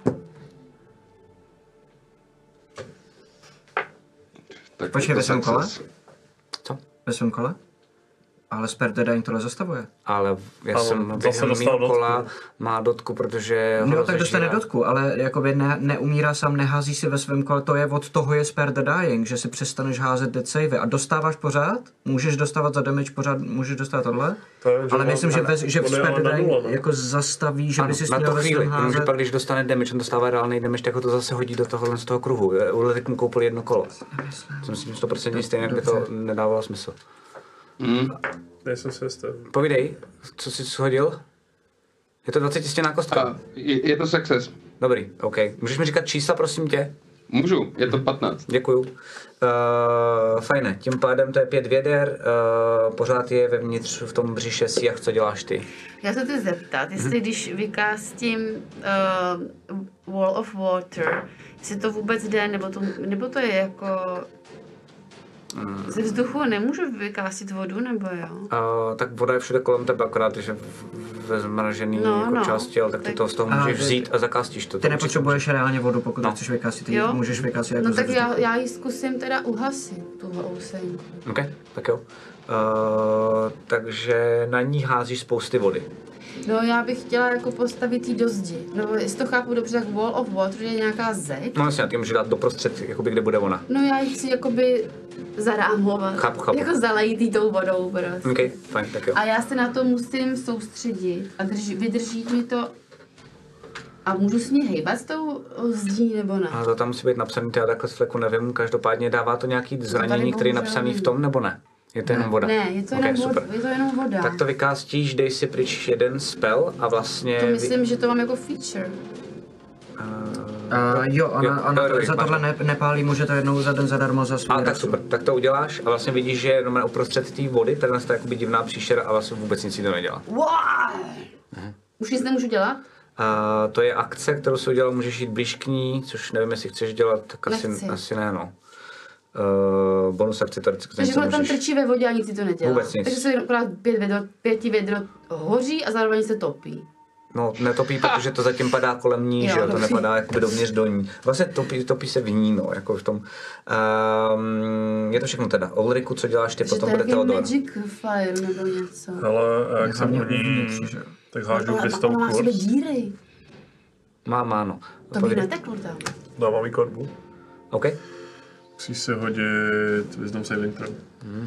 Speaker 5: Počkej, ve svém kole?
Speaker 2: Co?
Speaker 5: Ve svém kole? Ale Spare the Dying tohle zastavuje.
Speaker 2: Ale já jsem
Speaker 4: zase
Speaker 2: během mého kola
Speaker 4: dotku.
Speaker 2: má dotku, protože ho
Speaker 5: No tak
Speaker 2: rozežírá.
Speaker 5: dostane dotku, ale jakoby neumírá sám, nehází si ve svém kole, to je od toho je Spare the Dying, že si přestaneš házet death save a dostáváš pořád, můžeš dostávat za damage pořád, můžeš dostat tohle, ale myslím, že v Spare the Dying jako zastaví, že by si
Speaker 2: na
Speaker 5: směl
Speaker 2: tu
Speaker 5: ve
Speaker 2: chvíli,
Speaker 5: svém
Speaker 2: jenomže
Speaker 5: házet.
Speaker 2: pak když dostane damage, on dostává reálný damage, tak ho to zase hodí do tohohle z toho kruhu. Ulrik mu koupil jedno kolo. Jsem si tím 100% jistý, jinak by to nedávalo smysl.
Speaker 4: Nejsem si jistý.
Speaker 2: Povídej, co jsi shodil? Je to 20stěná kostka?
Speaker 6: Je to success.
Speaker 2: Dobrý, OK. Můžeš mi říkat čísla, prosím tě?
Speaker 6: Můžu, je to 15.
Speaker 2: Děkuju. Fajné, tím pádem to je 5 věder, pořád je vevnitř v tom břiše siach, co děláš ty?
Speaker 3: Já se chci zeptat, jestli když vykástím Wall of Water, jestli to vůbec jde, nebo to je jako... Ze vzduchu nemůžu vykásit vodu, nebo jo?
Speaker 2: Tak voda je všude kolem tebe, akorát, že ve zmražený části, ale tak ty to z toho můžeš vzít a zakástíš to.
Speaker 5: Ty nepotřebuješ reálně vodu, pokud chceš vykásit, ty můžeš vykásit jako
Speaker 3: no tak já ji zkusím teda uhasit, tuhle ousenku.
Speaker 2: OK, tak jo. Takže na ní házíš spousty vody.
Speaker 3: No já bych chtěla jako postavit jí do zdi. No jestli to chápu dobře, tak wall of water je nějaká zeď.
Speaker 2: No jasně, ty můžeš dát doprostřed, jakoby, kde bude ona.
Speaker 3: No já ji chci jakoby zarámovat.
Speaker 2: Chápu.
Speaker 3: Jako zalejit jí tou vodou prostě.
Speaker 2: OK, fajn, tak jo.
Speaker 3: A já se na to musím soustředit a vydrží mi to. A můžu s ní hejbat s tou zdí nebo ne?
Speaker 2: A to tam musí být napsaný, já takhle z fleku nevím, každopádně dává to nějaký zranění, který je napsaný v tom, nebo ne? Je to jenom voda?
Speaker 3: Ne, je to jenom voda. Je to jenom voda.
Speaker 2: Tak to vykástíš, dej si pryč jeden spell a vlastně...
Speaker 3: To myslím, že to mám jako feature.
Speaker 5: Ona za tohle nepálí, může to jednou za den zadarmo za svůj
Speaker 2: tak super, tak to uděláš a vlastně vidíš, že jenom uprostřed té vody, tady je jakoby divná příšera a vlastně vůbec nic to nedělá.
Speaker 3: Už nic nemůžu dělat?
Speaker 2: To je akce, kterou si udělal, můžeš jít blíž k ní, což nevím, jestli chceš dělat, tak asi ne, no. Bonus akce teoreticky.
Speaker 3: Takže ona tam trčí ve vodě a nic si to nedělá.
Speaker 2: Vůbec nic.
Speaker 3: Takže se akorát 5 vědro hoří a zároveň se topí.
Speaker 2: No, netopí, protože to zatím padá kolem ní, že jo, to nepadá jakoby dovnitř do ní. Vlastně topí se v ní, no, jako v tom. Je to všechno teda. Ulriku, co děláš ty, potom bude Theodor.
Speaker 3: Magic fire nebo něco.
Speaker 4: Ale jak jsem hodí, tak hážu Crystal
Speaker 3: Curse. Má díry.
Speaker 2: Má, no.
Speaker 3: To by neteklo tam.
Speaker 4: Dávám jí korbu.
Speaker 2: OK.
Speaker 4: Musíš si hodit Wisdom Saving Throw.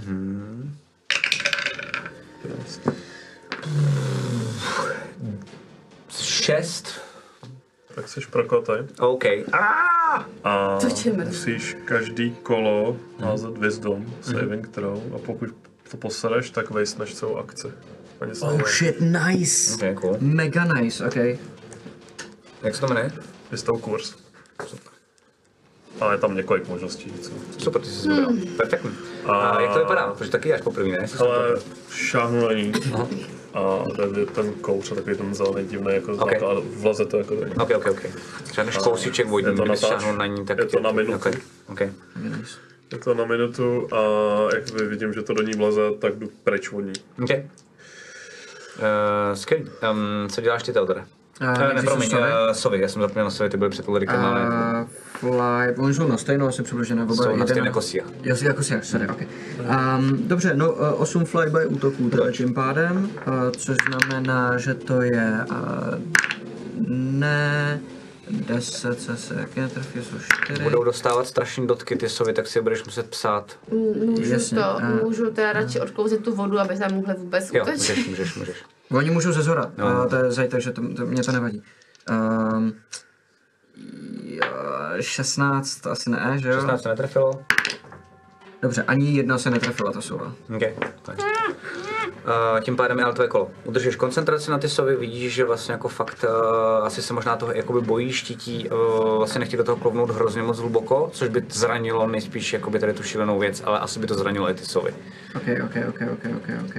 Speaker 2: 6.
Speaker 4: Tak jsi prokletý.
Speaker 2: OK.
Speaker 4: A musíš každý kolo házet Wisdom Saving Throw a pokud to posereš, tak vejsneš celou akci.
Speaker 5: Shit, nice.
Speaker 2: Okay, cool.
Speaker 5: Mega nice, OK.
Speaker 2: Jak se to jmenuje?
Speaker 4: Wisdom Curse. Super. Ale je tam několik možností.
Speaker 2: Super, ty jsi vybral. Perfektní. A jak to vypadá? Protože taky až poprvé, ne?
Speaker 4: Ale šáhnu na ní. A tady ten kouř je takový ten zelený divný jako zlak a vleze to jako tady.
Speaker 2: OK. Třeba než kousíček vodní, když šáhnu na ní, tak...
Speaker 4: Je to na minutu.
Speaker 2: Okay.
Speaker 4: Je to na minutu a jak vidím, že to do ní vleze, tak jdu pryč od ní.
Speaker 2: OK. Skvělý. Co děláš ty, Theodore? Promiň, Sovy, já jsem zapomněl na Sovy, ty byly před Ulrikem, ale...
Speaker 5: Fly, oni jsou na stejno, asi přibližené.
Speaker 2: Jsou na stejno jako Sia.
Speaker 5: Jako Sia, sorry, ok. Dobře, no 8 flyby útoků teda tím pádem, což znamená, že to je... ne... 10, co jak je trefí, jsou 4.
Speaker 2: Budou dostávat strašný dotky ty Sovy, tak si je budeš muset psát.
Speaker 3: Můžu teda radši odklouzit tu vodu, aby se mohli vůbec utočit.
Speaker 2: Jo, můžeš.
Speaker 5: Oni můžou ze zhora, to je zajít, takže mě to nevadí. 16 to asi ne, že jo?
Speaker 2: 16 se netrefilo.
Speaker 5: Dobře, ani jedna se netrefila ta sova.
Speaker 2: OK, tak. Tím pádem je ale tvoje kolo. Udržíš koncentraci na ty Sovy, vidíš, že vlastně jako fakt asi se možná toho jakoby bojí, štítí, vlastně nechtějí do toho klovnout hrozně moc hluboko, což by zranilo nejspíš jakoby tady tu šílenou věc, ale asi by to zranilo i ty Sovy.
Speaker 5: OK.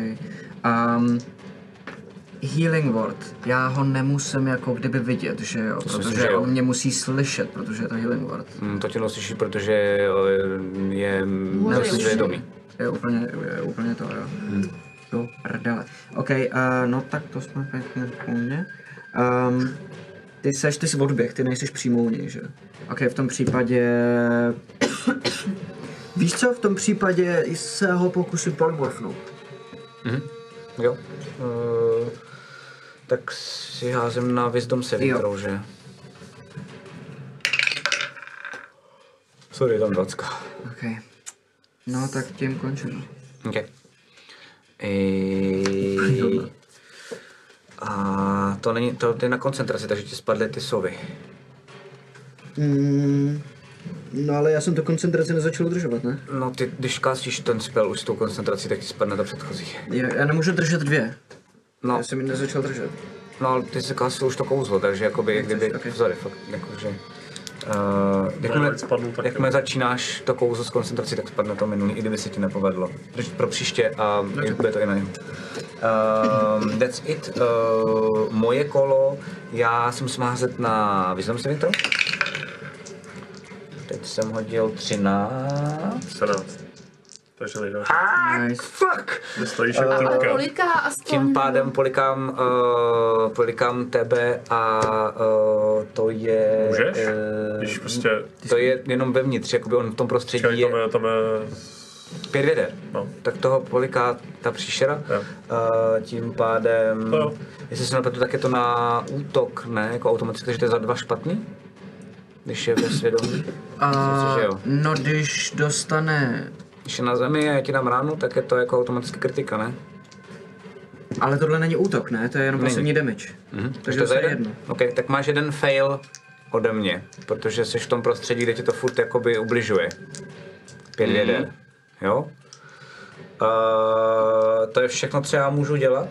Speaker 5: Healing Word, já ho nemusím jako kdyby vidět, že jo, protože on mě musí slyšet, protože je to Healing Word.
Speaker 2: To tě neslyší, protože je svědomý.
Speaker 5: Je úplně to, jo. Do prdele. OK, no tak to jsme pěkně v pohodě. Ty jsi odběh, ty nejseš přímo u něj, že? OK, v tom případě... Víš co, v tom případě se ho pokusím polymorfnout.
Speaker 2: Jo. Tak si házím na Wisdom Saving Throw, že? Sorry, tam 20.
Speaker 5: OK. No tak tím končím.
Speaker 2: OK. A to není, to je na koncentraci, takže ti spadly ty Sovy.
Speaker 5: No ale já jsem to koncentraci nezačal udržovat, ne?
Speaker 2: No ty, když kástíš ten spell už s tou koncentrací, tak ti spadne ta předchozí.
Speaker 5: Já nemůžu držet 2.
Speaker 2: No.
Speaker 5: Já jsem ji nezačal držet.
Speaker 2: No ale ty jsi kástil už to kouzlo, takže jakoby, kdyby, sorry, fakt, jakože... Jakmile začínáš to kouzlo s koncentrací, tak spadne to minulý, i kdyby se ti nepovedlo. Takže pro příště a bude to i na něm. That's it. Moje kolo, já jsem musím házet na Wisdom Saving Throw. Teď jsem hodil 13.
Speaker 4: takže nejde.
Speaker 5: Nice.
Speaker 2: Fuck!
Speaker 4: Nestojíš jak
Speaker 3: Ale
Speaker 4: trubka.
Speaker 3: poliká aspoň.
Speaker 2: Tím pádem polikám tebe a to je...
Speaker 4: Můžeš? Když prostě...
Speaker 2: To je jenom vevnitř, jakoby on v tom prostředí
Speaker 4: Čekaj,
Speaker 2: je
Speaker 4: tam je
Speaker 2: 5 věder.
Speaker 4: no.
Speaker 2: Tak toho poliká ta příšera.
Speaker 4: Jo.
Speaker 2: Tím pádem,
Speaker 4: Jo.
Speaker 2: jestli se nepletu, tak je to na útok, ne? Jako automaticky, že to je za 2 špatný? Když je ve svědomí. Myslím si, že jo.
Speaker 5: No, když dostane...
Speaker 2: Když je na zemi a já ti dám ránu, tak je to jako automaticky kritika, ne?
Speaker 5: Ale tohle není útok, ne? To je jenom
Speaker 2: Není.
Speaker 5: pasivní damage. Takže
Speaker 2: to
Speaker 5: to je
Speaker 2: jeden?
Speaker 5: jedno.
Speaker 2: OK, tak máš jeden fail ode mě, protože jsi v tom prostředí, kde ti to furt jakoby ubližuje. 5 věder, jo? To je všechno, co já můžu dělat.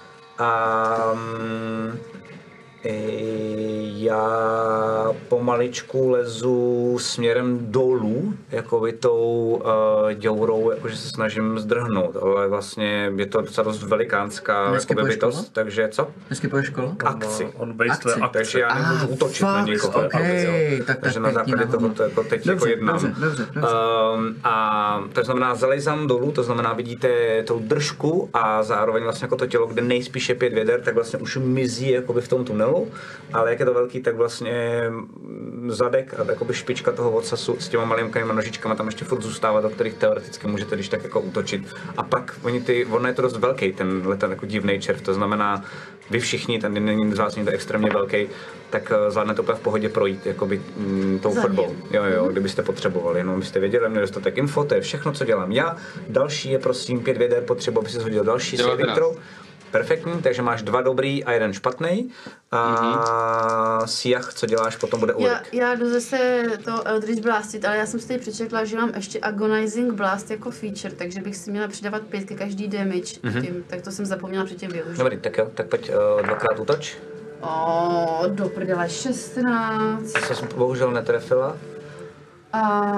Speaker 2: Já pomaličku lezu směrem dolů, jakoby tou děurou, jakože se snažím zdrhnout, ale vlastně je to docela dost velikánská jakoby bytost, takže co?
Speaker 5: Neskypuješ školu?
Speaker 2: Akci.
Speaker 4: On wasted
Speaker 5: Akci.
Speaker 4: akci.
Speaker 2: Takže já nemůžu útočit na
Speaker 5: fakt,
Speaker 2: někoho.
Speaker 5: okej, tak
Speaker 2: Takže na
Speaker 5: pěkně
Speaker 2: základě
Speaker 5: na hovno.
Speaker 2: toho to jako teď
Speaker 5: Dobře,
Speaker 2: jako jednám.
Speaker 5: dobře.
Speaker 2: A to znamená, zalezám dolů, to znamená, vidíte tou držku a zároveň vlastně jako to tělo, kde nejspíše 5 věder, tak vlastně už mizí jakoby v tom tunelu, ale jak je to velký, tak vlastně zadek a jakoby špička toho odsasu s těma malinkými nožičkama tam ještě furt zůstává, do kterých teoreticky můžete když tak jako útočit. A pak ono je to dost velký, ten jako divný červ, to znamená, vy všichni, ten není z vás někdo extrémně velký, tak zvládnete úplně v pohodě projít jakoby tou
Speaker 3: Za
Speaker 2: chodbou.
Speaker 3: ním.
Speaker 2: Jo, kdybyste potřebovali, jenom byste věděli, měli dostatek info, to je všechno, co dělám já. Další je prosím 5 věder, potřeba, aby si hodil další saving throw. Perfektní, takže máš 2 dobrý a 1 špatný. A Siach, co děláš, potom bude Ulrik.
Speaker 3: Já jdu zase to Eldritch Blastit, ale já jsem si tady přečetla, že mám ještě Agonizing Blast jako feature, takže bych si měla přidávat 5 ke každý damage tím, tak to jsem zapomněla předtím využít.
Speaker 2: Dobrý, tak jo, tak pojď 2krát útoč.
Speaker 3: Do prdele 16
Speaker 2: To jsem bohužel netrefila.
Speaker 3: a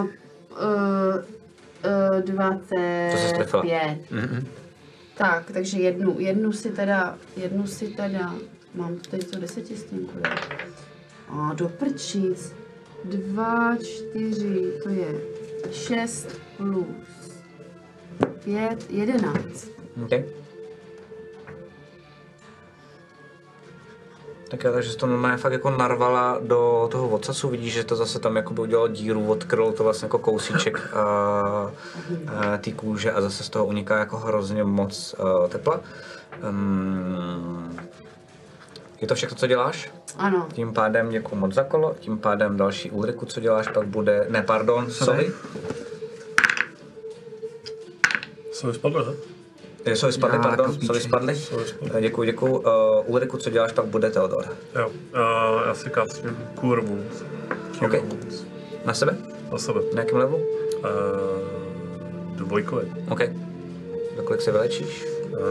Speaker 2: To se strefila.
Speaker 3: 25. Tak, takže jednu si teda, mám tady to 10 stínku, jo. Do prčic. 2, 4, to je 6 plus 5, 11.
Speaker 2: Okay. Tak jo, takže jsi to normálně fakt jako narvala do toho odsasu, vidíš, že to zase tam jakoby udělalo díru, odkrylo to vlastně jako kousíček té kůže a zase z toho uniká jako hrozně moc tepla. Je to všechno, co děláš?
Speaker 3: Ano.
Speaker 2: Tím pádem děkuji moc za kolo, tím pádem další Ulriku, co děláš, pak bude, ne pardon, Sovi.
Speaker 4: Sovi spadl, ne?
Speaker 2: Sovi spadli,
Speaker 5: Já
Speaker 2: pardon,
Speaker 5: jako
Speaker 2: Sovi spadli. Děkuji. Ulriku, co děláš, pak bude Theodor.
Speaker 4: Jo, já si castím Cure Wounds.
Speaker 2: OK. Na sebe?
Speaker 4: Na sebe.
Speaker 2: Na jakém levelu?
Speaker 4: 2.
Speaker 2: OK. Za kolik se vylečíš?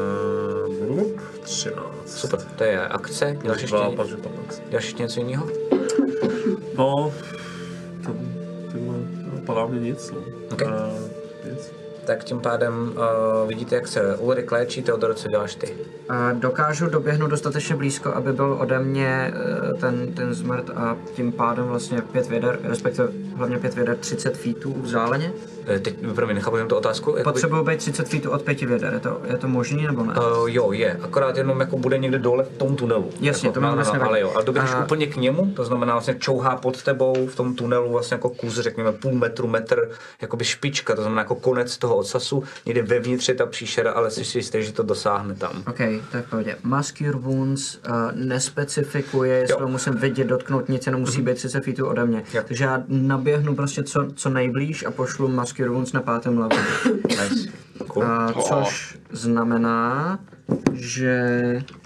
Speaker 4: 13.
Speaker 2: Super, to je akce. Děláš ještě,
Speaker 4: 2, 15.
Speaker 2: děláš ještě něco jiného?
Speaker 4: No, tyhle, napadá mě nic, no.
Speaker 2: OK.
Speaker 4: Nic.
Speaker 2: Tak tím pádem vidíte, jak se Ulrik léčí, Theodor, co děláš ty?
Speaker 5: Dokážu doběhnout dostatečně blízko, aby byl ode mě ten zmrt a tím pádem vlastně 5 věder, respektive hlavně 5 věder 30 feetů vzdáleně.
Speaker 2: Teď, promiň, nechápu jenom tu otázku.
Speaker 5: Potřebuji být 30 feetů od 5 věder, je to možný nebo ne?
Speaker 2: Jo, je, akorát jenom jako bude někde dole v tom tunelu.
Speaker 5: Jasně,
Speaker 2: jako,
Speaker 5: to mi vůbec nevadí.
Speaker 2: ale jo, a doběhneš úplně k němu, to znamená vlastně čouhá pod tebou v tom tunelu vlastně jako kus, řekněme půl metru, metr, jakoby špička, to znamená jako konec toho odsasu, někde vevnitř je ta příšera, ale jsi si jistý, že to dosáhne tam.
Speaker 5: OK, tak v pohodě. Mass Cure Wounds nespecifikuje, jestli ho musím vidět, dotknout, nic jenom musí být 30 feetů ode mě.
Speaker 2: Jo.
Speaker 5: Takže já naběhnu prostě co nejblíž a pošlu Mass Cure Wounds na 5. levelu.
Speaker 2: Nice. Cool.
Speaker 5: Což znamená, že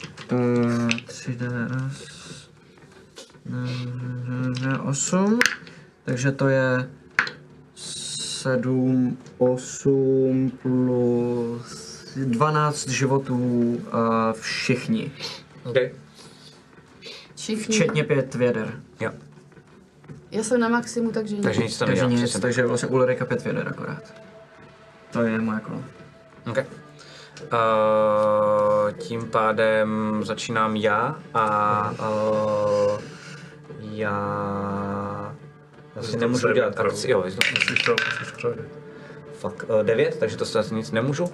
Speaker 5: 3D, 8, takže to je 7, 8 plus 12 životů všichni.
Speaker 2: Okay.
Speaker 3: Všichni.
Speaker 5: Včetně 5 věder.
Speaker 2: Jo.
Speaker 3: Já jsem na maximu, takže
Speaker 2: Takže nic to
Speaker 5: Takže
Speaker 2: nedělá.
Speaker 5: nic,
Speaker 2: přesně tak.
Speaker 5: takže vlastně Ulrika 5 věder akorát. To je moje kolo.
Speaker 2: Okay. Tím pádem začínám já a já si nemůžu dělat akci. Jo,
Speaker 4: Musíš to přejít.
Speaker 2: fuck, 9, takže to se asi nic nemůžu.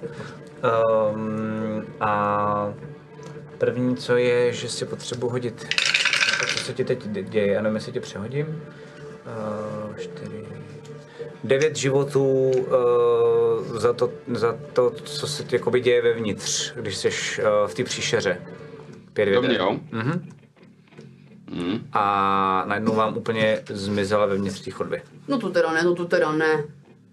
Speaker 2: A první, co je, že si potřebuji hodit, co se ti teď děje, já nevím, jestli tě přehodím. 4, 9 životů za to, co se ti jakoby děje vevnitř, když jsi v té příšeře. 5 věder.
Speaker 6: To mě, jo?
Speaker 2: A najednou vám úplně zmizela vevnitř té chodby.
Speaker 3: No to teda ne.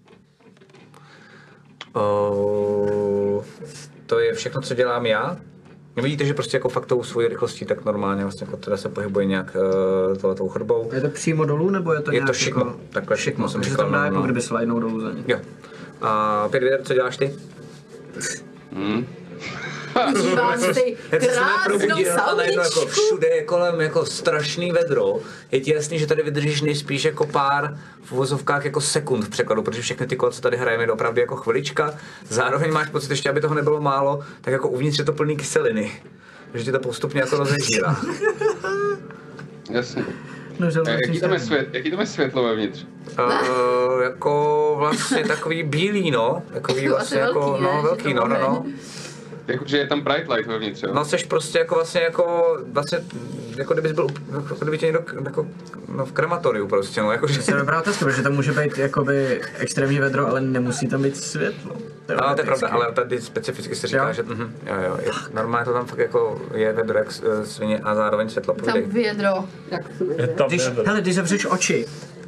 Speaker 2: To je všechno, co dělám já. Vidíte, že prostě jako fakt tou svojí rychlostí tak normálně vlastně jako teda se pohybuje nějak tou chodbou.
Speaker 5: Je to přímo dolů, nebo je to
Speaker 2: Je
Speaker 5: nějak
Speaker 2: to šikmo,
Speaker 5: jako...
Speaker 2: takhle šikmo jsem
Speaker 5: Takže
Speaker 2: říkal.
Speaker 5: tam dá jako kdyby slidnou dolů za ní.
Speaker 2: Jo. A 5 věder, co děláš ty?
Speaker 3: Užíváš ty krásnou
Speaker 2: a najednou jako
Speaker 3: sauničku.
Speaker 2: všude je kolem jako strašný vedro. Je ti jasný, že tady vydržíš nejspíš jako pár v uvozovkách jako sekund v překladu, protože všechny ty kolo, co tady hrajeme, je opravdu jako chvilička. Zároveň máš pocit, ještě aby toho nebylo málo, tak jako uvnitř je to plný kyseliny. že ti to postupně jako rozežírá.
Speaker 6: Jasně.
Speaker 5: No,
Speaker 6: A jaký tam je světlo vevnitř?
Speaker 2: Jako vlastně takový bílý, no. Takový vlastně
Speaker 3: velký,
Speaker 2: jako,
Speaker 3: ne?
Speaker 2: no, velký, no, no, no.
Speaker 6: Jakože je tam bright light vevnitř, jo?
Speaker 2: No, seš prostě jako vlastně jako kdybys byl, jako kdyby tě někdo jako, no, v krematoriu prostě, no, jakože.
Speaker 5: To je dobrá otázka, protože tam může být jakoby extrémní vedro, ale nemusí tam být světlo.
Speaker 2: No, to je pravda, ale tady specificky se říká,
Speaker 5: Jo?
Speaker 2: že jo, normálně to tam fakt jako je vedro jak svině a zároveň světlo.
Speaker 3: Tam vědro. Jak to
Speaker 4: Je
Speaker 3: jde?
Speaker 4: tam
Speaker 5: Když,
Speaker 4: nebyl.
Speaker 5: hele, když zavřeš oči,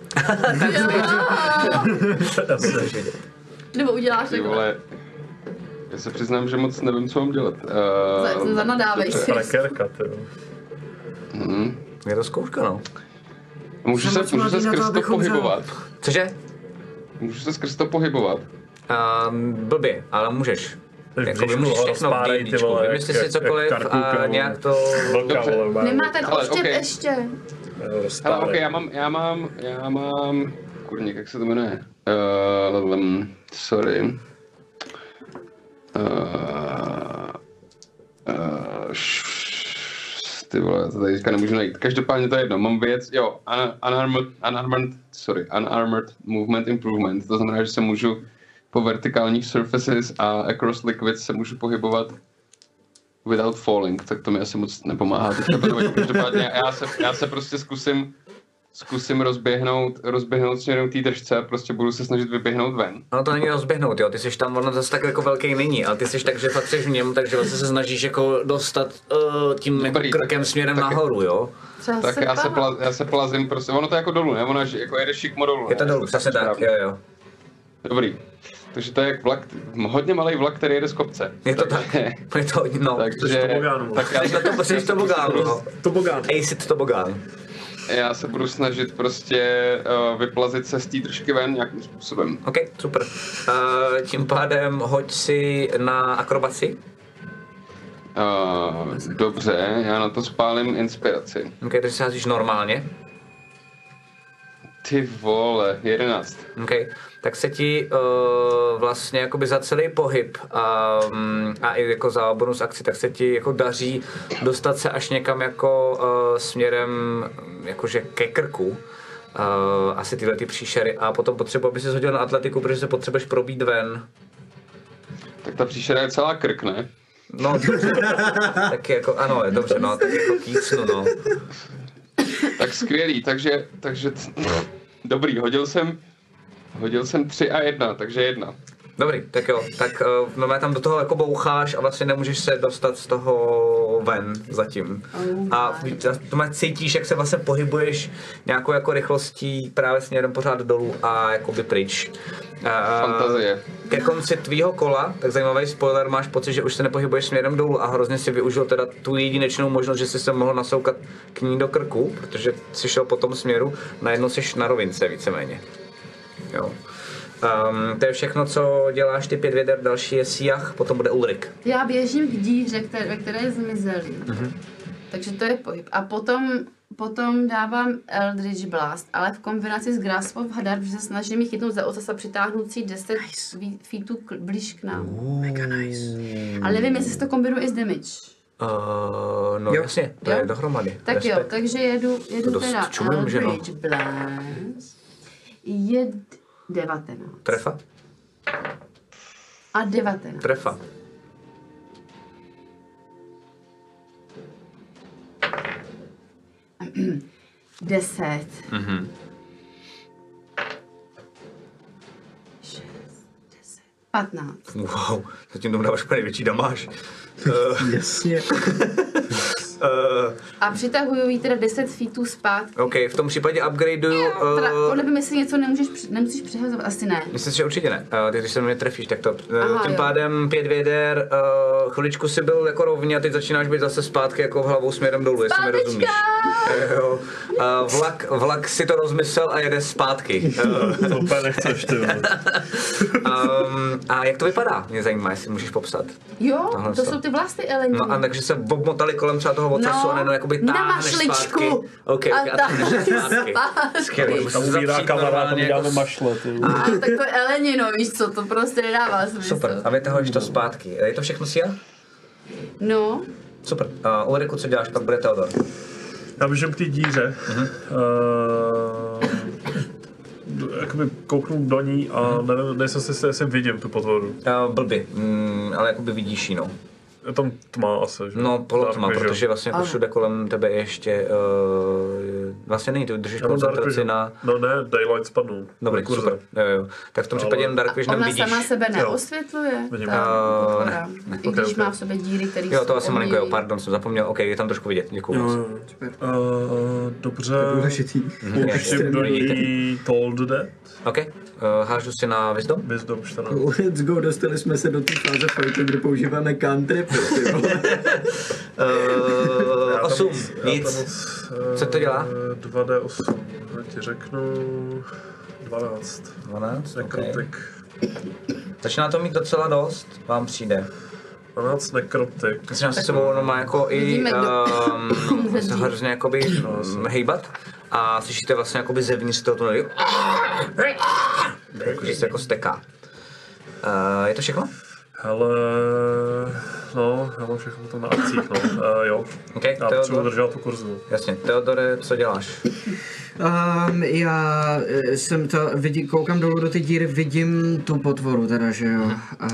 Speaker 3: Nebo uděláš
Speaker 6: Ty
Speaker 3: takhle.
Speaker 6: vole, já se přiznám, že moc nevím, co mám dělat.
Speaker 3: Zanadávej si.
Speaker 4: Frakerka, ty jo.
Speaker 2: Je to zkouška, no.
Speaker 6: Můžu se skrz to pohybovat.
Speaker 2: Cože?
Speaker 6: Můžu se skrz to pohybovat.
Speaker 2: Blbě, ale můžeš. Jako
Speaker 4: Když
Speaker 2: vymůžeš
Speaker 4: ho
Speaker 2: všechno v
Speaker 4: rozpárej, ty
Speaker 2: D&Dčku,
Speaker 4: vole,
Speaker 2: vymysli
Speaker 4: jak
Speaker 2: si cokoliv
Speaker 4: karkulka,
Speaker 2: a
Speaker 4: vole.
Speaker 2: nějak to...
Speaker 4: Velká,
Speaker 6: Dobře.
Speaker 4: vole,
Speaker 3: Nemá ten
Speaker 6: Ale
Speaker 3: oštěp
Speaker 6: okej.
Speaker 3: ještě.
Speaker 6: Ale ok, já mám, kurník, jak se to jmenuje? Sorry. Ty vole, to tady teďka nemůžu najít. Každopádně to je jedno, mám věc, jo, unarmored movement improvement, to znamená, že se můžu po vertikálních surfaces a across liquids se můžu pohybovat without falling, tak to mi asi moc nepomáhá teďka, protože každopádně já se prostě zkusím rozběhnout směrem té držce a prostě budu se snažit vyběhnout ven.
Speaker 2: No to není rozběhnout, jo, ty jsi tam, ono zase tak jako velký není, ale ty jsi tak, že fakt jsi v něm, takže vlastně se snažíš jako dostat tím jako
Speaker 6: Dobrý,
Speaker 2: krkem směrem nahoru, jo.
Speaker 3: Třeba
Speaker 6: Tak já se plazím prostě, ono to je jako dolů, ne? Ono jako jede šikmo dolů.
Speaker 2: Je to
Speaker 6: ne?
Speaker 2: dolů, přesně tak,
Speaker 6: Správně.
Speaker 2: jo.
Speaker 6: Dobrý. Takže to je jak vlak, hodně malý vlak, který jede z kopce.
Speaker 2: Je to tak, je to, no.
Speaker 6: Takže,
Speaker 4: tobogán,
Speaker 6: tak já
Speaker 2: Jsi na to, jsi tobogán, no.
Speaker 4: Tobogán.
Speaker 2: Acid tobogán.
Speaker 6: já se budu snažit prostě vyplazit se z té držky ven nějakým způsobem.
Speaker 2: OK, super. Tím pádem hoď si na akrobaci.
Speaker 6: Dobře, já na to spálím inspiraci.
Speaker 2: OK, takže si házíš normálně.
Speaker 6: Ty vole, 11.
Speaker 2: OK, tak se ti vlastně jakoby za celý pohyb a i jako za bonus akci, tak se ti jako daří dostat se až někam jako směrem jakože ke krku. Asi tyhle ty příšery a potom potřebuji, aby si hodil na atletiku, protože se potřebuješ probít ven.
Speaker 6: Tak ta příšera je celá krk, ne?
Speaker 2: No, dobře. Tak jako, ano, je dobře, no, tak jako kýcnu, no.
Speaker 6: Tak skvělý, takže dobrý, hodil jsem 3 a 1, takže 1.
Speaker 2: Dobrý, tak jo, tak normálně tam do toho jako boucháš a vlastně nemůžeš se dostat z toho ven zatím. A tomhle cítíš, jak se vlastně pohybuješ nějakou jako rychlostí právě směrem pořád dolů a jakoby pryč.
Speaker 6: Fantazie.
Speaker 2: Ke konci tvýho kola, tak zajímavý spoiler, máš pocit, že už se nepohybuješ směrem dolů a hrozně si využil teda tu jedinečnou možnost, že jsi se mohl nasoukat k ní do krku, protože jsi šel po tom směru, najednou jsi na rovince víceméně. Jo. To je všechno, co děláš ty 5 věder, další je Siach, potom bude Ulrik.
Speaker 3: Já běžím k díře, ve které zmizely. Takže to je pohyb. A potom dávám Eldritch Blast, ale v kombinaci s Grasp of Hadar, protože se snažím jich chytnout za ocas a přitáhnout si 10 feetů blíž k nám.
Speaker 5: mega nice.
Speaker 3: Ale nevím, jestli se to kombinuje i s damage.
Speaker 2: No
Speaker 5: Jo.
Speaker 2: jasně, to je
Speaker 3: Jo?
Speaker 2: dohromady.
Speaker 3: Tak jo, takže jedu
Speaker 2: dost
Speaker 3: teda
Speaker 2: čumím, že no.
Speaker 3: Eldritch Blast. 19.
Speaker 2: Trefa?
Speaker 3: A 19.
Speaker 2: Trefa.
Speaker 3: Deset. 15.
Speaker 2: Wow, zatím tomu dáváš úplně větší damáž.
Speaker 5: Jasně.
Speaker 3: A přitahuju jí teda 10 feetů zpátky.
Speaker 2: OK, v tom případě upgradeuju...
Speaker 3: Teda, podle mě, jestli něco nemusíš přehazovat, asi ne.
Speaker 2: Myslím si, že určitě ne. Ty, když se mě trefíš, tak to...
Speaker 3: Aha,
Speaker 2: tím
Speaker 3: jo.
Speaker 2: pádem 5 věder, chviličku si byl jako rovně a teď začínáš být zase zpátky jako hlavou směrem dolů, jestli mi rozumíš. Jo. Vlak si to rozmyslel a jede zpátky.
Speaker 4: To úplně nechceš, ty vole.
Speaker 2: A jak to vypadá? Mě zajímá, jestli můžeš popsat.
Speaker 3: Jo,
Speaker 2: Tohle
Speaker 3: to
Speaker 2: co?
Speaker 3: jsou ty vlasty elení.
Speaker 2: No a takže se obmotali kolem třeba toho ocasu a najednou jakoby
Speaker 3: na
Speaker 2: táhneš zpátky.
Speaker 3: mašličku.
Speaker 2: OK,
Speaker 3: A
Speaker 2: a táhneš zpátky. Skvělé.
Speaker 4: Tam umírá kamarád, tam děláme mašle, ty vole.
Speaker 3: A tak to je elenino, víš co, to prostě nedává smysl.
Speaker 2: Super, a vytahuješ to zpátky. Je to všechno Sia?
Speaker 3: No,
Speaker 2: Super. Ulriku, co děláš, pak bude Theodor.
Speaker 4: Já běžím k té díře. Jakoby kouknu do ní a nevím, nejsem si jistý, jestli vidím tu potvoru.
Speaker 2: Blbě, ale jakoby vidíš ji, no.
Speaker 4: Je tam tma asi, že?
Speaker 2: No, polotma,
Speaker 4: Dark vision.
Speaker 2: protože vlastně jako všude kolem tebe ještě, vlastně není, ty držíš
Speaker 4: Já mám Dark
Speaker 2: koncentraci
Speaker 4: vision.
Speaker 2: na...
Speaker 4: No ne, Daylight spadnul.
Speaker 2: Dobrý,
Speaker 4: Na kurze.
Speaker 2: super, jo. Tak v tom případě jen Dark Vision
Speaker 3: ona
Speaker 2: vidíš.
Speaker 3: sama sebe neosvětluje,
Speaker 4: Vidím.
Speaker 3: ta potvora. I
Speaker 4: Ok,
Speaker 3: když
Speaker 4: ok.
Speaker 3: má v sobě díry, které
Speaker 2: Jo, to
Speaker 3: jsou
Speaker 2: asi malinko, jo,
Speaker 3: ohnivý.
Speaker 2: pardon, jsem zapomněl, OK, je tam trošku vidět, děkuju moc.
Speaker 4: Dobře.
Speaker 5: Důležitý.
Speaker 4: Pouštím do ní Told Dead.
Speaker 2: OK, hážu si na Wisdom.
Speaker 4: Wisdom 14.
Speaker 5: Let's go, dostali jsme se do té fáze fightu, kde používáme cantripy, ty vole.
Speaker 2: 8, nic. Co to dělá?
Speaker 4: 2D8, já ti řeknu 12.
Speaker 2: 12, OK.
Speaker 4: Nekrotik.
Speaker 2: Začíná to mít docela dost, vám přijde.
Speaker 4: 12 nekrotik.
Speaker 2: Začíná se sebou ono má jako i
Speaker 3: Vidíme,
Speaker 2: se hrozně jakoby hejbat a slyšíte vlastně jakoby zevnitř toho tunelu. Jakože se jako steká. Je to všechno?
Speaker 4: Hele, no, já mám všechno to na akcích, no. Jo,
Speaker 2: OK,
Speaker 4: já potřebuji
Speaker 2: Theodor.
Speaker 4: držet tu kurzu.
Speaker 2: Jasně, Theodore, co děláš?
Speaker 5: Já jsem to, koukám dolů do té díry, vidím tu potvoru teda, že jo.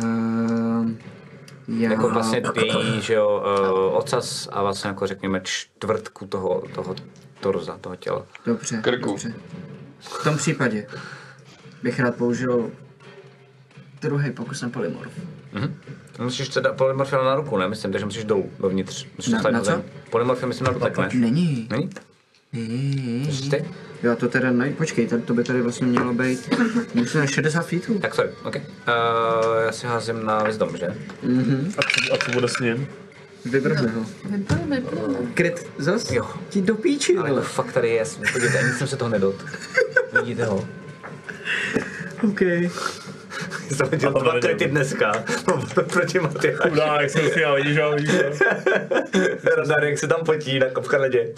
Speaker 5: Já...
Speaker 2: Jako vlastně její, že jo, ocas a vlastně jako řekněme čtvrtku toho torza, toho těla.
Speaker 5: Dobře,
Speaker 6: Krku.
Speaker 5: dobře. V tom případě bych rád použil druhý pokus na polymorf.
Speaker 2: Musíš teda polymorf na ruku, ne? Myslím, takže musíš dolů, dovnitř. Musíš
Speaker 5: Na-
Speaker 2: to
Speaker 5: na co?
Speaker 2: zem. Polymorf je myslím na dotek, ne?
Speaker 5: Není.
Speaker 2: Není? Myslíš ty?
Speaker 5: Jo, to teda počkej, to by tady vlastně mělo být, myslím na 60 feetů.
Speaker 2: Tak sorry, OK. Já si házím na Wisdom, že?
Speaker 4: A co bude s ním?
Speaker 5: Vybrhli ho.
Speaker 3: Vypadá.
Speaker 5: Kryt zas?
Speaker 2: Jo.
Speaker 5: Ti do píči,
Speaker 2: Ale to
Speaker 5: vole.
Speaker 2: fakt tady je, podívejte, ani jsem se toho nedot. Vidíte ho?
Speaker 5: OK.
Speaker 2: Jsem viděl
Speaker 4: A to
Speaker 2: 2
Speaker 4: nevidím.
Speaker 2: kryty dneska. Proti Matyáši.
Speaker 4: Chudák, jsem si já, vidíš,
Speaker 2: Radar, jak se tam potí na kopka ledě.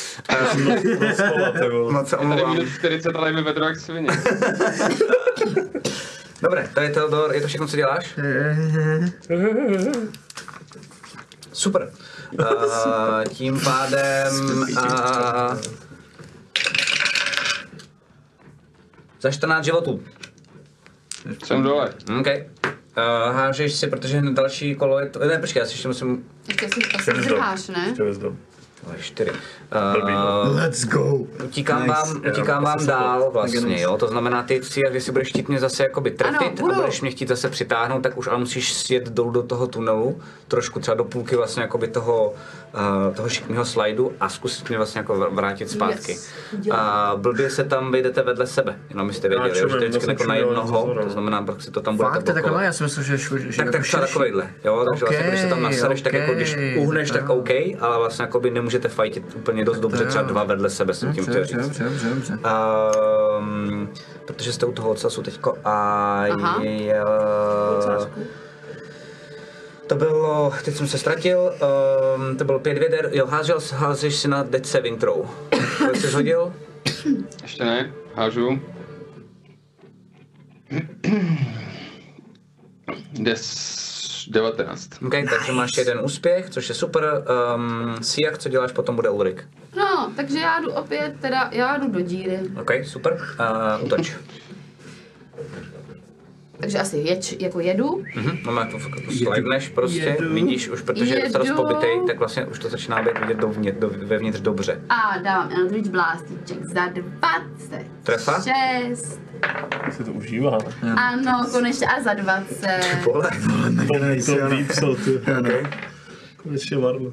Speaker 2: Moc se
Speaker 6: Tady
Speaker 2: omlouvám.
Speaker 6: minus 40, ale je mi vedro jak svině.
Speaker 2: Dobré, tady Theodor, je to všechno, co děláš? Super. Tím pádem... za 14 životů.
Speaker 6: Jsem dole.
Speaker 2: OK. Hážeš si, protože hned další kolo je to... Ne, počkej, já si ještě musím...
Speaker 3: Ještě si asi zdrháš, ne?
Speaker 4: Ještě Wisdom.
Speaker 2: 4.
Speaker 5: Let's go.
Speaker 2: Utíkám
Speaker 5: Nice.
Speaker 2: vám dál vlastně,
Speaker 5: Nice.
Speaker 2: jo, to znamená ty cíle, když si budeš chtít mě zase jakoby trefit
Speaker 3: Ano,
Speaker 2: a
Speaker 3: budu.
Speaker 2: budeš mě chtít zase přitáhnout, tak už ale musíš sjet dolů do toho tunelu, trošku třeba do půlky vlastně jakoby toho šikmého slajdu a zkusit mě vlastně jako vrátit zpátky.
Speaker 3: Yes.
Speaker 2: A blbě se tam vejdete vedle sebe, jenom byste věděli, jo, že to je vždycky jako na jednoho, to znamená, pak si to tam budete
Speaker 5: Fakt, to je takhle,
Speaker 2: blokovat.
Speaker 5: já si myslím, že
Speaker 2: Tak třeba takovejhle, jo, takže vlastně když se tam nasadeš, tak jako když uhneš, tak OK, ale vlastně jakoby nemůžete fightit úplně dost dobře, třeba 2 vedle sebe, jsem tím chtěl říct.
Speaker 5: Dobře.
Speaker 2: Protože jste u toho ocasu teďko a
Speaker 3: Aha.
Speaker 2: to bylo, teď jsem se ztratil, to bylo 5 věder, jo, házíš si na Dead Saving Throw. Kolik jsi hodil?
Speaker 6: Ještě ne, hážu. 19.
Speaker 2: OK, takže máš 1 úspěch, což je super. Siak, co děláš, potom bude Ulrik.
Speaker 3: No, takže já jdu opět, teda já jdu do díry.
Speaker 2: OK, super. Útoč.
Speaker 3: Takže asi jako jedu.
Speaker 2: No to jako slidneš prostě, vidíš už, protože je to rozpobitej, tak vlastně už to začíná být vidět vevnitř dobře.
Speaker 3: A dám Eldritch Blastíček za 20.
Speaker 2: Trefa?
Speaker 3: 6.
Speaker 4: Si to užívá.
Speaker 3: Ano, konečně a za 20.
Speaker 2: Vole.
Speaker 4: To výpsal, ty. Konečně varno.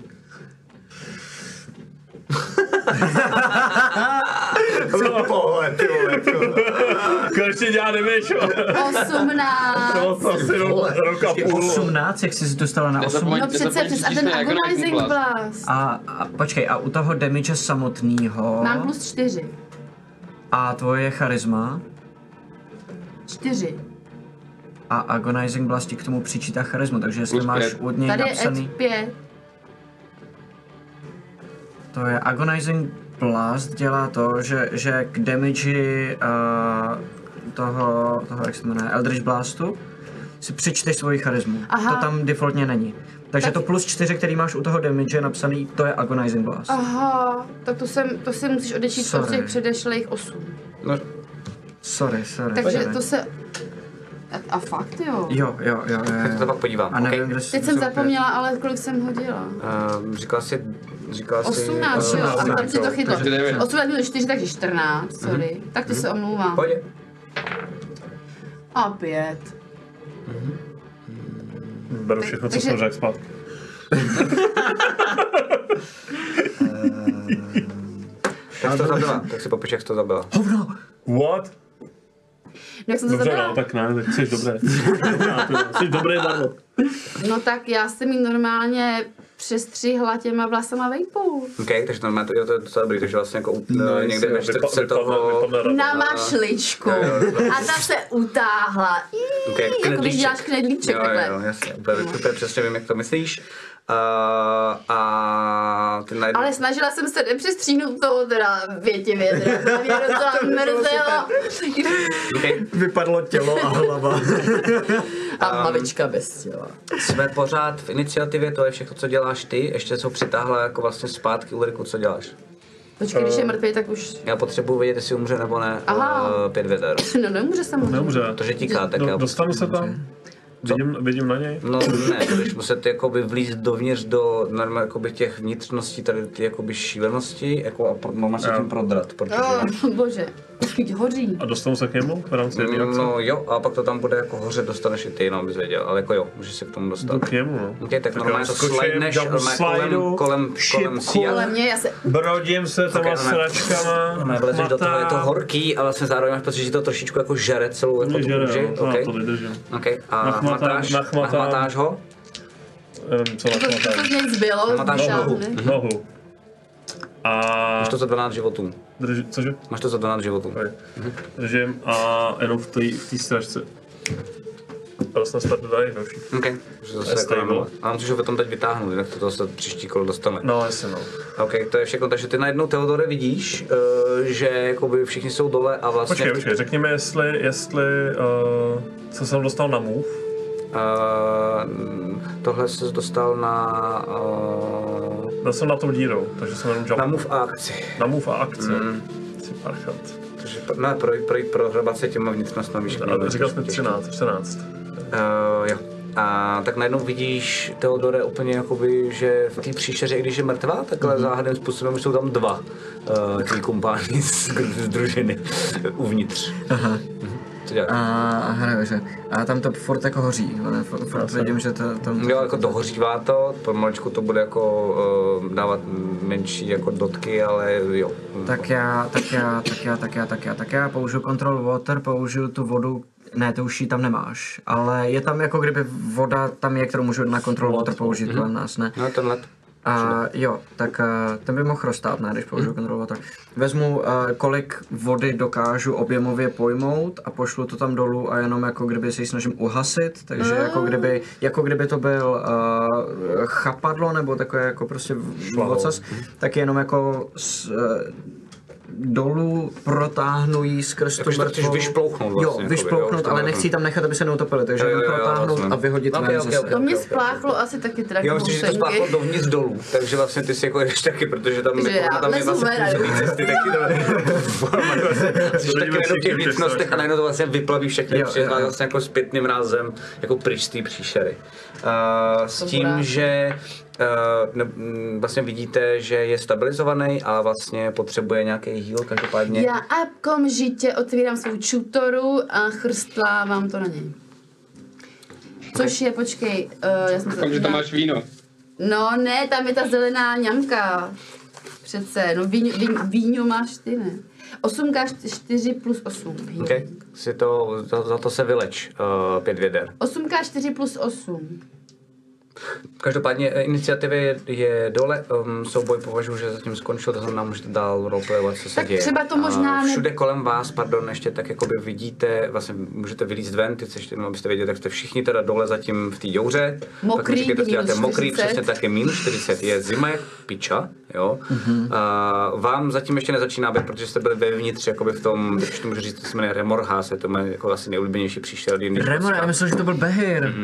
Speaker 2: Pohled, ty vole.
Speaker 4: Konečně dělá nevíš,
Speaker 3: 18.
Speaker 4: To asi rok a půl.
Speaker 5: 18, jak jsi se dostala na 18?
Speaker 3: No přece, a ten Agonizing Blast.
Speaker 5: A počkej, a u toho damage samotného...
Speaker 3: Mám plus 4.
Speaker 5: A tvoje charisma?
Speaker 3: 4.
Speaker 5: A Agonizing Blast ti k tomu přičítá charismu, takže jestli
Speaker 6: Plus
Speaker 5: máš
Speaker 6: 5.
Speaker 5: od něj
Speaker 3: Tady je
Speaker 5: napsaný...
Speaker 3: Ed 5.
Speaker 5: To je Agonizing Blast dělá to, že k damage toho, jak se jmenuje, Eldritch Blastu si přičteš svoji charismu.
Speaker 3: Aha.
Speaker 5: To tam defaultně není. Takže
Speaker 3: Tak-
Speaker 5: to plus 4, který máš u toho damage napsaný, to je Agonizing Blast.
Speaker 3: Aha, tak to si musíš odečít od
Speaker 5: Sorry.
Speaker 3: těch předešlých 8.
Speaker 2: No,
Speaker 5: Sorry.
Speaker 3: Takže
Speaker 5: sorry.
Speaker 3: to se... A fakt jo.
Speaker 5: Jo.
Speaker 2: tak to pak podívám,
Speaker 5: A nevím,
Speaker 2: okay?
Speaker 5: kde
Speaker 3: Teď jsem zapomněla, ale kolik jsem hodila.
Speaker 2: Říkala jsi
Speaker 3: 18, jo, a tam si to chytlo.
Speaker 6: Takže 9.
Speaker 3: 18 minus 4, takže 14, sorry. Tak to se omlouvám.
Speaker 2: Pojď.
Speaker 3: A 5.
Speaker 4: Beru všechno, co
Speaker 3: Takže-
Speaker 4: jsem řekl zpátky.
Speaker 2: Tak to zabila, tak si popiš, jak to zabila.
Speaker 4: What?
Speaker 3: Jak jsem to
Speaker 4: Dobře,
Speaker 3: zabila?
Speaker 4: no, tak ne, tak jsi dobré. Jsi dobrý, Barbo.
Speaker 3: No tak já jsem jí normálně přestřihla těma vlasama vejpou.
Speaker 2: OK, takže normálně to je docela dobrý, takže vlastně jako někde ve
Speaker 4: Nice,
Speaker 2: čtvrtce toho...
Speaker 3: Na mašličku. A ta se utáhla.
Speaker 2: Okay,
Speaker 3: Jako když děláš knedlíček takhle.
Speaker 2: Jo, jasně, úplně přesně vím, jak to myslíš. A ty najednou...
Speaker 3: Ale snažila jsem se nepřestříhnout toho teda větě vědra. To mě docela mrzelo.
Speaker 2: Okay.
Speaker 5: Vypadlo tělo a hlava.
Speaker 3: A hlavička bez těla.
Speaker 2: Jsme pořád v iniciativě, to je všechno, co děláš ty, ještě co přitáhla jako vlastně zpátky Ulriku, co děláš?
Speaker 3: Počkej, když je mrtvý, tak už...
Speaker 2: Já potřebuji vědět, jestli umře nebo ne.
Speaker 3: Aha.
Speaker 2: 5 věder.
Speaker 3: No nemůže samozřejmě.
Speaker 4: Nemůže.
Speaker 2: Protože tíká, tak já...
Speaker 4: Dostanu se tam? Vidím na něj?
Speaker 2: No ne, když muset jakoby vlízt dovnitř do normálně jakoby těch vnitřností, tady ty jakoby šílenosti, jako a máš se tím prodrat, protože...
Speaker 3: Bože, hoří.
Speaker 4: A dostanu se k němu v rámci jedné akce?
Speaker 2: No jo, a pak to tam bude jako hoře, dostaneš i ty, jenom abys věděl, ale jako jo, můžeš se k tomu dostat.
Speaker 4: Jdu k němu, no.
Speaker 2: OK, tak normálně to
Speaker 4: skočím,
Speaker 2: slidneš
Speaker 4: dám slidu,
Speaker 2: kolem
Speaker 3: Ale
Speaker 2: síla.
Speaker 3: mě, já se...
Speaker 4: Brodím se těma
Speaker 2: Okay,
Speaker 4: sračkama,
Speaker 2: Vlezeš do toho, je to horký a vlastně zároveň máš pocit, že to trošičku jako žere celou jako tu kůži.
Speaker 4: to nedržím.
Speaker 2: OK, a
Speaker 4: Nachmatám.
Speaker 2: nachmatáš ho?
Speaker 4: Nevím, co
Speaker 3: Co z něj zbylo?
Speaker 2: Máš nohu.
Speaker 4: Nohu. A...
Speaker 2: Máš to za 12 životů.
Speaker 4: Cože?
Speaker 2: Máš to za 12 životů.
Speaker 4: Držím a jenom v té stračce. A vlastně start dodají další.
Speaker 2: OK, takže zase jako
Speaker 4: stable.
Speaker 2: na nule. A musíš ho potom teď vytáhnout, jinak to se příští kolo dostane.
Speaker 4: No, jasně no.
Speaker 2: OK, to je všechno, takže ty najednou, Theodore, vidíš, že jakoby všichni jsou dole a vlastně...
Speaker 4: Počkej, řekněme, jestli co jsem dostal na move.
Speaker 2: Tohle jsi dostal na...
Speaker 4: Byl jsem na tom dírou, takže jsem jenom jump.
Speaker 2: na move a akci.
Speaker 4: Na move a akci. Jsi parchant.
Speaker 2: Takže ne, projít prohrabat se těma vnitřnostmi, víš.
Speaker 4: Ale říkal jsme 14.
Speaker 2: Jo. A tak najednou vidíš, Theodore, úplně jakoby, že v té příšeře, i když je mrtvá, takhle záhadným způsobem už jsou tam dva tví kumpáni z družiny uvnitř.
Speaker 5: Aha.
Speaker 2: Co děláš?
Speaker 5: A hraju, že? A tam to furt jako hoří, ale furt vidím, že to tam...
Speaker 2: Jo, jako dohořívá to, pomaličku to bude jako dávat menší jako dotky, ale jo.
Speaker 5: Tak já použiju Control Water, použiju tu vodu, ne, to už ji tam nemáš, ale je tam jako kdyby voda tam je, kterou můžu na Control Water použít, kolem nás, ne?
Speaker 2: No tenhle.
Speaker 5: A jo, tak ten by mohl roztát, ne, když použiju Control Water. Vezmu, kolik vody dokážu objemově pojmout a pošlu to tam dolů a jenom jako kdyby se ji snažím uhasit, takže jako kdyby to byl chapadlo nebo takové jako prostě vocas, tak jenom jako dolů, protáhnu jí skrz tu
Speaker 2: Jakože to chceš
Speaker 5: mrtvolu.
Speaker 2: vyšplouchnout vlastně,
Speaker 5: Jo, vyšplouchnout, ale nechci ji tam nechat, aby se neutopili, takže
Speaker 2: Jo,
Speaker 5: jen protáhnout
Speaker 2: rozumím.
Speaker 5: a vyhodit
Speaker 2: Ok,
Speaker 5: ven
Speaker 2: ok,
Speaker 5: zase.
Speaker 2: ok.
Speaker 3: To mě spláchlo asi taky teda
Speaker 2: Jo, myslím, že to spláchlo dovnitř dolů, takže vlastně ty si jako jdeš taky, protože tam,
Speaker 3: Takže já
Speaker 2: tam je
Speaker 3: lezu
Speaker 2: vlastně
Speaker 3: ven a
Speaker 2: působí cesty, taky jsi taky najednou v těch vnitřnostech a najednou to vlastně vyplaví všechny
Speaker 5: Jo,
Speaker 2: přijde
Speaker 5: jo, jo.
Speaker 2: vlastně jako zpětným rázem, jako pryč z té příšery. S
Speaker 3: To
Speaker 2: tím,
Speaker 3: bude.
Speaker 2: že vlastně vidíte, že je stabilizovaný, ale vlastně potřebuje nějaký heal, každopádně.
Speaker 3: Já okamžitě otvírám svou čutoru a chrstlávám to na něj. Což je, počkej, já jsem
Speaker 6: Doufám, že tam máš víno.
Speaker 3: No ne, tam je ta zelená ňamka. Přece, no víňu máš ty, ne? 8x4 plus 8.
Speaker 2: Okay. Si to, za to se vyleč, 5 věder.
Speaker 3: 8x4 plus 8.
Speaker 2: Každopádně iniciativy je dole, souboj považuji, že zatím skončil, to znamená, můžete dál roleplayovat, co se
Speaker 3: Tak
Speaker 2: děje.
Speaker 3: třeba to možná
Speaker 2: A
Speaker 3: ne-
Speaker 2: všude kolem vás, pardon, ještě tak jakoby vidíte, vlastně můžete vylízt ven, ty chceš jenom, abyste věděli, tak jste všichni teda dole zatím v té jouře.
Speaker 3: Mokrý,
Speaker 2: Pak říkáte, děláte
Speaker 3: minus
Speaker 2: mokrý,
Speaker 3: 40.
Speaker 2: přesně tak je minus 40, je zima jak piča, jo. Vám zatím ještě nezačíná být, protože jste byli vevnitř, jakoby v tom, teď už to můžu říct, to se jmenuje Remorhase, to je jako asi nejoblíbenější příšer.
Speaker 5: Remor, já myslel, že to byl Behir.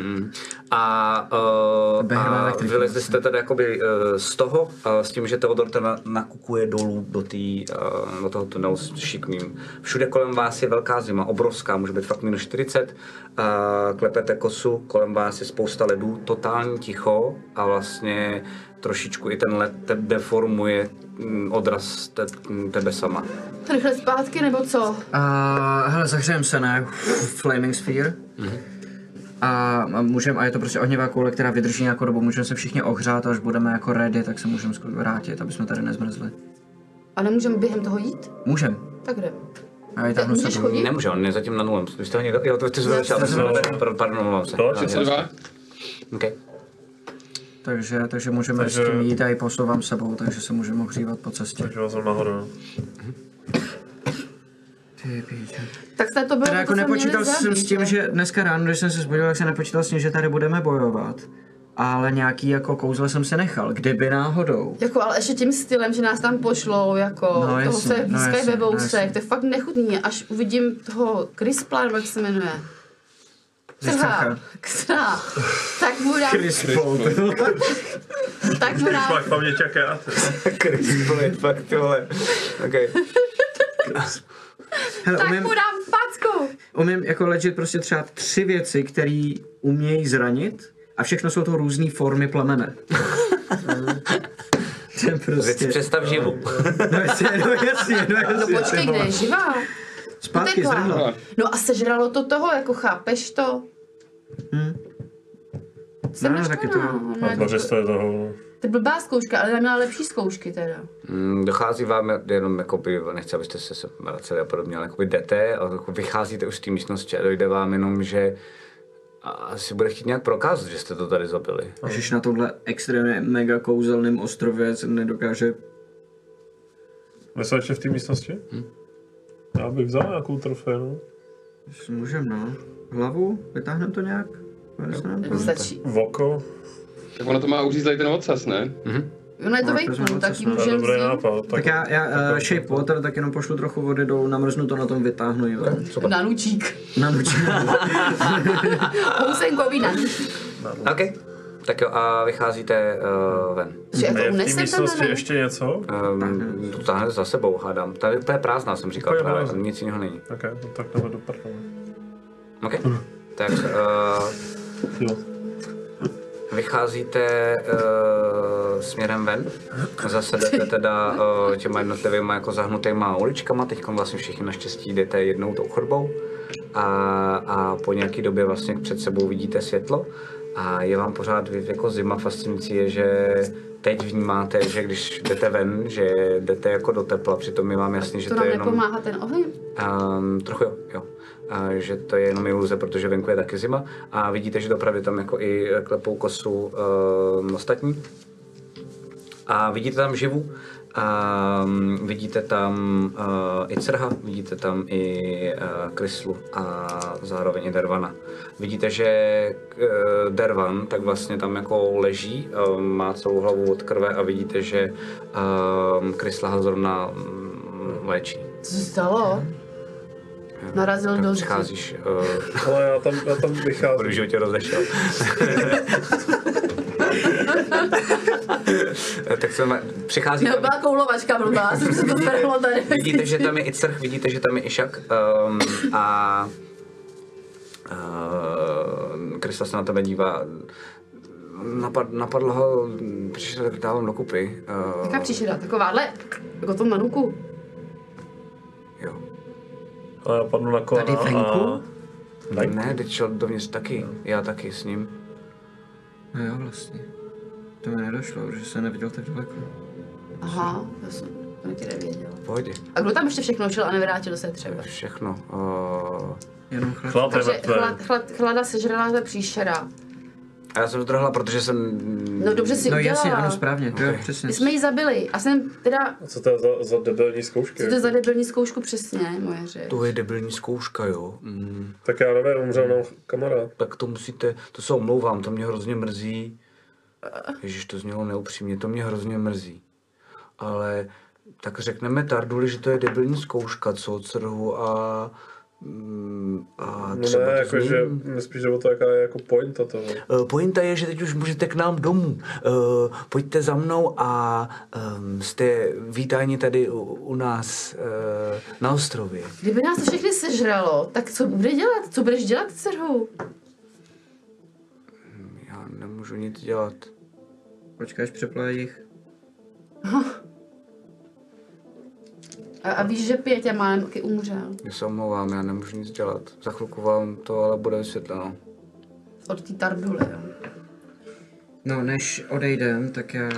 Speaker 2: A vylezli jste teda jakoby z toho, s tím, že Theodor teda nakukuje dolů do toho tunelu s šikmým. Všude kolem vás je velká zima, obrovská, může být fakt minus 40. Klepete kosu, kolem vás je spousta ledů, totální ticho a vlastně trošičku i ten led deformuje odraz tebe sama.
Speaker 3: Rychle zpátky, nebo co?
Speaker 5: Hele, zahřejem se, ne? Flaming Sphere. A můžeme, a je to prostě ohnivá koule, která vydrží nějakou dobu, můžeme se všichni ohřát, až budeme jako ready, tak se můžeme vrátit, aby jsme tady nezmrzli.
Speaker 3: A nemůžeme během toho jít?
Speaker 5: Můžem.
Speaker 3: Tak jdem.
Speaker 5: A já táhnu
Speaker 3: Můžeš
Speaker 5: se
Speaker 3: chodit?
Speaker 2: Nemůže, on je zatím na nulem. Vy jste ho někdo, jo, ty jsi začal, pardon, omlouvám se.
Speaker 6: 32.
Speaker 2: Okay.
Speaker 5: Takže můžeme s tím jít a i posouvám sebou, takže se můžeme ohřívat po cestě.
Speaker 4: Takže vás nahoru.
Speaker 5: Ty píče.
Speaker 3: Tak jste to bylo,
Speaker 5: Teda jako
Speaker 3: to jsme
Speaker 5: nepočítal
Speaker 3: měli
Speaker 5: jsem s
Speaker 3: zabít,
Speaker 5: tím,
Speaker 3: ne?
Speaker 5: že dneska ráno, když jsem se zbudil, tak jsem nepočítal s tím, že tady budeme bojovat. Ale nějaký jako kouzle jsem se nechal, kdyby náhodou.
Speaker 3: Jako, ale ještě tím stylem, že nás tam pošlou, jako, toho
Speaker 5: jasně,
Speaker 3: se pískají
Speaker 5: jasně,
Speaker 3: ve vousech,
Speaker 5: jasně.
Speaker 3: to je fakt nechutný, až uvidím toho Crispla, nebo jak se jmenuje. Křá. Tak mu dám, tak mu dám,
Speaker 4: Máš paměť jak já.
Speaker 2: Crisplet, fakt tohle. Okay.
Speaker 5: Hele,
Speaker 3: tak mu dám packu.
Speaker 5: umím jako legit prostě třeba 3 věci, které umějí zranit a všechno jsou to různé formy plamene. To je
Speaker 2: Teď si
Speaker 5: prostě...
Speaker 2: představ živu.
Speaker 5: No jasně.
Speaker 3: No počkej, kde je živá?
Speaker 5: Zpátky
Speaker 3: Utekla.
Speaker 5: zrhla.
Speaker 3: No a sežralo to toho, jako chápeš to? Jsem
Speaker 5: No, taky to-
Speaker 4: A tvoři to je toho.
Speaker 3: To je blbá zkouška, ale já měla lepší zkoušky teda.
Speaker 2: Dochází vám jenom, jakoby, nechci, abyste se vraceli a podobně, ale jakoby jdete a jako vycházíte už z té místnosti a dojde vám jenom, že asi bude chtít nějak prokázat, že jste to tady zabili.
Speaker 5: Ježiš, na tomhle extrémně mega kouzelným ostrově se nedokáže...
Speaker 4: My jsme ještě v té místnosti? Já bych vzal nějakou trofej, no.
Speaker 5: Můžem, no. Hlavu? Vytáhneme to nějak? Vede se nám to?
Speaker 3: Stačí.
Speaker 4: Voko.
Speaker 6: Tak ono to má uřízlej ten ocas, ne?
Speaker 3: Ono je to
Speaker 5: No,
Speaker 3: vejpnu,
Speaker 5: vezmeme
Speaker 3: tak ji
Speaker 5: to,
Speaker 4: To je
Speaker 3: můžeme
Speaker 4: dobrý
Speaker 3: vzít.
Speaker 4: nápad.
Speaker 5: Tak já shape water, tak jenom pošlu trochu vody dolů, namrznu to na tom, vytáhnu ji ven.
Speaker 3: Na nučík.
Speaker 5: Na nuči.
Speaker 3: Housenkový na nučík.
Speaker 2: OK. Tak jo, a vycházíte ven.
Speaker 3: Že
Speaker 4: A
Speaker 3: jako
Speaker 4: je v té
Speaker 3: unesete
Speaker 4: místnosti
Speaker 3: ne?
Speaker 4: ještě něco?
Speaker 2: Tu táhne za sebou, hádám. Tady to je prázdná, jsem říkal,
Speaker 4: To je
Speaker 2: právě,
Speaker 4: prázdná.
Speaker 2: nic jiného není.
Speaker 4: Ok, no tak jdeme do prdele.
Speaker 2: OK. Tak
Speaker 4: Jo.
Speaker 2: vycházíte směrem ven. Zase jdete teda těma jednotlivýma jako zahnutýma uličkama. Teď vlastně všichni naštěstí jdete jednou tou chodbou. A po nějaký době vlastně před sebou vidíte světlo. A je vám pořád jako zima. Fascinující je, že teď vnímáte, že když jdete ven, že jdete jako do tepla. Přitom je vám jasný, že
Speaker 3: To
Speaker 2: to
Speaker 3: nám
Speaker 2: je jenom...
Speaker 3: nepomáhá ten oheň?
Speaker 2: Trochu jo. Že to je jenom iluze, protože venku je taky zima. A vidíte, že dopravdy tam jako i klepou kosu ostatní. A vidíte tam živu. Vidíte tam i Crha, vidíte tam i Kryslu a zároveň i Dervana. Vidíte, že Dervan tak vlastně tam jako leží, má celou hlavu od krve a vidíte, že Krysla ho zrovna léčí.
Speaker 3: Co se stalo? Narazil
Speaker 2: Tak
Speaker 3: do
Speaker 2: přicházíš,
Speaker 4: Ale já tam vycházím.
Speaker 2: budu životě rozešel. Tak přichází tam,
Speaker 3: Nebyla koulovačka blbá, jsem se to vrhlo tady.
Speaker 2: vidíte, že tam je i Crch, vidíte, že tam je i Šak a Krista se na tebe dívá. Napadlo ho, přišel, tak dávám dokupy.
Speaker 3: Jaká příšera? Takováhle? Jako to manuku?
Speaker 2: Jo.
Speaker 4: A já padnu na kolena
Speaker 5: Tady venku?
Speaker 2: Ne, teď šel dovnitř taky, já taky s ním.
Speaker 5: No jo, vlastně. To mi nedošlo, že jsem neviděl tak daleko.
Speaker 3: Aha, to jsem to ti nevěděla.
Speaker 2: V pohodě,
Speaker 3: A kdo tam ještě všechno šel a nevrátil se třeba?
Speaker 2: všechno.
Speaker 5: Jenom chlad.
Speaker 4: Chlad je
Speaker 3: Takže
Speaker 4: mrtvý.
Speaker 3: chlada sežrala ta příšera.
Speaker 2: A já jsem zdrhla, protože jsem...
Speaker 3: No dobře si
Speaker 5: No
Speaker 3: udělala.
Speaker 5: jasně, ano, správně, jo, přesně.
Speaker 3: My jsme ji zabili a jsem teda...
Speaker 4: A co to je za debilní zkoušky?
Speaker 3: Co to je za debilní zkoušku přesně, moje řeč?
Speaker 2: To je debilní zkouška, jo.
Speaker 4: Tak já nevím, umřel nám kamarád.
Speaker 2: Tak to musíte, to se omlouvám, to mě hrozně mrzí. Ježiš, to znělo neupřímně, to mě hrozně mrzí. Ale tak řekneme Tarduli, že to je debilní zkouška, co, Crhu a
Speaker 4: No
Speaker 2: třeba
Speaker 4: ne,
Speaker 2: to
Speaker 4: jakože
Speaker 2: změním.
Speaker 4: mě spíš o to, jaká je jako pointa toho.
Speaker 2: Pointa je, že teď už můžete k nám domů. Pojďte za mnou a jste vítáni tady u nás na ostrově.
Speaker 3: Kdyby nás to všechny sežralo, tak co bude dělat? Co budeš dělat, Crhu?
Speaker 2: Já nemůžu nic dělat.
Speaker 5: Počkej, až přeplájí jich.
Speaker 3: A víš, že Pěťa málem taky umřel.
Speaker 2: Já se omlouvám, já nemůžu nic dělat. Za chvilku vám to ale bude vysvětleno.
Speaker 3: Od té Tardule, jo.
Speaker 5: No, než odejdem, tak já...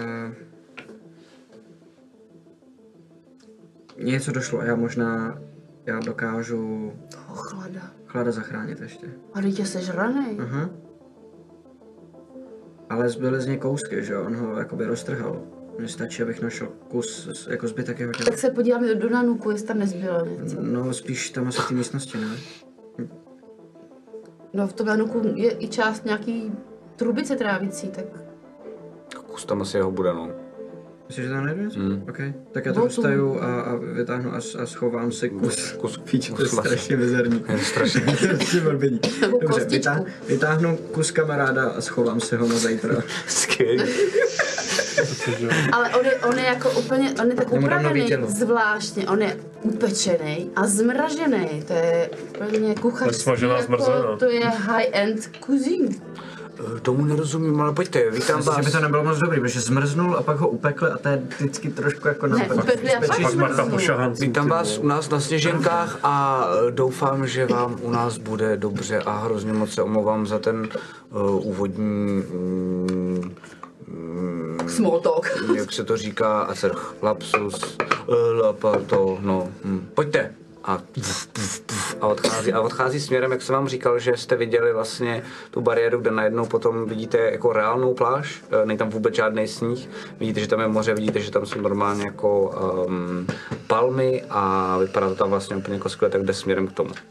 Speaker 5: Něco došlo a já dokážu
Speaker 3: Toho chlada.
Speaker 5: chlada zachránit ještě.
Speaker 3: A teď je sežranej.
Speaker 5: Aha. Ale zbyly z něj kousky, že jo, on ho jakoby roztrhal. Mně stačí, abych našel kus, jako zbytek jeho těla.
Speaker 3: Tak se podíváme do nanuku, jestli tam nezbylo něco.
Speaker 5: No, spíš tam asi v té místnosti, ne?
Speaker 3: No v tom nanuku je i část nějaký trubice trávicí, tak...
Speaker 2: Kus tam asi jeho bude, no.
Speaker 5: Myslíš, že tam najdu něco? OK. Tak já to
Speaker 3: Botu.
Speaker 5: dostaju a vytáhnu a schovám si kus. Píč, to je
Speaker 2: kus masa.
Speaker 5: strašně mizerní.
Speaker 2: Je strašně.
Speaker 5: Strašně blbý.
Speaker 3: Nebo
Speaker 5: Dobře,
Speaker 3: kostičku.
Speaker 5: vytáhnu kus kamaráda a schovám si ho na zítra.
Speaker 2: Skvělý.
Speaker 3: Ale on je jako úplně, on je tak
Speaker 5: Nebo dám nový
Speaker 3: upravený
Speaker 5: tělo.
Speaker 3: zvláštně, on je upečený a zmražený, to je úplně kuchařství,
Speaker 4: Smažená zmrzlina.
Speaker 3: to je high-end cuisine.
Speaker 2: Tomu nerozumím, ale pojďte, vítám
Speaker 5: Myslím, že by
Speaker 2: vás.
Speaker 5: to nebylo moc dobrý, protože zmrznul a pak ho upekli a to je vždycky trošku jako
Speaker 3: Ne, upekli a pak
Speaker 4: Pak Marta
Speaker 3: zmrznul.
Speaker 4: pošahanců.
Speaker 2: Vítám vás u nás na Sněženkách a doufám, že vám u nás bude dobře a hrozně moc se omlouvám za ten úvodní,
Speaker 3: Small talk.
Speaker 2: jak se to říká, acerch, lapsus, lapato, no, pojďte. A odchází směrem, jak jsem vám říkal, že jste viděli vlastně tu bariéru, kde najednou potom vidíte jako reálnou pláž, není tam vůbec žádný sníh, vidíte, že tam je moře, vidíte, že tam jsou normálně jako palmy a vypadá to tam vlastně úplně jako skvěle, tak jde směrem k tomu.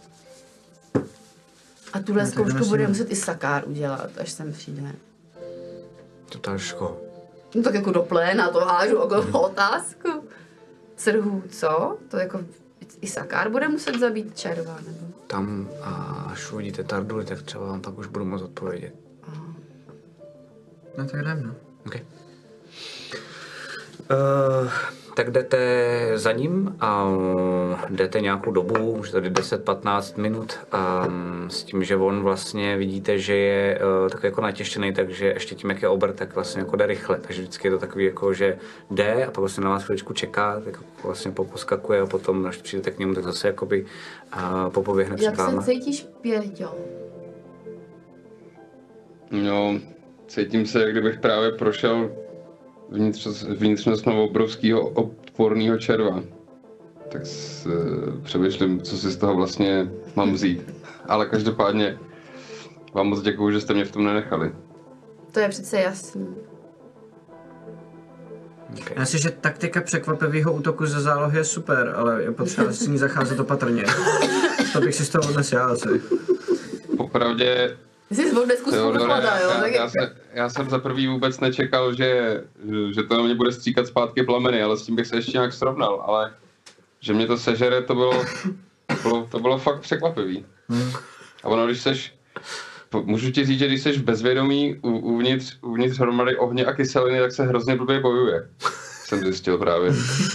Speaker 3: A tuhle zkoušku bude muset i Sakár udělat, až sem přijde.
Speaker 2: To tažko.
Speaker 3: No tak jako do pléna to hážu jako otázku. Crhu, co? To jako i Sakár bude muset zabít červa, nebo?
Speaker 2: Tam, až uvidíte Tarduli, tak třeba vám pak už budu moct odpovědět.
Speaker 5: No tak jdem, no.
Speaker 2: Okay. Tak jdete za ním a jdete nějakou dobu, už tady 10-15 minut a s tím, že on vlastně vidíte, že je takový jako natěštěný, takže ještě tím, jak je obr, tak vlastně jako jde rychle, takže vždycky je to takový jako, že jde a pak vlastně na vás chviličku čeká, tak vlastně poskakuje a potom, až přijdete k němu, tak zase jakoby popoběhne před
Speaker 3: Jak se
Speaker 2: váma.
Speaker 3: cítíš, Pěťo?
Speaker 6: No, cítím se, jak kdybych právě prošel vnitřnost obrovského odporného červa. Tak přemýšlím, co si z toho vlastně mám vzít. Ale každopádně vám moc děkuju, že jste mě v tom nenechali.
Speaker 3: To je přece jasný.
Speaker 5: Já si, že taktika překvapivého útoku ze zálohy je super, ale je potřeba s ní zacházet opatrně. To bych si z toho odnes já asi.
Speaker 6: Popravdě,
Speaker 3: Jsi zvol dnesku
Speaker 6: Teodore,
Speaker 3: chlada, jo? Tak
Speaker 6: já jsem za prvý vůbec nečekal, že to na mě bude stříkat zpátky plameny, ale s tím bych se ještě nějak srovnal, ale že mě to sežere, to bylo fakt překvapivý. A ono, když seš, můžu ti říct, že když seš bezvědomý uvnitř hromady ohně a kyseliny, tak se hrozně blbě bojuje. Jsem zjistil právě.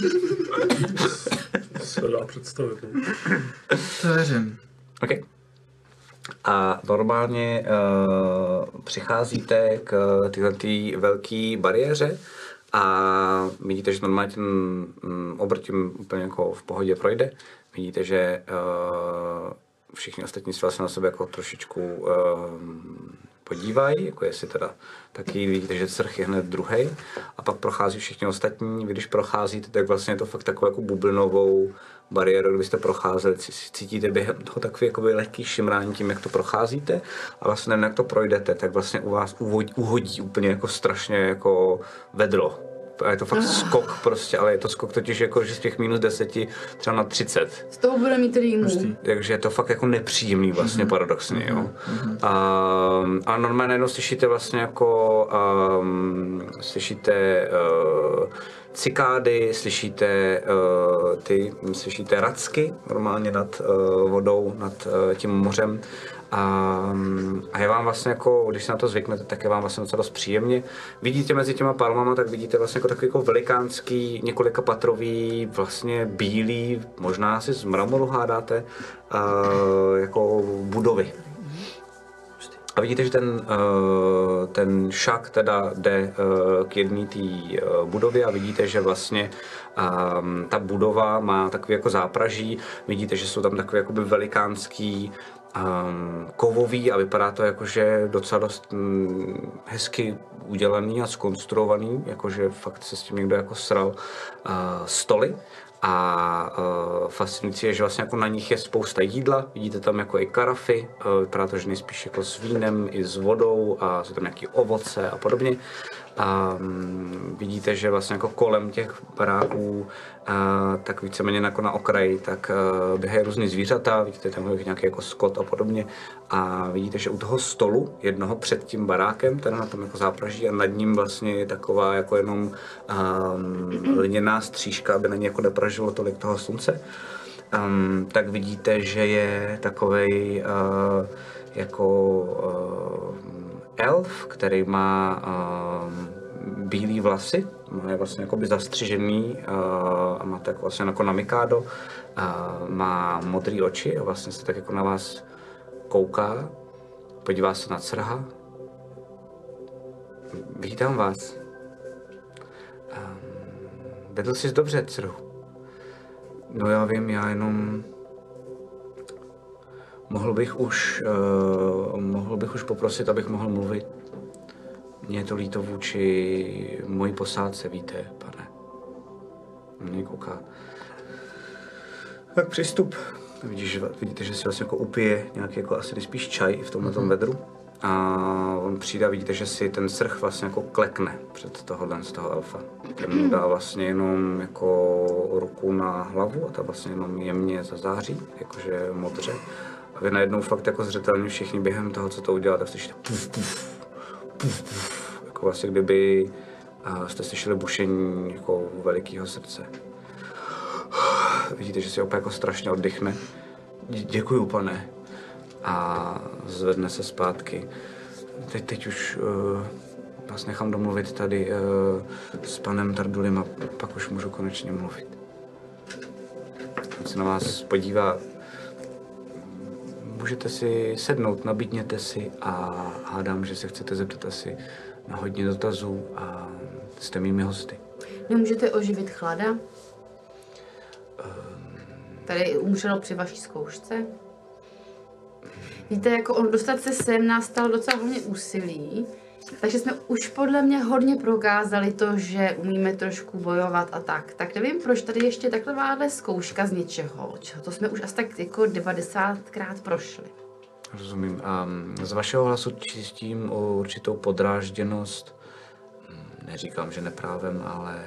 Speaker 4: Se dá představit.
Speaker 5: To věřím.
Speaker 2: Okay. A normálně přicházíte k této velké bariéře a vidíte, že normálně ten obr tím úplně jako v pohodě projde. Vidíte, že všichni ostatní se vlastně na sebe jako trošičku podívají, jako jestli teda taky vidíte, že Crch je hned druhej a pak prochází všichni ostatní. Vy když procházíte, tak vlastně je to fakt takovou jako bublinovou bariéru, kdybyste procházeli, cítíte během toho takový jakoby lehký šimrání tím, jak to procházíte a vlastně nevím, jak to projdete, tak vlastně u vás uhodí úplně jako strašně jako vedro. A je to fakt skok prostě, ale je to skok totiž jako, že z těch -10 třeba na 30.
Speaker 3: Z toho bude mít rýmu.
Speaker 2: Takže je to fakt jako nepříjemný vlastně paradoxně, jo. A normálně najednou slyšíte vlastně jako, slyšíte cikády, slyšíte racky normálně nad vodou, nad tím mořem. A je vám vlastně jako, když se na to zvyknete, tak je vám vlastně docela dost příjemně. Vidíte mezi těma palmama, tak vidíte vlastně jako takový jako velikánský, několikapatrový, vlastně bílý, možná si z mramoru hádáte, jako budovy. A vidíte, že ten šak teda jde k jedné té budově a vidíte, že vlastně ta budova má takový jako zápraží. Vidíte, že jsou tam takové jakoby velikánský kovový a vypadá to jakože docela dost hezky udělaný a zkonstruovaný, jakože fakt se s tím někdo jako sral stoly. A fascinující je, že vlastně jako na nich je spousta jídla, vidíte tam jako i karafy, vypadá to, že nejspíš jako s vínem i s vodou a jsou tam nějaké ovoce a podobně. A vidíte, že vlastně jako kolem těch baráků, tak víceméně jako na okraji, tak běhají různý zvířata, vidíte tam nějaký jako skot a podobně. A vidíte, že u toho stolu, jednoho před tím barákem, teda na tom jako zápraží a nad ním vlastně je taková jako jenom lněná střížka, aby na ní jako nepražilo tolik toho slunce. Tak vidíte, že je takovej elf, který má bílé vlasy, je vlastně jakoby zastřižený a má tak vlastně jako na Mikado, má modré oči a vlastně se tak jako na vás kouká, podívá se na Crha. Vítám vás. Vedl jsi dobře, Crhu. No já vím, já jenom mohl bych už poprosit, abych mohl mluvit. Mně je to líto vůči mojí posádce, víte, pane. Mě kouká. Tak přistup. Vidíte, že si vlastně jako upije nějaký jako asi nejspíš čaj v tomhle vedru. A on přijde a vidíte, že si ten Crch vlastně jako klekne před z toho elfa. Ten mu dá vlastně jenom jako ruku na hlavu a ta vlastně jenom jemně zazáří, jakože modře. A vy najednou fakt jako zřetelně všichni během toho, co to udělá, tak slyšíte puf, puf, puf, puf. Jako vlastně kdyby jste slyšeli bušení jako velikého srdce. Vidíte, že si opět jako strašně oddychne. Děkuju, pane. A zvedne se zpátky. Teď už vás nechám domluvit tady s panem Tardulim a pak už můžu konečně mluvit. On se na vás podívá. Můžete si sednout, nabídněte si a hádám, že se chcete zeptat asi na hodně dotazů a jste mými hosty.
Speaker 3: Nemůžete oživit Chlada? Tady umřelo při vaší zkoušce. Víte, jako on dostat se sem nás stalo docela hodně úsilí, takže jsme už podle mě hodně prokázali to, že umíme trošku bojovat a tak. Tak nevím, proč tady ještě takováhle zkouška z něčeho, to jsme už asi tak jako 90krát prošli.
Speaker 2: Rozumím. A z vašeho hlasu čistím o určitou podrážděnost. Neříkám, že neprávem, ale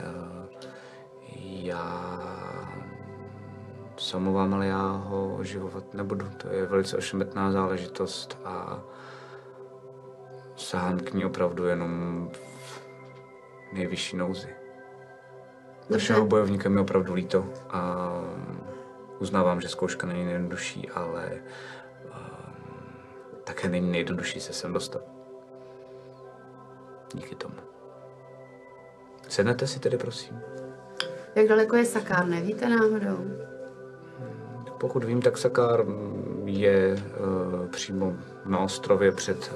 Speaker 2: já se omlouvám, ale já ho oživovat nebudu. To je velice ošemetná záležitost a sahám k ní opravdu jenom v nejvyšší nouzi. Našeho bojovníka mi opravdu líto a uznávám, že zkouška není nejjednodušší, ale také není nejjednodušší se sem dostat. Díky tomu. Sednete si tedy, prosím.
Speaker 3: Jak daleko je Sakár, nevíte náhodou?
Speaker 2: Pokud vím, tak Sakár je přímo na ostrově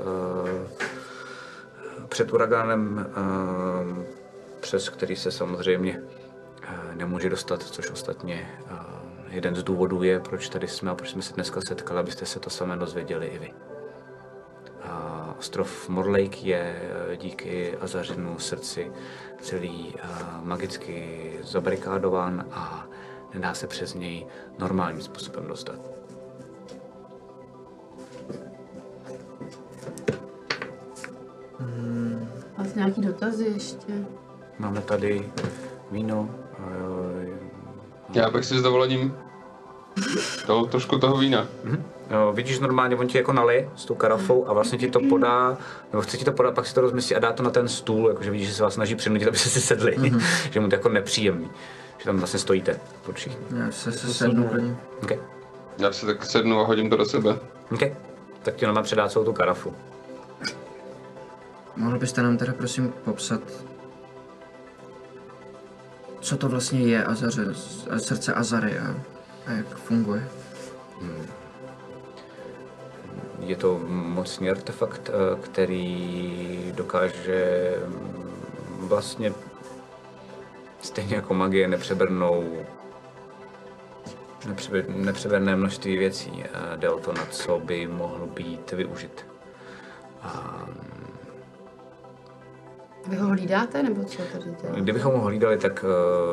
Speaker 2: před uragánem, přes který se samozřejmě nemůže dostat, což ostatně jeden z důvodů je, proč tady jsme a proč jsme se dneska setkali, abyste se to samé dozvěděli i vy. Ostrov Morlake je díky Azařinu srdci celý magicky zabarikádován a nedá se přes něj normálním způsobem dostat.
Speaker 3: Máte nějaký dotazy ještě?
Speaker 2: Máme tady víno.
Speaker 6: Já bych si s dovolením dal trošku toho vína.
Speaker 2: Vidíš normálně, on ti jako nalije s tou karafou a vlastně ti to podá, nebo chce ti to podat, pak si to rozmyslí a dá to na ten stůl, jakože vidíš, že se vás snaží přinutit, aby si sedli, že mu to jako nepříjemný, že tam vlastně stojíte pod všichni.
Speaker 5: Já se sednu pro ně.
Speaker 2: Okay.
Speaker 6: Já si tak sednu a hodím to do sebe.
Speaker 2: Okay. Tak ti normálně předá celou tu karafu.
Speaker 5: Mohl byste nám teda prosím popsat, co to vlastně je srdce Azary a jak funguje?
Speaker 2: Je to mocný artefakt, který dokáže vlastně stejně jako magie nepřeberné množství věcí. Jde o to, na co by mohl být využit.
Speaker 3: Vy ho hlídáte, nebo co tady děláte?
Speaker 2: Kdybychom ho hlídali, tak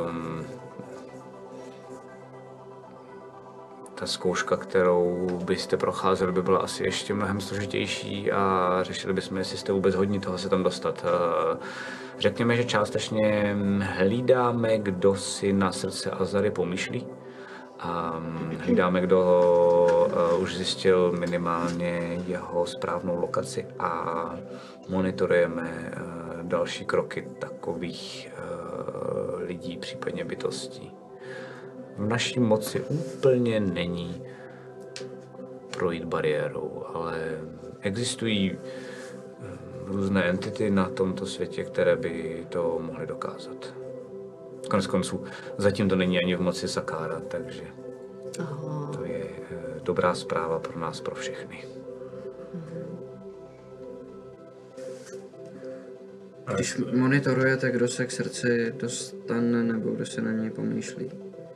Speaker 2: ta zkouška, kterou byste procházeli, by byla asi ještě mnohem složitější a řešili bychom, jestli jste vůbec hodní toho se tam dostat. Řekněme, že částečně hlídáme, kdo si na srdce Azary pomýšlí. A hlídáme, kdo už zjistil minimálně jeho správnou lokaci a monitorujeme další kroky takových lidí, případně bytostí. V naší moci úplně není projít bariérou, ale existují různé entity na tomto světě, které by to mohly dokázat. Konec konců, zatím to není ani v moci Sakára, takže to je dobrá zpráva pro nás, pro všechny.
Speaker 5: Když monitorujete, kdo se k srdci dostane, nebo kdo se na něj pomýšlí?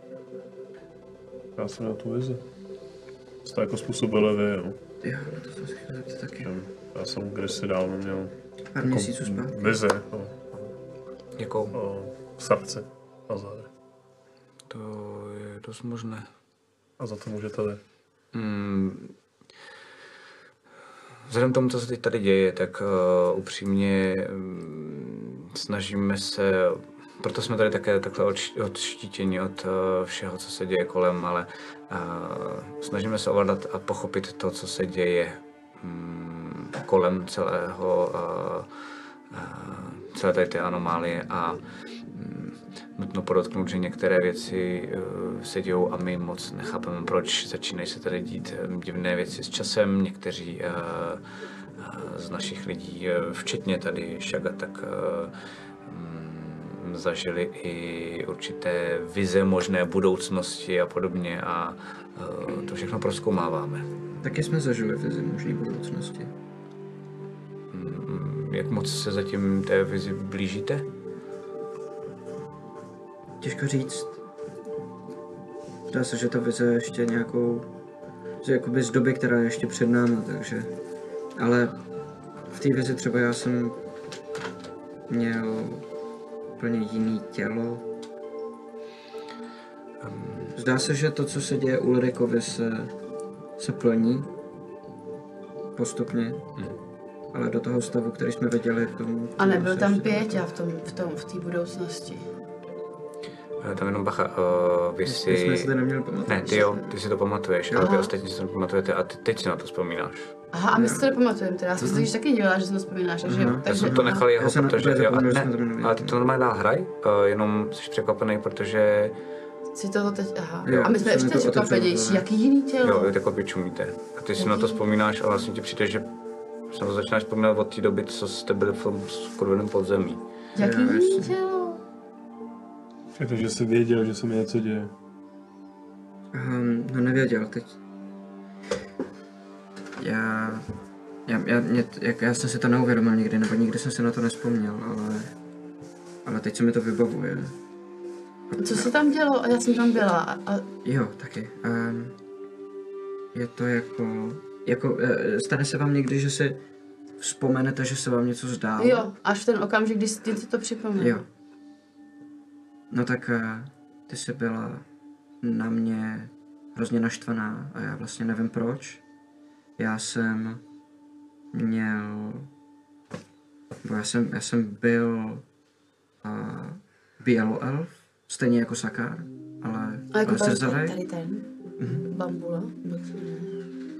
Speaker 4: Já jsem na tu vizi. Jste jako způsobili vy, jo.
Speaker 5: Já na to jsem si chtěl zeptat taky.
Speaker 4: Já jsem kdysi dávno měl
Speaker 5: Pár měsíců zpátky.
Speaker 4: vizi
Speaker 2: Jakou?
Speaker 4: o srdci Azary.
Speaker 2: To je dost možné.
Speaker 4: A za to můžete vy.
Speaker 2: Vzhledem k tomu, co se teď tady děje, tak upřímně snažíme se, proto jsme tady také takhle odštítěni od všeho, co se děje kolem, ale snažíme se ovládat a pochopit to, co se děje kolem celé tady té anomálie a nutno podotknout, že některé věci se dějou a my moc nechápeme, proč. Začínají se tady dít divné věci s časem. Někteří z našich lidí, včetně tady Šaga, tak zažili i určité vize možné budoucnosti a podobně a to všechno prozkoumáváme.
Speaker 5: Taky jsme zažili vizi možné budoucnosti.
Speaker 2: Jak moc se zatím té vizi blížíte?
Speaker 5: Těžko říct. Zdá se, že ta vize je ještě nějakou, že jakoby z doby, která je ještě před námi, takže. Ale v té vizi třeba já jsem měl úplně jiný tělo. Zdá se, že to, co se děje Ulrikovi, se plní postupně. Ale do toho stavu, který jsme viděli, tomu...
Speaker 3: A nebyl tam Pěťa v té budoucnosti.
Speaker 2: Tam jenom bacha, vy
Speaker 5: My
Speaker 2: si...
Speaker 5: jsme si to neměli pamatovat.
Speaker 2: Ne, ty jo, ty si to pamatuješ, ale vy ostatní si to pamatujete a ty teď si na to vzpomínáš.
Speaker 3: Aha, a my si to nepamatujeme, teda já jsem se totiž taky dívala, že jsem to vzpomínáš, takže...
Speaker 2: Já jsem to nechal jeho,
Speaker 7: Já jsem
Speaker 2: protože...
Speaker 7: úplně
Speaker 2: Jo,
Speaker 7: zapomněl, že
Speaker 2: ne,
Speaker 7: jsme to neměli.
Speaker 2: ale ty to normálně dál hraj, jenom jsi překvapený, protože...
Speaker 3: Si to teď, aha.
Speaker 7: Jo,
Speaker 3: A my jsme
Speaker 7: jsem
Speaker 3: ještě
Speaker 7: to
Speaker 3: překvapenější,
Speaker 7: otevřel,
Speaker 3: jaký jiný tělo.
Speaker 2: Jo, vy takhle čumíte. A ty si na to vzpomínáš a vlastně ti přijde, že se to začínáš vzpomínat od té doby, co jste byli v tom skurveném podzemí.
Speaker 3: Jaký
Speaker 7: Jo,
Speaker 3: jiný
Speaker 7: jasně.
Speaker 3: tělo?
Speaker 4: Takže jsi věděl, že se mi něco děje.
Speaker 7: No nevěděl teď. Já jsem si to neuvědomil nikdy, nebo nikdy jsem si na to nespomněl, ale teď se mi to vybavuje.
Speaker 3: Co se tam dělo? A já jsem tam byla. A
Speaker 7: Jo, taky. Je to jako stane se vám někdy, že si vzpomenete, že se vám něco zdálo?
Speaker 3: jo, až v ten okamžik, když ti to připomněl.
Speaker 7: Jo. No tak ty jsi byla na mě hrozně naštvaná a já vlastně nevím proč. Já jsem měl... Bo já jsem byl běloelf, stejně jako Sakar, ale
Speaker 3: A jako
Speaker 7: zrzavej.
Speaker 3: tady ten? Bambula? No, co ne?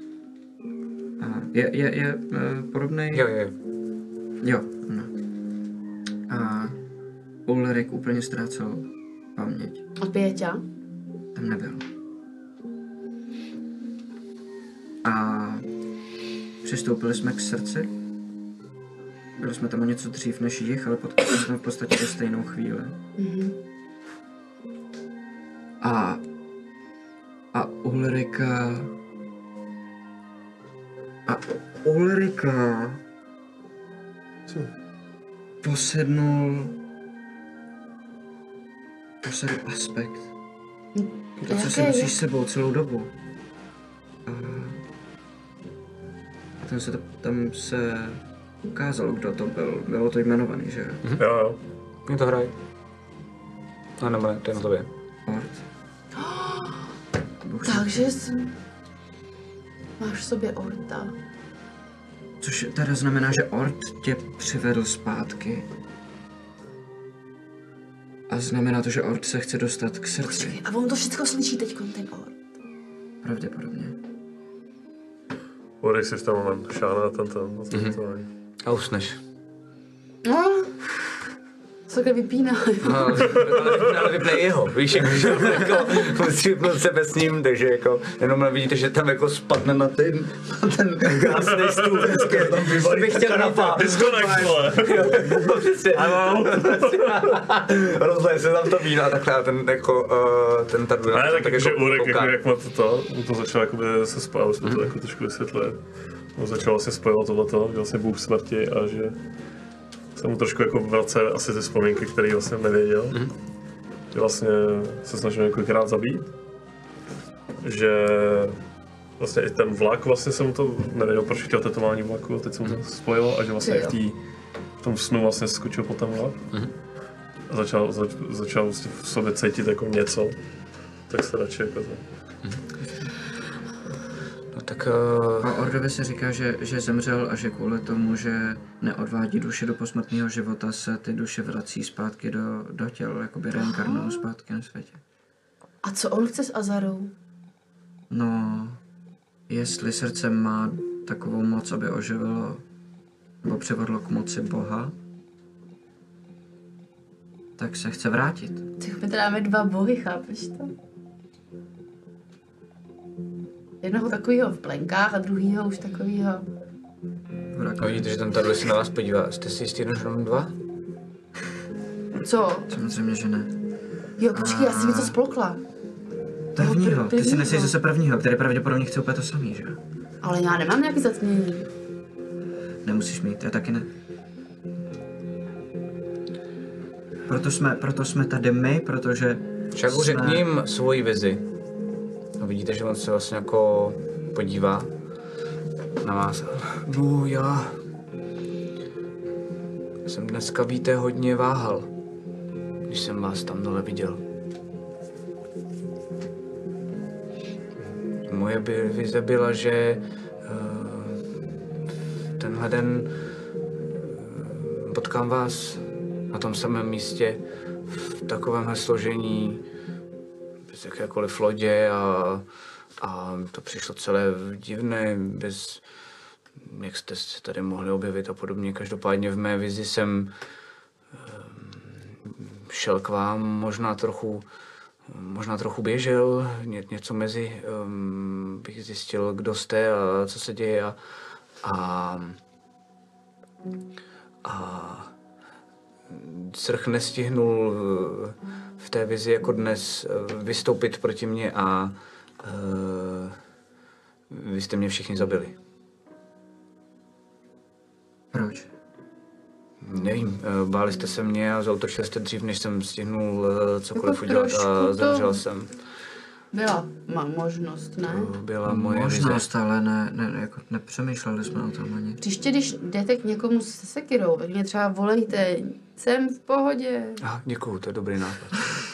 Speaker 7: Je podobný.
Speaker 2: Jo.
Speaker 7: Jo, no. A Ulrik úplně ztrácel paměť.
Speaker 3: A Pěťa?
Speaker 7: Tam nebyl. A přistoupili jsme k srdci. Byli jsme tam o něco dřív než jich, ale potkali jsme v podstatě ve stejnou chvíli. A Ulrika
Speaker 4: Co?
Speaker 7: posednul aspekt. To, co si
Speaker 3: Jaké
Speaker 7: nosíš
Speaker 3: je?
Speaker 7: s sebou celou dobu. A tam se ukázalo, kdo to byl. Bylo to jmenovaný, že jo?
Speaker 4: Jo.
Speaker 2: Mě to hraj. A nebo ne, to je na tobě.
Speaker 7: Ort.
Speaker 3: Takže máš v sobě orta.
Speaker 7: Což teda znamená, že Ort tě přivedl zpátky. A znamená to, že Ort se chce dostat k srdci.
Speaker 3: A on to všechno slyší teď, ten ort.
Speaker 7: Pravděpodobně.
Speaker 4: Odej si v ten moment šána to.
Speaker 2: A usneš.
Speaker 3: No, co takhle vypíná.
Speaker 2: No, ale vypne jeho, víš, jako musí vypnout sebe s ním, takže jako jenom vidíte, že tam jako spadne na ten krásný stůl, vždycky tam vyvalí kanapa.
Speaker 4: Disconnect, vole.
Speaker 2: Ano. Rozleje se tam to víno a takhle a ten jako, ten tady
Speaker 4: Ne, tak že Ulrik,
Speaker 2: kouká.
Speaker 4: jak má to začal jakoby se spojovat, jsme to jako trošku vysvětlili. On začal vlastně spojovat tohleto, že vlastně Bůh smrti a že se mu trošku jako vracel asi ze vzpomínky, který vlastně nevěděl. Že vlastně se snažil několikrát zabít. Že vlastně i ten vlak, vlastně se mu to nevěděl, proč chtěl tetování vlaku, teď se mu to spojilo a že vlastně v tom snu vlastně skočil po ten vlak. A začal vlastně v sobě cítit jako něco, tak se radši jako to.
Speaker 2: No tak...
Speaker 7: A Ordovi se říká, že zemřel a že kvůli tomu, že neodvádí duše do posmrtného života, se ty duše vrací zpátky do těla, jakoby reinkarnují zpátky na světě.
Speaker 3: A co on chce s Azarou?
Speaker 7: No, jestli srdce má takovou moc, aby oživilo nebo přivedlo k moci Boha, tak se chce vrátit.
Speaker 3: Tak my teda máme dva bohy, chápeš to? Jednoho takového v plenkách a druhýho už takového.
Speaker 2: No vidíte, že ten tady se na vás podívá. Jste si jistý jenom dva?
Speaker 3: Co?
Speaker 7: Samozřejmě, že ne.
Speaker 3: Jo, počkej, já si něco splokla.
Speaker 7: Prvního, ty si
Speaker 3: prvního.
Speaker 7: neseš zase prvního, který pravděpodobně chce úplně to samý, že jo?
Speaker 3: Ale já nemám nějaký zatmění.
Speaker 7: Nemusíš mít, já taky ne. Proto jsme tady my, protože
Speaker 2: Však řekni jim svoji vizi. No vidíte, že on se vlastně jako podívá na vás. No já jsem dneska, víte, hodně váhal, když jsem vás tam dole viděl. Moje vize byla, že tenhle den potkám vás na tom samém místě v takovémhle složení, bez jakékoliv lodě a to přišlo celé divné, bez jak jste se tady mohli objevit a podobně. Každopádně v mé vizi jsem šel k vám, možná trochu běžel, něco mezi, bych zjistil, kdo jste a co se děje a Srch nestihnul v té vizi jako dnes vystoupit proti mně a vy jste mě všichni zabili.
Speaker 7: Proč?
Speaker 2: Nevím, báli jste se mě a zaútočili jste dřív, než jsem stihnul cokoliv
Speaker 3: Jako
Speaker 2: udělat
Speaker 3: trošku
Speaker 2: a
Speaker 3: to-
Speaker 2: zemřel jsem.
Speaker 3: Byla možnost, ne?
Speaker 2: To byla moje vize.
Speaker 7: Možnost, ale ne, jako nepřemýšleli jsme o tom ani.
Speaker 3: Příště, když jdete k někomu se sekirou, tak mě třeba volejte, jsem v pohodě.
Speaker 2: Děkuju, to je dobrý nápad.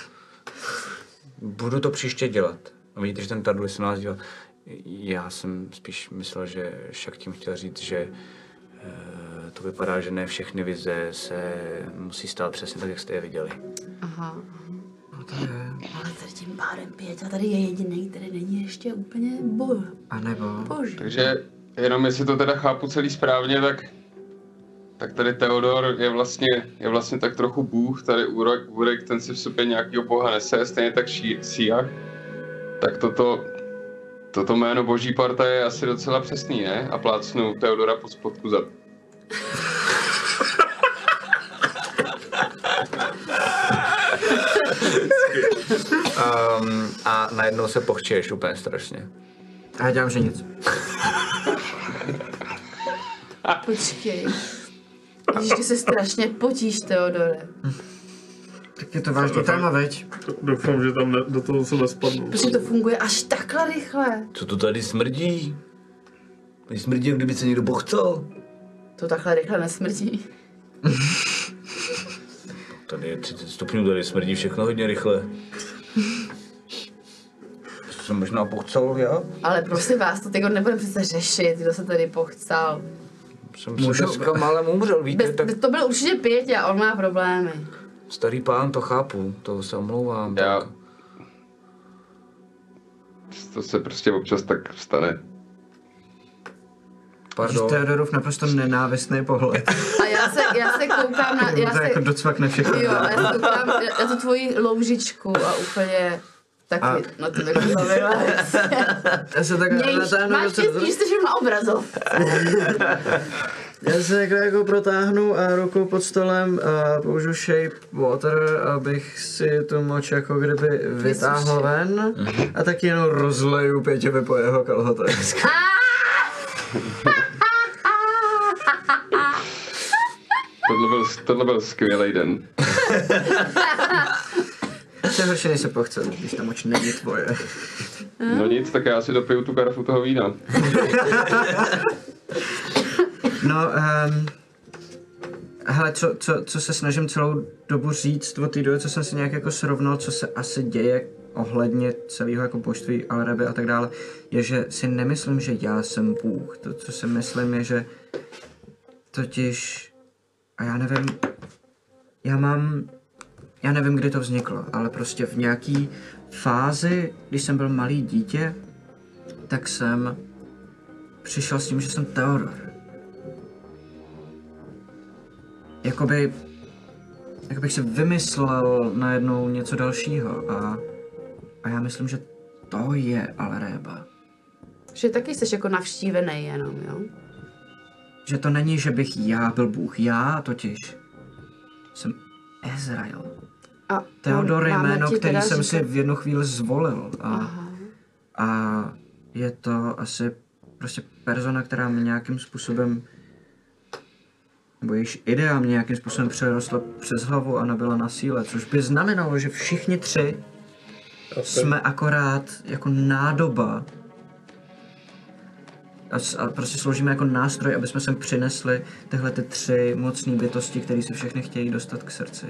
Speaker 2: Budu to příště dělat. A vidíte, že ten Tardul se na nás díval. Já jsem spíš myslel, že však tím chtěl říct, že to vypadá, že ne všechny vize se musí stát přesně tak, jak jste je viděli.
Speaker 3: Aha.
Speaker 7: No to je.
Speaker 3: Ale tady tím pádem Pěťa tady je jediný, který není ještě úplně
Speaker 7: A nebo.
Speaker 3: boží.
Speaker 6: Takže jenom jestli to teda chápu celý správně, tak tady Theodor je vlastně tak trochu bůh, tady Urek ten si v sobě nějakýho boha nese, stejně tak Siach. Tak toto jméno boží parta je asi docela přesný, ne? A plácnu Theodora pod spodku zad.
Speaker 2: A najednou se pochčuješ úplně strašně.
Speaker 7: A já dělám, že nic.
Speaker 3: Počkej. Ježiš, ty se strašně potíš, Teodore.
Speaker 7: Tak je to vážný téma, veď?
Speaker 4: Doufám, že tam do toho se nespadnu.
Speaker 3: Protože to funguje až takhle rychle.
Speaker 2: Co to tady smrdí? Tady smrdí, jak kdyby se někdo pochcel.
Speaker 3: To takhle rychle nesmrdí.
Speaker 2: Tady je 30 stupňů, tady smrdí všechno hodně rychle. Jsem možná pochcel, já?
Speaker 3: Ale prosím vás, to teď nebudeme přece řešit, kdo se tady pochcal.
Speaker 2: Jsem se dneska málem umřel, víte, tak
Speaker 3: To byl určitě Pěťa, on má problémy.
Speaker 2: starý pán, to chápu, to se omlouvám.
Speaker 6: Já...
Speaker 2: Tak.
Speaker 6: To se prostě občas tak stane.
Speaker 2: Pardon.
Speaker 7: Theodorův naprosto nenávistný pohled.
Speaker 3: A já se koukám na...
Speaker 7: To jako docvakne všechno.
Speaker 3: Jo, a já se koukám na tu tvoji loužičku a úplně taky na to jako bavila.
Speaker 7: Já se tak natáhnu
Speaker 3: Máš štěstí, že jsi na obrazovce.
Speaker 7: Já se takhle jako protáhnu a ruku pod stolem a použiju Shape Water, abych si tu moč jako kdyby vytáhl ven a tak jenom rozleju Pěťovi po jeho kalhotech.
Speaker 6: Tohle byl skvělý den.
Speaker 7: To je horší, než se pochce, když ta moč není tvoje.
Speaker 6: No nic, tak já si dopiju tu karfu toho vína.
Speaker 7: No, hele, co se snažím celou dobu říct od té doby, co jsem si nějak jako srovnal, co se asi děje ohledně celého jako božství Alreby a tak dále, je, že si nemyslím, že já jsem Bůh. To, co si myslím, je, že totiž, a já nevím, kdy to vzniklo, ale prostě v nějaký fázi, když jsem byl malý dítě, tak jsem přišel s tím, že jsem Theodor. Jakoby bych si vymyslel najednou něco dalšího a já myslím, že to je Alreba.
Speaker 3: Že taky jsi jako navštívený jenom, jo?
Speaker 7: Že to není, že bych já byl Bůh. Já totiž jsem Ezrael.
Speaker 3: A
Speaker 7: Theodor je
Speaker 3: máme
Speaker 7: jméno,
Speaker 3: ti
Speaker 7: který
Speaker 3: teda
Speaker 7: jsem si
Speaker 3: říkat-
Speaker 7: v jednu chvíli zvolil.
Speaker 3: Aha.
Speaker 7: A je to asi prostě persona, která mě nějakým způsobem, nebo jejíž idea mě nějakým způsobem přerostla přes hlavu a nabyla na síle, což by znamenalo, že všichni tři jsme akorát jako nádoba a prostě sloužíme jako nástroj, aby jsme sem přinesli tyhle ty tři mocné bytosti, které si všechny chtějí dostat k srdci.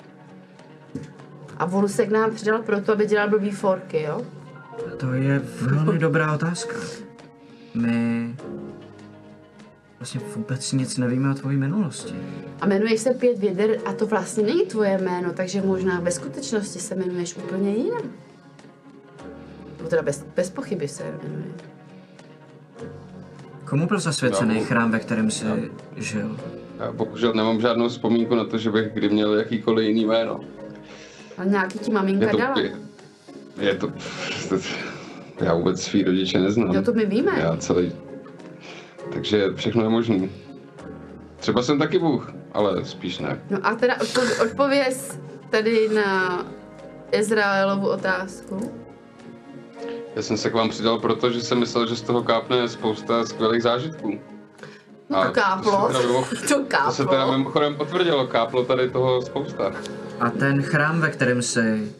Speaker 3: A on se k nám přidal proto, aby dělal blbý forky, jo?
Speaker 7: To je velmi dobrá otázka. My vlastně vůbec nic nevíme o tvojí minulosti.
Speaker 3: A jmenuješ se Pět věder a to vlastně není tvoje jméno, takže možná ve skutečnosti se jmenuješ úplně jinak. Nebo teda bez pochyby se jmenuje.
Speaker 7: Komu byl zasvěcený chrám, ve kterém jsi žil?
Speaker 6: Já bohužel nemám žádnou vzpomínku na to, že bych kdy měl jakýkoliv jiný jméno.
Speaker 3: A nějaký ti maminka dala.
Speaker 6: Je to... Já vůbec svý rodiče neznám.
Speaker 3: Jo, to my víme.
Speaker 6: Já celý... Takže všechno je možný. Třeba jsem taky Bůh, ale spíš ne.
Speaker 3: No a teda odpověz tady na Izraelovu otázku.
Speaker 6: Já jsem se k vám přidal proto, že jsem myslel, že z toho kápne spousta skvělých zážitků.
Speaker 3: No to káplo.
Speaker 6: To se teda mimochodem potvrdilo, káplo tady toho spousta.
Speaker 7: A ten chrám, ve kterém jsi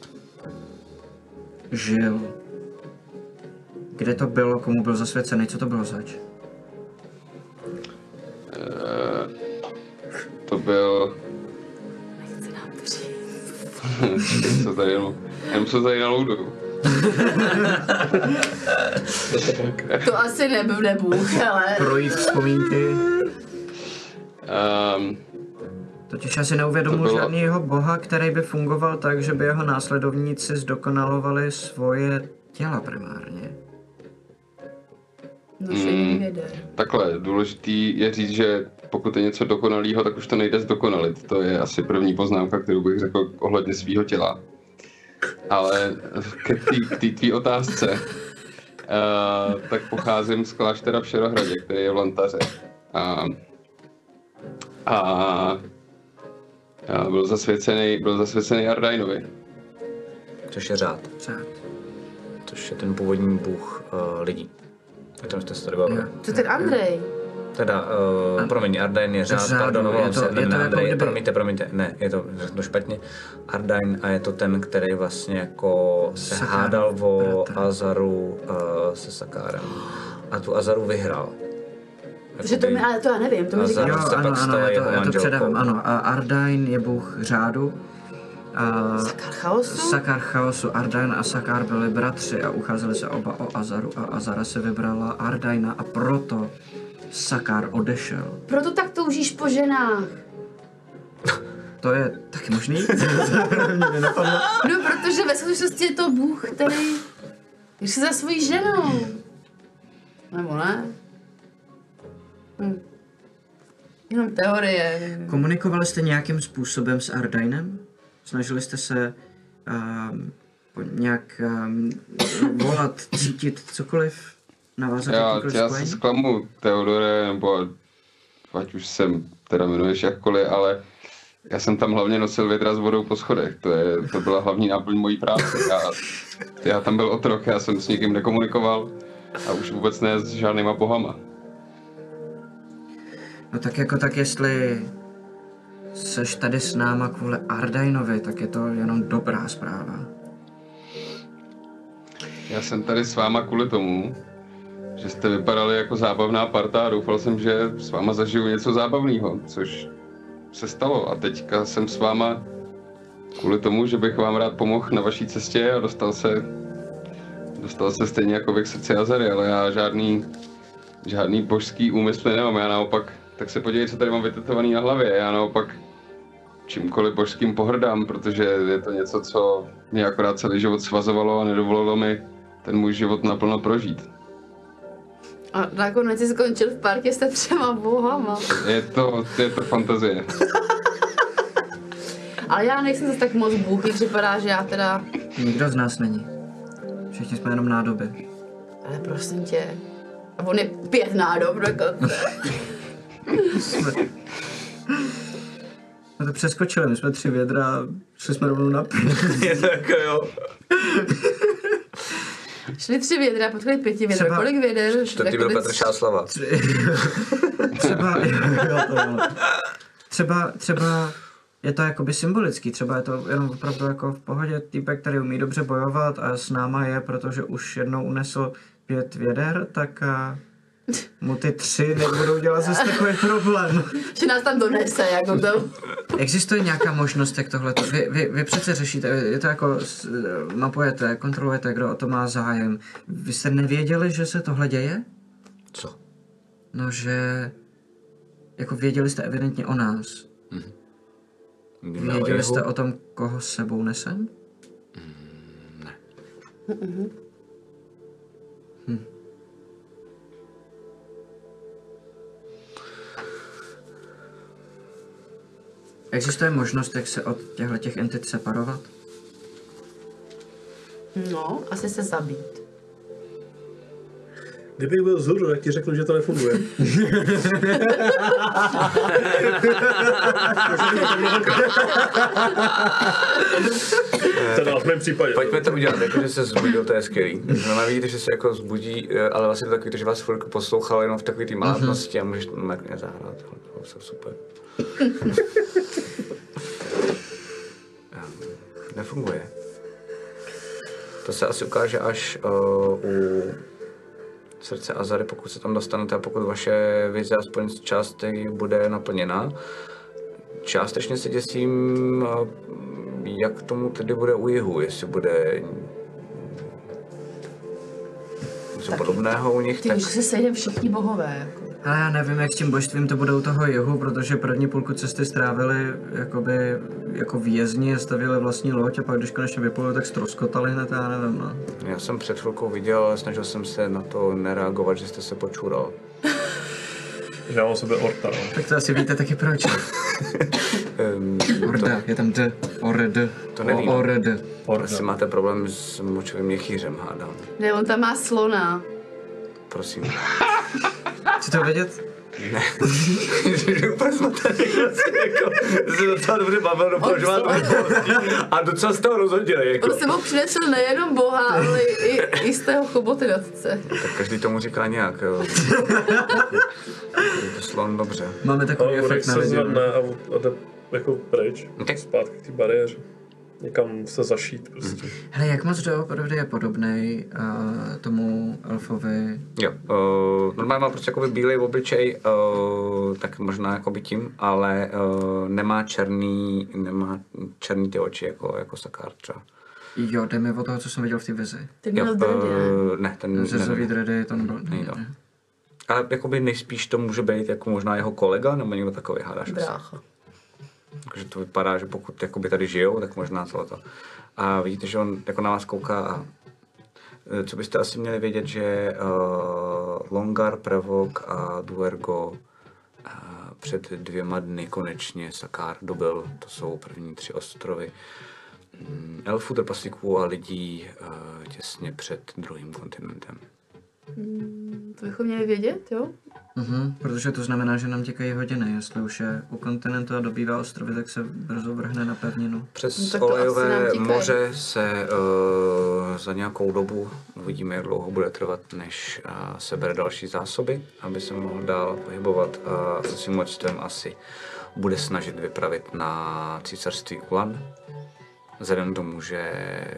Speaker 7: žil, kde to bylo, komu byl zasvěcený, co to bylo zač?
Speaker 6: To byl...
Speaker 3: Nechci nám to říct.
Speaker 6: Jenom se tady nalouduju.
Speaker 3: To asi nebude Bůh, ale...
Speaker 5: Projít vzpomínky.
Speaker 7: Totiž já si neuvědomuji žádného boha, který by fungoval tak, že by jeho následovníci zdokonalovali svoje těla primárně.
Speaker 6: Takhle, důležitý je říct, že pokud je něco dokonalého, tak už to nejde zdokonalit. To je asi první poznámka, kterou bych řekl ohledně svého těla. Ale k té tvý otázce, tak pocházím z kláštera v Šerohradě, který je v Lantaře. A byl zasvěcený Ardainovi.
Speaker 2: Což je řád. Což je ten původní bůh lidí. O tom jste se tady bavili.
Speaker 3: Co ten Andrej?
Speaker 2: Teda, promiň, Ardain je řád, pardon, Andrej, promiňte, ne, je to špatně. Ardain a je to ten, který vlastně jako se hádal o Azaru se Sakárem. A tu Azaru vyhrál.
Speaker 3: Takže to mi, ale to já nevím, to mi říká.
Speaker 7: Jo, ano, já to předávám, ano. A Ardain je bůh řádu. Sakar chaosu. Ardain a Sakar byli bratři a ucházeli se oba o Azaru a Azara se vybrala Ardaina a proto Sakar odešel.
Speaker 3: Proto tak toužíš po ženách.
Speaker 7: To je taky možný?
Speaker 3: No, protože ve skutečnosti je to bůh, který když se za svojí ženou. Nebo ne? Jenom teorie.
Speaker 7: Komunikovali jste nějakým způsobem s Ardainem? Snažili jste se nějak volat, cítit cokoliv? Navázat jakýkoliv
Speaker 6: spojení?
Speaker 7: Já se
Speaker 6: zklamu, Teodore, nebo ať už jsem teda jmenuješ jakkoliv, ale já jsem tam hlavně nosil vědra s vodou po schodech. To byla hlavní náplň mojí práce. Já tam byl otrok, já jsem s nikým nekomunikoval a už vůbec ne s žádnýma bohama.
Speaker 7: No tak jako tak, jestli seš tady s náma kvůli Ardainovi, tak je to jenom dobrá zpráva.
Speaker 6: Já jsem tady s váma kvůli tomu, že jste vypadali jako zábavná parta a doufal jsem, že s váma zažiju něco zábavného, což se stalo. A teďka jsem s váma kvůli tomu, že bych vám rád pomohl na vaší cestě a dostal se stejně jako vy k srdci Azary, ale já žádný božský úmysly nemám. Já naopak, tak se podívej, co tady mám vytetovaný na hlavě. Já naopak čímkoliv božským pohrdám, protože je to něco, co mě akorát celý život svazovalo a nedovolilo mi ten můj život naplno prožít.
Speaker 3: A nakonec jsi skončil v parku se 3 bohama.
Speaker 6: Je to fantazie.
Speaker 3: Ale já nejsem zase tak moc bůh, mi připadá, že já teda...
Speaker 7: Nikdo z nás není. Všichni jsme jenom nádoby.
Speaker 3: Ale prosím tě. A on je 5 nádob dokonce.
Speaker 7: My to přeskočili, my jsme 3 vědra a šli jsme rovnou na 5.
Speaker 2: Je to jako jo.
Speaker 3: Šli 3 vědra, potřebili 5 vědra. Kolik věder?
Speaker 2: Čtvrtý byl Petr Šáslava.
Speaker 7: Třeba je to jakoby symbolický, třeba je to jenom opravdu jako v pohodě týpek, který umí dobře bojovat a s náma je, protože už jednou unesl 5 věder, tak mu ty 3 nebudou dělat zase takový problém.
Speaker 3: Že nás tam donese, jako to.
Speaker 7: Existuje nějaká možnost, jak tohleto? Vy přece řešíte, je to jako mapujete, kontrolujete, kdo o to má zájem. Vy jste nevěděli, že se tohle děje?
Speaker 2: Co?
Speaker 7: No, že jako věděli jste evidentně o nás. Věděli jste o tom, koho s sebou nesem?
Speaker 2: Ne.
Speaker 7: Existuje možnost, jak se od těch entit separovat?
Speaker 3: No, asi se zabít.
Speaker 4: Kdybych byl vzhůru, tak ti řeknu, že to nefunguje. Teda v mém případě.
Speaker 2: Pojďme to udělat, jakože se zbudil, to je skvělý. Znamená, vidíte, že se jako zbudí, ale vlastně to takový, že vás chvilku poslouchal jenom v takové té malátnosti a můžeš mě zahrát. To je super. Nefunguje. To se asi ukáže až u srdce Azary, pokud se tam dostanete a pokud vaše vize aspoň z části bude naplněna. Částečně se děsím, jak tomu tedy bude u jihu, jestli bude něco podobného u nich.
Speaker 3: Ty už se sejdeme všichni bohové. Jako.
Speaker 7: Ale já nevím, jak s tím božstvím to bude u toho jihu, protože první půlku cesty strávili jako vězni, stavěli vlastní loď a pak když konečně vypluli, tak ztroskotali hned, já nevím, no.
Speaker 2: Já jsem před chvilkou viděl, ale snažil jsem se na to nereagovat, že jste se počural.
Speaker 4: Já mám sebe orta, no.
Speaker 7: Tak to asi víte taky proč. Orda, je tam D, ORD,
Speaker 2: To nevím.
Speaker 7: ORD.
Speaker 2: Asi máte problém s močovým měchýřem, hádám.
Speaker 3: Ne, on tam má slona.
Speaker 2: Prosím.
Speaker 7: Chci to vědět?
Speaker 2: Ne. Úplně zmatený, jako, se docela dobře bavil, dopožoval a docela z toho rozhodil, jako.
Speaker 3: On sebou přinesl nejenom boha, ale i jistého chobotydatce.
Speaker 2: Tak každý tomu říká nějak, jo. Je to slon dobře.
Speaker 7: Máme takový
Speaker 4: Ale
Speaker 7: efekt na
Speaker 4: se
Speaker 7: lidi.
Speaker 4: zvedne a jde jako pryč,
Speaker 2: Okay.
Speaker 4: zpátky k té bariéře. Někam se zašít prostě.
Speaker 7: Hele, jak moc doopravdy je podobnej tomu elfovi?
Speaker 2: Jo, normálně má prostě jakoby bílej obličej, tak možná jakoby tím, ale nemá černý ty oči jako Sakár třeba.
Speaker 7: Jo, jde mi o toho, co jsem viděl v té vizi.
Speaker 3: Ten měl dredy,
Speaker 2: ne, ten
Speaker 7: Řezový dredy, to nebyl.
Speaker 2: nejde. Ale jakoby nejspíš to může být jako možná jeho kolega, nebo někdo takový, hádáš asi.
Speaker 3: brácha.
Speaker 2: Takže to vypadá, že pokud jakoby tady žijou, tak možná tohleto. A vidíte, že on jako na vás kouká a co byste asi měli vědět, že Longar, Prevok a Duergo před 2 dny konečně Sakár dobil, to jsou první 3 ostrovy elfů, trpaslíků a lidí těsně před druhým kontinentem.
Speaker 3: To bychom měli vědět, jo?
Speaker 7: Protože to znamená, že nám těkají hodiny. Jestli už je u kontinentu a dobývá ostrovy, tak se brzo vrhne na pevninu.
Speaker 2: Přes
Speaker 3: No tak to asi
Speaker 2: olejové
Speaker 3: nám těkají.
Speaker 2: moře se za nějakou dobu, uvidíme, jak dlouho bude trvat, než sebere další zásoby, aby se mohl dál pohybovat a se svým loďstvem asi bude snažit vypravit na císařství Ulan. Vzhledem k tomu, že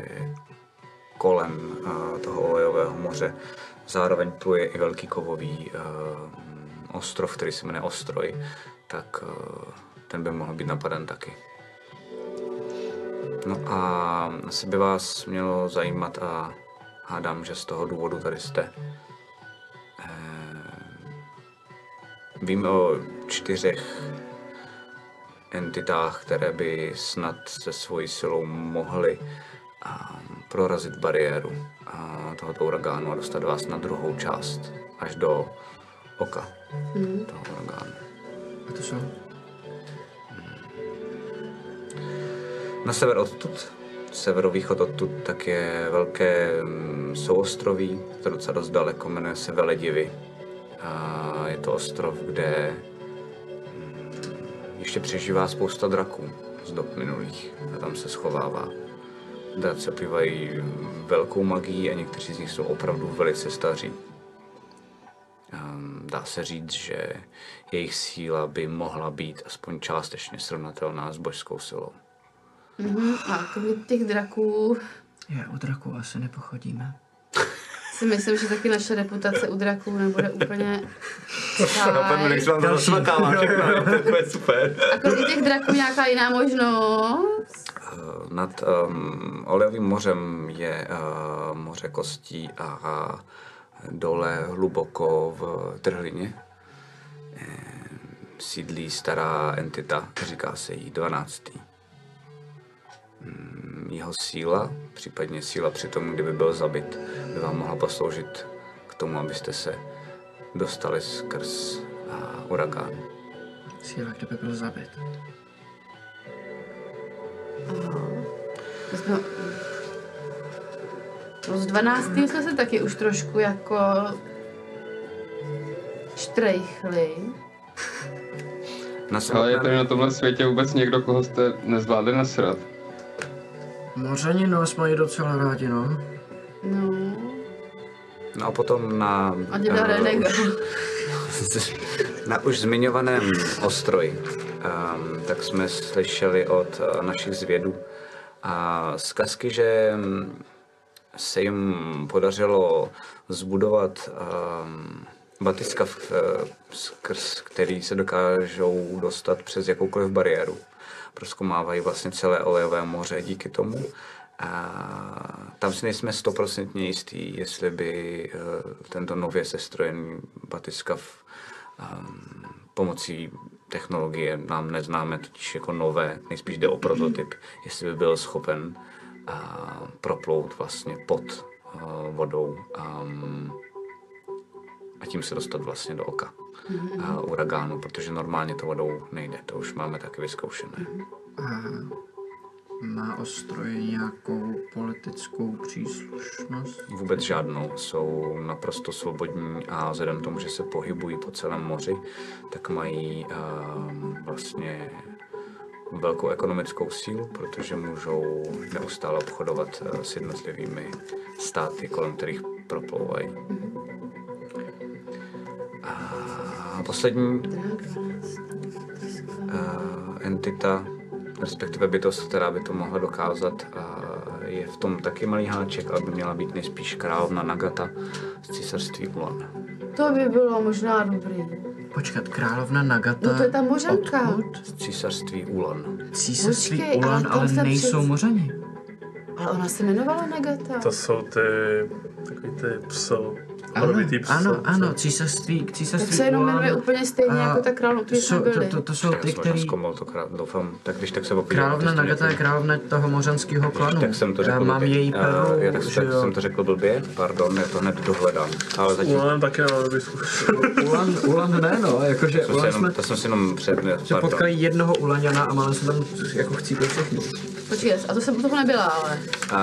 Speaker 2: kolem toho olejového moře zároveň pluje i velký kovový ostrov, který se jmenuje Ostroj, tak ten by mohl být napaden taky. No a asi by vás mělo zajímat a hádám, že z toho důvodu tady jste. Vím o 4 entitách, které by snad se svojí silou mohly prorazit bariéru tohoto uragánu a dostat vás na druhou část, až do oka toho uragánu.
Speaker 7: A to jsou?
Speaker 2: Na sever odtud, severovýchod odtud, tak je velké souostroví, to je docela dost daleko, jmenuje se Veledivy. A je to ostrov, kde ještě přežívá spousta draků z dob minulých a tam se schovává. Draci opívají velkou magii a někteří z nich jsou opravdu velice staří. Dá se říct, že jejich síla by mohla být aspoň částečně srovnatelná s božskou silou.
Speaker 3: A kromě těch draků
Speaker 7: U draků asi nepochodíme.
Speaker 3: si myslím, že taky naše reputace u draků nebude úplně
Speaker 2: To je super.
Speaker 3: A kromě těch draků nějaká jiná možnost?
Speaker 2: Nad olejovým mořem je moře kostí a dole hluboko v trhlině sídlí stará entita, říká se jí 12. Jeho síla, případně síla při tom, kdyby byl zabit, by vám mohla posloužit k tomu, abyste se dostali skrz uragán.
Speaker 7: Síla, kdyby byl zabit.
Speaker 3: My jsme... No z 12. jsme se taky už trošku jako štrejchli.
Speaker 6: Ale je tady na tomhle světě vůbec někdo, koho jste nezvládli nasrat?
Speaker 5: Mořaninu jsme ji docela rádi, no.
Speaker 3: No.
Speaker 2: No a potom na...
Speaker 3: A děda Renega.
Speaker 2: Na už zmiňovaném ostroji, tak jsme slyšeli od našich zvědů zkazky, že se jim podařilo zbudovat batiskav, skrz který se dokážou dostat přes jakoukoliv bariéru. Prozkoumávají vlastně celé olejové moře díky tomu. A tam si nejsme 100% jistí, jestli by tento nově sestrojený batiskav pomocí technologie, nám neznáme totiž jako nové, nejspíš jde o prototyp, jestli by byl schopen proplout vlastně pod vodou a tím se dostat vlastně do oka uragánu, protože normálně to vodou nejde, to už máme taky vyzkoušené.
Speaker 5: Má ostroj nějakou politickou příslušnost?
Speaker 2: Vůbec žádnou, jsou naprosto svobodní a vzhledem k tomu, že se pohybují po celém moři, tak mají vlastně velkou ekonomickou sílu, protože můžou neustále obchodovat s jednotlivými státy, kolem kterých proplouvají. A poslední entita, respektive bytost, která by to mohla dokázat, je v tom taky malý háček, ale by měla být nejspíš královna Nagata z císařství Ulan.
Speaker 3: To by bylo možná dobrý.
Speaker 5: Počkat, královna Nagata.
Speaker 3: No to je ta mořanka.
Speaker 5: Odkud?
Speaker 2: Z císařství Ulan.
Speaker 5: Císařství
Speaker 3: Počkej,
Speaker 5: Ulan,
Speaker 3: ale
Speaker 5: ale
Speaker 3: to se
Speaker 5: nejsou
Speaker 3: přes-
Speaker 5: mořani.
Speaker 3: Ale ona se jmenovala Nagata.
Speaker 4: To jsou takový ty pso.
Speaker 5: Ano,
Speaker 4: Barvitý pso.
Speaker 5: ano, císařství
Speaker 3: Tak se jenom
Speaker 5: Ulan.
Speaker 3: jmenuje úplně stejně
Speaker 5: A
Speaker 3: jako ta královna, který jsme byli.
Speaker 5: To jsou ty, který...
Speaker 2: Doufám, tak když tak se opět.
Speaker 5: Královna Nagata je královna toho mořanského klanu.
Speaker 2: Tak jsem to
Speaker 5: Já
Speaker 2: řekl
Speaker 5: mám
Speaker 2: blbě.
Speaker 5: její peru,
Speaker 2: Tak
Speaker 5: že jo.
Speaker 2: jsem to řekl blbě, pardon, já to hned dohledám. Ale zatím
Speaker 4: Ulan taky nemá dobrý zkušenost.
Speaker 5: Ulan ne, no, jakože Ulan jsme
Speaker 2: to jsem si jenom
Speaker 5: se potkali jednoho Ulaňana a máme se tam jako chcípli všechny.
Speaker 3: Počkej, a to jsem u toho nebyla, ale.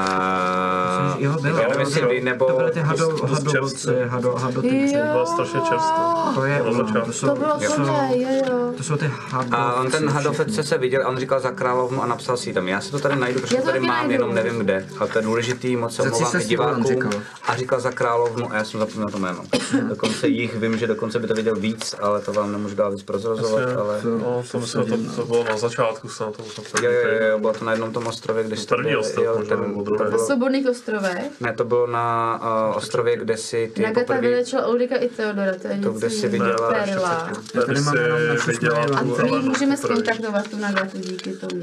Speaker 5: Jo, bylo.
Speaker 2: Já nevím, jestli vy nebo...
Speaker 5: To byly ty
Speaker 4: dost
Speaker 5: hadovodci, hadotypci.
Speaker 3: Jo.
Speaker 4: Bylo strašně čerstvo.
Speaker 5: To je
Speaker 4: Na
Speaker 5: Ulan,
Speaker 4: začátku.
Speaker 5: to
Speaker 3: To bylo tohle, jo.
Speaker 5: to jsou ty hadovci.
Speaker 2: A on ten hadovec
Speaker 5: všichni.
Speaker 2: se viděl a on říkal za královnu a napsal si ji tam. Já si to tady najdu, protože
Speaker 3: Já
Speaker 2: to
Speaker 3: to
Speaker 2: tady
Speaker 3: taky
Speaker 2: mám,
Speaker 3: najdu.
Speaker 2: jenom nevím kde. Ale to je důležitý, moc se
Speaker 5: Za
Speaker 2: omlouvám i
Speaker 5: císařství Ulan
Speaker 2: divákům.
Speaker 5: říkal.
Speaker 2: A říkal za královnu a já jsem zapomněl to jméno. Dokonce jich vím, že dokonce by to viděl víc, ale to vám nemůžu dál víc prozrazovat, ale...
Speaker 4: No, to bylo na začátku, se na to
Speaker 2: Jo, bylo to na jednom tom ostrově, kde jste
Speaker 4: První ostrov možná, nebo druhý.
Speaker 3: Na Svobodných ostrovech.
Speaker 2: Ne, to bylo na ostrově, kde si ty
Speaker 3: Nagata
Speaker 2: poprvé...
Speaker 3: vylečila Ulrika i Theodora, to je
Speaker 2: To,
Speaker 3: něco
Speaker 2: kde si
Speaker 3: jiného.
Speaker 2: viděla
Speaker 3: Perla.
Speaker 5: Já tady mám jenom naši
Speaker 4: viděla
Speaker 5: směru.
Speaker 3: A
Speaker 4: tu
Speaker 3: my ji
Speaker 4: Elenu
Speaker 3: můžeme
Speaker 4: poprvé.
Speaker 3: skontaktovat, tu Nagatu, díky tomu.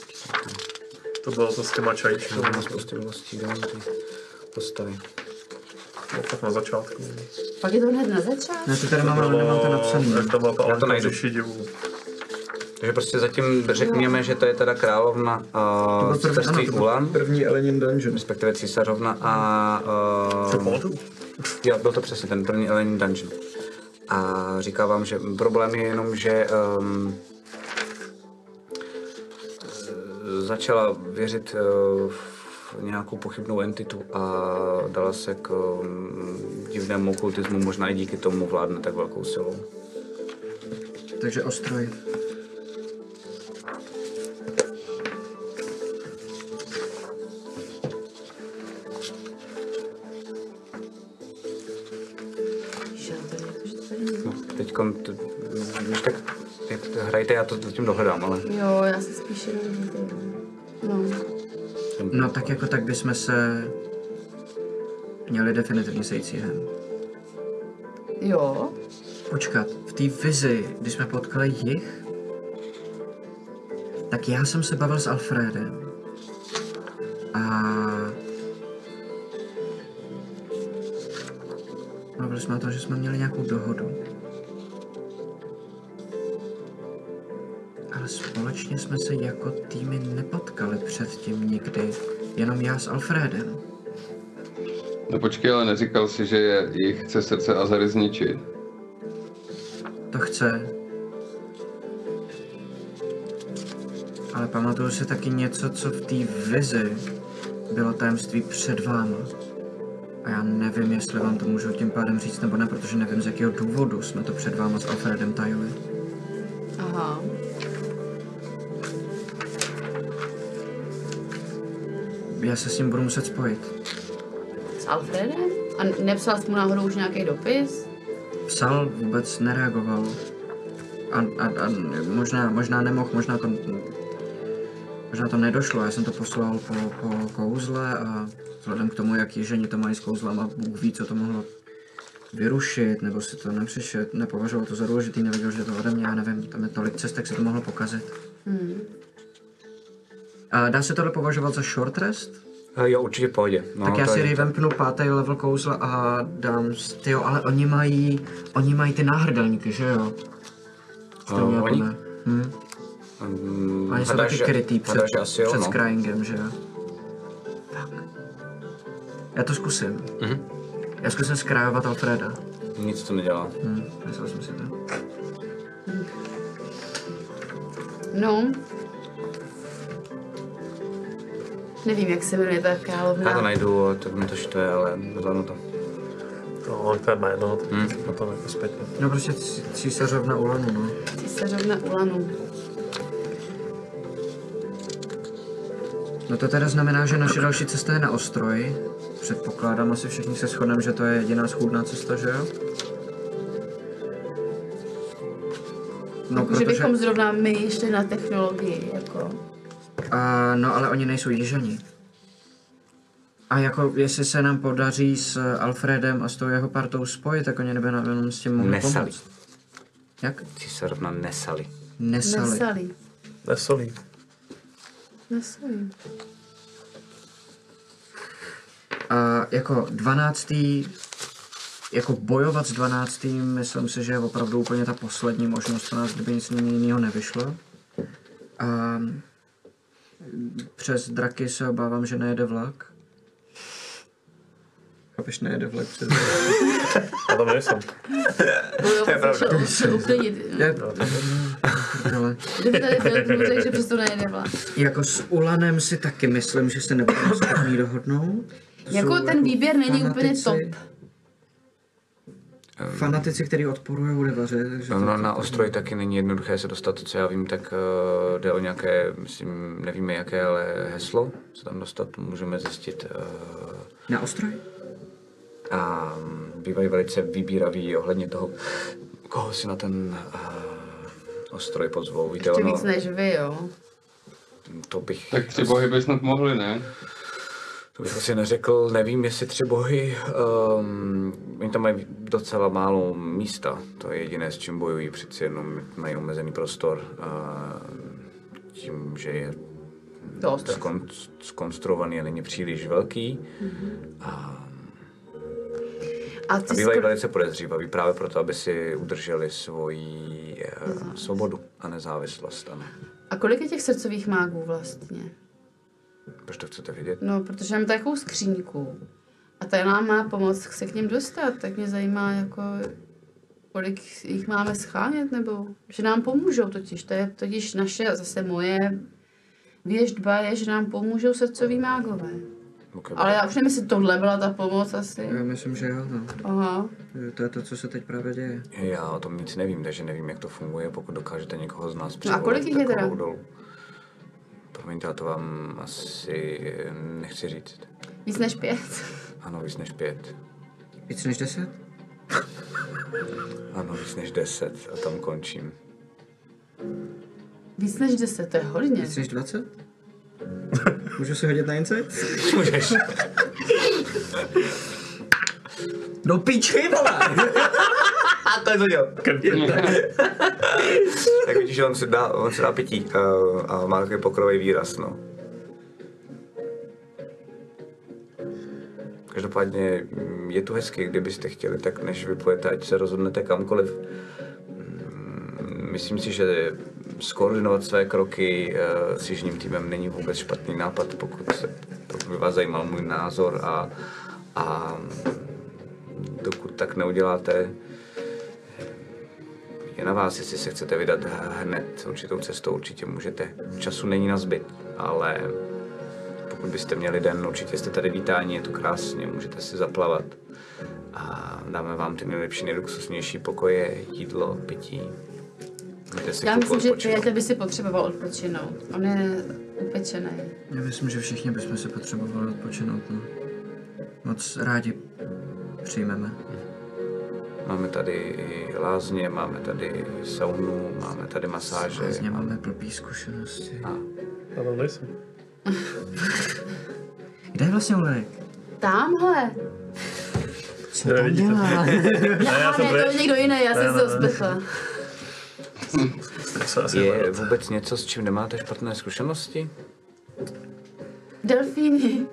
Speaker 4: To bylo to s těma čajíčkama.
Speaker 2: Má spoustu milostí, ty postavy.
Speaker 4: No, tak na začátku.
Speaker 3: Pak je to hned na začátku.
Speaker 5: Ne, to tady mám, ale nemám to napsaný.
Speaker 4: Jak tam byla ta
Speaker 2: Já to
Speaker 4: Alenka
Speaker 2: najdu.
Speaker 4: říši divů.
Speaker 2: Takže prostě zatím řekněme, že to je teda královna císařství Ulan,
Speaker 5: První Elenin Dungeon.
Speaker 2: respektive císařovna a...
Speaker 4: Co pamatuju?
Speaker 2: Jo, byl to přesně ten první Elenin Dungeon. A říká vám, že problém je jenom, že začala věřit v nějakou pochybnou entitu a dala se k divnému okultismu, možná i díky tomu vládne tak velkou silou.
Speaker 5: Takže ostroj.
Speaker 3: Že to je, že to je-
Speaker 2: No, teďkom, když tak jak to hrajte, já to zatím dohledám, ale...
Speaker 3: Jo, já se spíš jenom dívám. No.
Speaker 5: No tak jako tak bychom se měli definitivně sejít s Jihem.
Speaker 3: Jo.
Speaker 5: Počkat, v té vizi, když jsme potkali Jih, tak já jsem se bavil s Alfredem. A... Mluvili jsme o tom, že jsme měli nějakou dohodu. Ale společně jsme se jako týmy nepotkali předtím nikdy. Jenom já s Alfredem.
Speaker 6: No počkej, ale neříkal si, že jich chce srdce Azary zničit.
Speaker 5: To chce.
Speaker 7: Ale pamatuju si taky něco, co v té vizi bylo tajemství před váma. A já nevím, jestli vám to můžu tím pádem říct nebo ne, protože nevím, z jakého důvodu jsme to před váma s Alfredem tajili.
Speaker 3: Aha.
Speaker 7: Já se s ním budu muset spojit.
Speaker 3: S Alfredem? A nepsal jsi mu náhodou už nějaký dopis?
Speaker 7: Psal, vůbec nereagoval. A možná nemohl, možná to nedošlo. Já jsem to poslal po kouzle a vzhledem k tomu, jak jiženi to mají s kouzlama, Bůh ví, co to mohlo vyrušit, nebo si to nepovažoval to za důležitý, nevěděl, že to ode mě, já nevím, tam je tolik cest, tak se to mohlo pokazit. A dá se tohle považovat za short rest?
Speaker 2: Jo, určitě v pohodě. No,
Speaker 7: Tak já si revampnu 5. level kouzla a dám, tyjo, ale oni mají ty náhrdelníky, že jo? Stejně jako
Speaker 2: oni?
Speaker 7: ne. Oni jsou taky krytý před scryingem, že jo? Tak. Já to zkusím. Já zkusím skryjovat Alfreda.
Speaker 2: Nic to nedělá.
Speaker 7: Myslel jsem si to.
Speaker 3: No. Nevím, jak se jmenuje ta královna.
Speaker 2: Já to najdu, to mi to štve, ale zvládnu to.
Speaker 4: No, to je jméno, tak potom jako zpětně.
Speaker 7: No prostě císařovna Ulanu, no.
Speaker 3: Císařovna Ulanu.
Speaker 7: No to teda znamená, že naše další cesta je na Ostroj. Předpokládám, asi všichni se shodneme, že to je jediná schůdná cesta, že jo? No,
Speaker 3: jako, že bychom zrovna my šli na technologii, jako.
Speaker 7: No, ale oni nejsou jižani. A jako, jestli se nám podaří s Alfredem a s tou jeho partou spojit, tak oni neby nám s tím mohli pomoct. Jak?
Speaker 2: Císařovna Nesali.
Speaker 7: Nesali. A jako 12. Jako bojovat s 12. myslím si, že je opravdu úplně ta poslední možnost pro nás, kdyby nic jiného nevyšlo. A přes draky se obávám, že nejede vlak. Chápeš, nejede vlak přes draky.
Speaker 4: Já tam nejsem.
Speaker 3: To je pravda. Kdyby tady byl, tak řekl, že přesto nejede vlak.
Speaker 7: Jako s Ulanem si taky myslím, že se nebudeme schopni dohodnout.
Speaker 3: Jako ten výběr není úplně top.
Speaker 7: Fanatici, kteří odporují Ulivaře, takže...
Speaker 2: No, na Ostroj taky není jednoduché se dostat, co já vím, tak jde o nějaké, myslím, nevíme jaké, ale heslo se tam dostat, můžeme zjistit.
Speaker 7: Na Ostroj?
Speaker 2: A bývají velice vybíraví ohledně toho, koho si na ten Ostroj pozvou. Víte,
Speaker 3: ještě víc než vy, jo?
Speaker 2: To bych...
Speaker 6: Tak 3 bohy by snad mohli, ne?
Speaker 2: To bych asi neřekl, nevím, jestli 3 bohy. Oni tam mají docela málo místa, to je jediné, s čím bojují, přeci jenom mají omezený prostor. Tím, že je zkonstruovaný a není příliš velký. A bývají velice podezřívaví právě proto, aby si udrželi svoji svobodu a nezávislost. Ano.
Speaker 3: A kolik je těch srdcových mágů vlastně?
Speaker 2: Proč to chcete vidět?
Speaker 3: No, protože mám takovou skříňku. A ta nám má pomoct se k něm dostat, tak mě zajímá, jako, kolik jich máme schánět, nebo že nám pomůžou totiž. To je totiž naše, zase moje věštba je, že nám pomůžou srdcoví mágové. Okay, ale já už nevím, jestli tohle byla ta pomoc asi.
Speaker 7: Já myslím, že jo, no.
Speaker 3: Aha.
Speaker 7: To je to, co se teď právě děje.
Speaker 2: Já o tom nic nevím, takže nevím, jak to funguje, pokud dokážete někoho z nás přivolat.
Speaker 3: No a kolik jich je teda?
Speaker 2: Promiňte, já to vám asi nechci říct.
Speaker 3: Víc než 5?
Speaker 2: Ano, víc než 5.
Speaker 7: Víc než 10?
Speaker 2: Ano, víc než 10 a tam končím.
Speaker 3: Víc než 10, to je hodně.
Speaker 7: Víc než 20? Můžu si hodit na insight?
Speaker 2: Můžeš.
Speaker 7: Do píči, vole!
Speaker 2: To je to děl. Tak vidíš, že on se dá pití a má takový pokrový výraz, no. Každopádně je tu hezky, kdybyste chtěli, tak než vyplujete, ať se rozhodnete kamkoliv. Myslím si, že skoordinovat své kroky s jižním týmem není vůbec špatný nápad, pokud by vás zajímal můj názor a dokud tak neuděláte, Je na vás, jestli se chcete vydat hned určitou cestou, určitě můžete. Času není na zbyt, ale pokud byste měli den, určitě jste tady vítáni, je to krásně, můžete si zaplavat. A dáme vám ty nejlepší, nejluxusnější pokoje, jídlo, pití.
Speaker 3: Já myslím, že Pětě by si potřeboval odpočinout. On je upečený.
Speaker 7: Já myslím, že všichni bychom si potřebovali odpočinout. No. Moc rádi přijmeme.
Speaker 2: Máme tady i lázně, máme tady saunu, máme tady masáže.
Speaker 7: Lázně máme blbý zkušenosti.
Speaker 4: Já tam nejsem.
Speaker 7: Kde je vlastně Ulrik?
Speaker 3: Tamhle.
Speaker 7: Co tam dělá?
Speaker 3: Já
Speaker 4: jsem
Speaker 3: ne, to je někdo jiný, já jsem se ospěchla.
Speaker 2: Je vůbec něco, s čím nemáte špatné zkušenosti?
Speaker 3: Delfíny.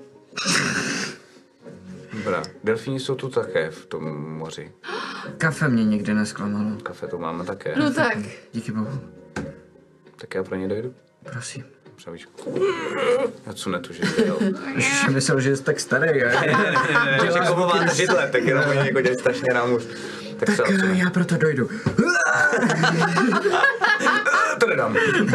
Speaker 2: Dobrá, delfíni jsou tu také v tom moři.
Speaker 7: Kafe mě nikdy nesklamalo.
Speaker 2: Kafe tu máme také.
Speaker 3: No tak.
Speaker 7: Díky bohu.
Speaker 2: Tak já pro ně dojdu.
Speaker 7: Prosím.
Speaker 2: Přavíčku. Já cunetu, že jde.
Speaker 7: Ježiš, myslel, že jsi tak starý.
Speaker 2: Ne, že komu máte židle, tak jenom oni jako dělají strašně rámu.
Speaker 7: Tak já proto dojdu.
Speaker 2: To nedám.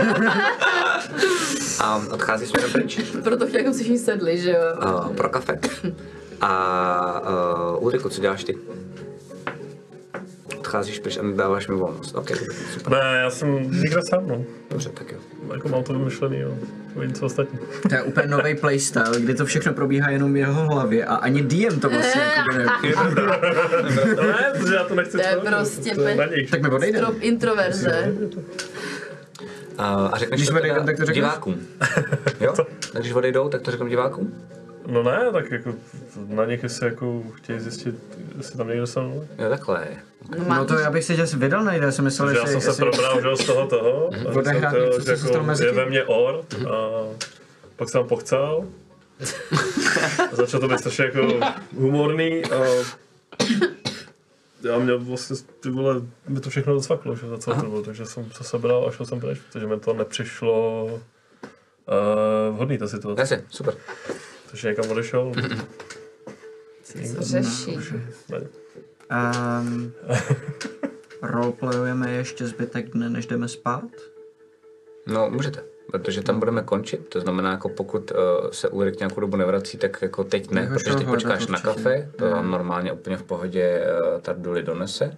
Speaker 2: A odchází směrem pryč.
Speaker 3: Proto chtěl, jako všichni sedli, že jo?
Speaker 2: Pro kafe. A Ulriku, co děláš ty? Odcházíš pryč a nedáváš mi volnost. Ok, super.
Speaker 4: Ne, já jsem někde sám, no.
Speaker 2: Dobře, tak jo.
Speaker 4: Jako mám to vymyšlený, jo. Vidím co ostatní.
Speaker 7: To je úplně nový playstyle, kdy to všechno probíhá jenom v jeho hlavě a ani DM to vlastně jako neví.
Speaker 4: Ne, protože já to nechci.
Speaker 3: To je prostě
Speaker 7: Tak mi odejde.
Speaker 3: strop introverze.
Speaker 2: A řekneš
Speaker 7: Když
Speaker 2: to
Speaker 7: odejdem,
Speaker 2: teda
Speaker 7: tak to řekneš?
Speaker 2: divákům. Jo? A když odejdou, tak to řeknu divákům?
Speaker 4: No ne, tak jako na nich, jestli jako chtějí zjistit, jestli tam někdo se mnou.
Speaker 2: Jo, takhle.
Speaker 7: No to já bych si děs vydal najde, já jsem myslel,
Speaker 4: Já jsem se probral že z toho, a
Speaker 7: Odehrát
Speaker 4: jsem
Speaker 7: něco,
Speaker 4: to,
Speaker 7: co
Speaker 4: že
Speaker 7: se stalo mezi
Speaker 4: je
Speaker 7: tím?
Speaker 4: ve mně ord a pak jsem pochcel. A začalo to být strašně jako humorný a já mě vlastně, ty vole, mi to všechno docvaklo, že za celou dobu, takže jsem se sebral a šel jsem pryč, protože mi to nepřišlo vhodný ta situace.
Speaker 2: Jasně, super.
Speaker 4: Takže někam odešel.
Speaker 3: Co řešíš?
Speaker 7: Roleplayujeme ještě zbytek dne, než jdeme spát?
Speaker 2: No, můžete, protože tam budeme končit, to znamená, jako pokud se Ulrik nějakou dobu nevrací, tak jako teď ne,
Speaker 7: Jako
Speaker 2: protože teď
Speaker 7: šel
Speaker 2: počkáš na
Speaker 7: hledat
Speaker 2: kafe, to vám normálně úplně v pohodě Tarduli donese.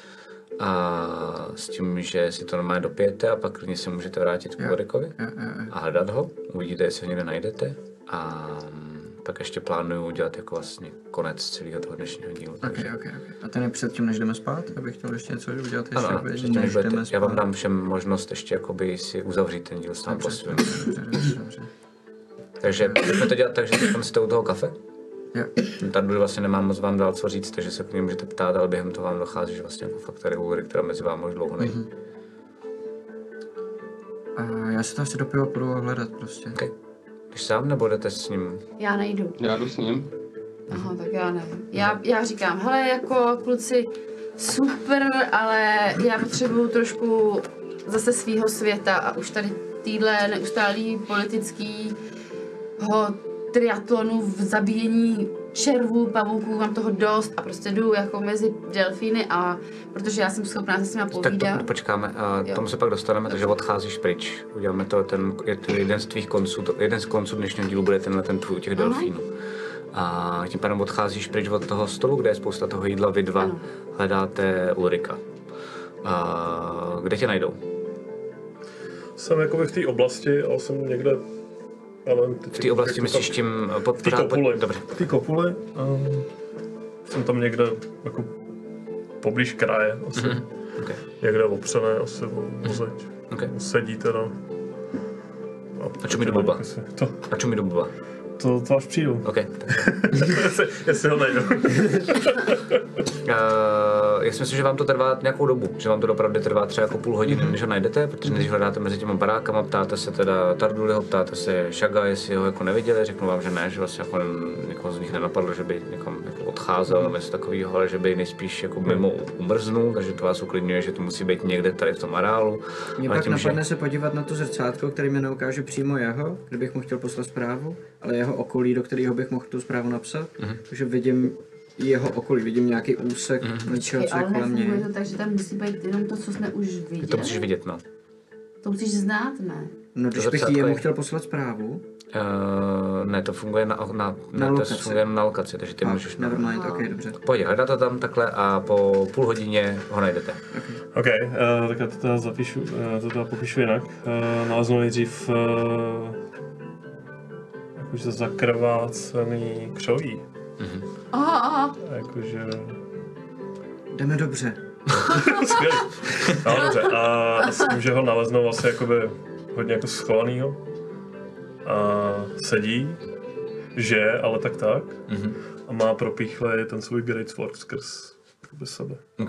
Speaker 2: A s tím, že si to normálně dopijete a pak klidně se můžete vrátit k Ulrikovi a hledat ho, uvidíte, jestli ho někde najdete a pak ještě plánuju udělat jako vlastně konec celého toho dnešního dílu.
Speaker 7: Okay. A ten je předtím, než jdeme spát? Abych chtěl ještě něco udělat ještě,
Speaker 2: Ano, předtím, než budete, já vám dám všem možnost ještě jakoby si uzavřít ten díl sám po svém.
Speaker 7: Dobře.
Speaker 2: Takže pojďme to dělat tak, že teď jste u toho kafe.
Speaker 7: Jo.
Speaker 2: Tady vlastně nemám moc vám dál co říct, takže se k němu můžete ptát, ale během toho vám dochází, že vlastně jako fakt tady Ulrik, která mezi vámi už dlouho není.
Speaker 7: A já si to asi dopiju a půjdu hledat prostě.
Speaker 2: Okay. Když sám nebo jdete s ním?
Speaker 3: Já nejdu.
Speaker 6: Já jdu s ním.
Speaker 3: Aha, tak já nevím. Já říkám, hele, jako kluci, super, ale já potřebuju trošku zase svýho světa a už tady týhle neustálý politickýho triatlonu v zabíjení červů, pavouků, mám toho dost a prostě jdu jako mezi delfíny a protože já jsem schopná se s nimi povídat.
Speaker 2: Tak to počkáme, tomu se pak dostaneme, takže odcházíš pryč. Uděláme to, je to jeden z tvých konců, jeden z konců dnešního dílu bude ten tvůj těch delfínů. A tím pádem odcházíš pryč od toho stolu, kde je spousta toho jídla, vy dva hledáte Ulrika. Kde tě najdou?
Speaker 4: Jsem jakoby v té oblasti, ale jsem někde,
Speaker 2: v té oblasti myslíš tím
Speaker 4: v té kopuli.
Speaker 2: Dobře.
Speaker 4: V té kopuli. Jsem tam někde jako poblíž kraje asi.
Speaker 2: Okay.
Speaker 4: Někde opřené asi o zeď.
Speaker 2: Okay.
Speaker 4: Sedí teda.
Speaker 2: A čemu jdu blba? A čemu jdu blba?
Speaker 4: To až přijdu.
Speaker 2: OK.
Speaker 4: jestli ho najdu.
Speaker 2: Já si myslím, že vám to trvá nějakou dobu, že vám to opravdu trvá třeba jako půl hodiny, než ho najdete, protože než hledáte mezi těma barákama, ptáte se teda Tarduliho, ptáte se Shaga, jestli ho jako neviděli, řeknu vám, že ne, že vlastně jako někoho z nich nenapadlo, že by někam jako odcházel nebo něco takového, ale že by nejspíš jako mimo umrznul, takže to vás uklidňuje, že to musí být někde tady v tom areálu.
Speaker 7: Mě pak napadne se podívat na to zrcátko, který mi neukáže přímo jeho, kdybych mu chtěl poslat zprávu, ale jeho okolí, do kterého bych mohl tu zprávu napsat, takže vidím jeho okolí, vidím nějaký úsek něčeho, co je
Speaker 3: Ale
Speaker 7: kolem něj.
Speaker 3: nefunguje to tak, že tam musí být jenom to, co jsme už viděli.
Speaker 2: To musíš vidět, no.
Speaker 3: To musíš znát, ne?
Speaker 7: No když
Speaker 2: To
Speaker 7: bych
Speaker 2: zrcátko
Speaker 7: jemu
Speaker 2: je-
Speaker 7: chtěl poslat zprávu,
Speaker 2: Ne, to funguje na
Speaker 7: lokaci.
Speaker 2: to funguje na lokaci, takže ty můžeš...
Speaker 7: nevermind, ok, dobře.
Speaker 2: Pojď, hledat to tam takhle a po půl hodině ho najdete.
Speaker 4: OK, tak já to teda zapíšu, to teda popíšu jinak. Naleznu nejdřív jakože zakrvácený křoví.
Speaker 3: Aha.
Speaker 4: Jakože...
Speaker 7: Jdeme dobře.
Speaker 4: Skvělý. No, dobře. A s tím, že ho naleznou vlastně jakoby hodně jako schovanýho. A sedí, že, ale tak. A má propíchlej ten svůj Great Sword skrz bez sebe.
Speaker 2: OK.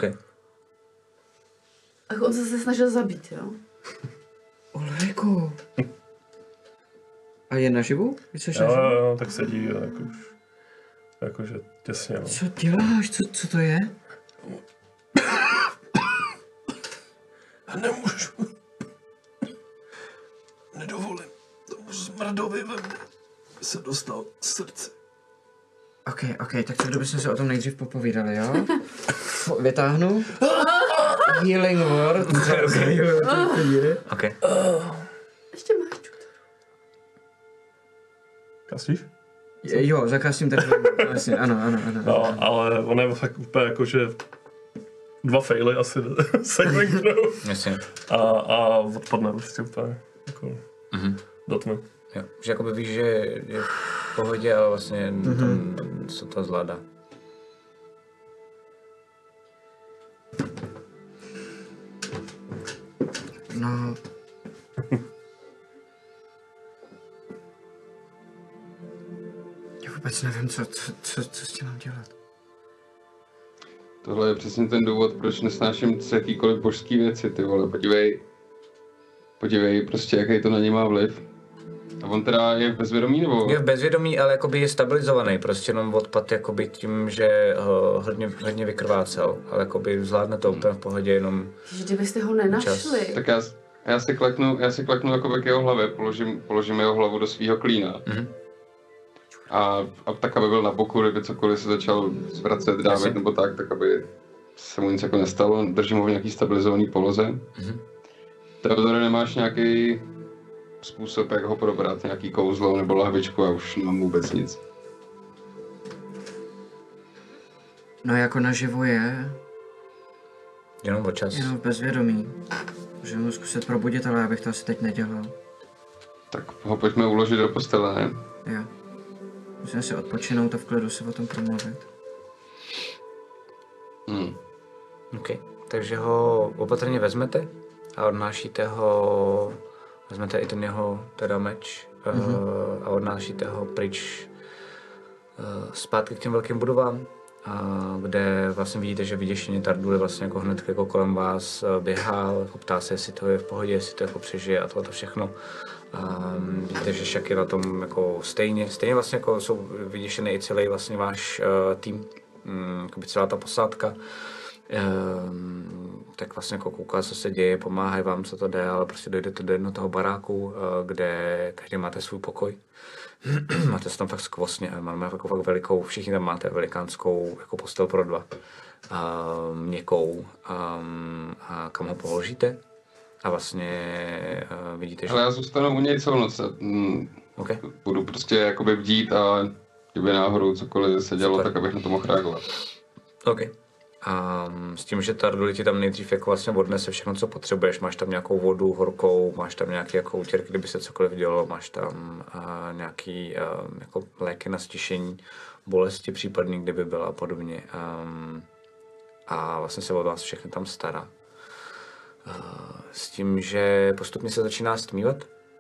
Speaker 3: Tak on se snažil zabít, jo?
Speaker 7: Olejku. A je naživu?
Speaker 4: Jo, tak sedí jako už, jakože těsně, no.
Speaker 7: Co děláš? Co to je?
Speaker 4: Nemůžu. Nedovolím tomu smrdovi ve mně se dostal k srdci.
Speaker 7: Ok, tak co kdybychom se o tom nejdřív popovídali, jo? Vytáhnu. Healing word.
Speaker 2: OK.
Speaker 3: Ještě máš čut.
Speaker 4: Kastíš?
Speaker 7: Jo, zakázím ten vlastně, ano.
Speaker 4: No, ale on je fakt úplně jako, že 2 faily asi saving throw.
Speaker 2: Jasně.
Speaker 4: A odpadne prostě úplně jako do tmy.
Speaker 2: Jo. Že jakoby víš, že je v pohodě, ale vlastně tam se to zvládá.
Speaker 7: No. Já vůbec nevím, co s tím mám dělat.
Speaker 6: Tohle je přesně ten důvod, proč nesnáším jakýkoliv božský věci, ty vole, podívej prostě, jaký to na ně má vliv. A on teda je v bezvědomí, nebo?
Speaker 2: Je v bezvědomí, ale jakoby je stabilizovaný, prostě jenom odpad jakoby tím, že hodně vykrvácel, ale jakoby zvládne to úplně v pohodě, jenom
Speaker 3: Že kdybyste ho nenašli.
Speaker 6: Tak já si kleknu jakoby k jeho hlavě, položím jeho hlavu do svého klína. A tak, aby byl na boku, kdyby cokoliv se začal zvracet, dávek nebo tak aby se mu nic jako nestalo, držím ho v nějaký stabilizovaný poloze. Teodore, nemáš nějaký způsob, jak ho probrat, nějaký kouzlo nebo lahvičku a už nemám vůbec nic.
Speaker 7: No jako naživu je,
Speaker 2: jenom občas.
Speaker 7: jenom v bezvědomí. Můžeme ho zkusit probudit, ale já bych to asi teď nedělal.
Speaker 6: Tak ho pojďme uložit do postele, ne?
Speaker 7: Jo. Musíme si odpočinout a v klidu si o tom promluvit.
Speaker 2: OK. Takže ho opatrně vezmete a odnášíte ho, vezmete i ten jeho teda meč a odnášíte ho pryč zpátky k těm velkým budovám, kde vlastně vidíte, že vyděšeně Tarduly vlastně jako hned jako kolem vás běhá, jako ptá se, jestli to je v pohodě, jestli to jako přežije a tohle všechno. Víte, že Šak je na tom jako stejně vlastně jako jsou vyděšený i celý vlastně váš tým, jakoby celá ta posádka. Tak vlastně jako kouká, co se děje, pomáhají vám, co to jde, ale prostě dojdete do jednoho toho baráku, kde každý máte svůj pokoj. Máte se tam fakt skvostně, máme jako fakt velikou, všichni tam máte velikánskou jako postel pro 2, měkkou, a kam ho položíte. A vlastně vidíte, že...
Speaker 6: Ale já zůstanu u něj celou noc.
Speaker 2: Okay.
Speaker 6: Budu prostě jakoby bdít a kdyby náhodou cokoliv se dělo, tak abych na to mohl reagovat.
Speaker 2: OK. A s tím, že Tarduly ti tam nejdřív jako vlastně odnese všechno, co potřebuješ. Máš tam nějakou vodu horkou, máš tam nějaké jako utěrky, kdyby se cokoliv dělo, máš tam nějaký jako léky na stišení bolesti případný, kdyby byla a podobně. A vlastně se o vás všechny tam stará. S tím, že postupně se začíná stmívat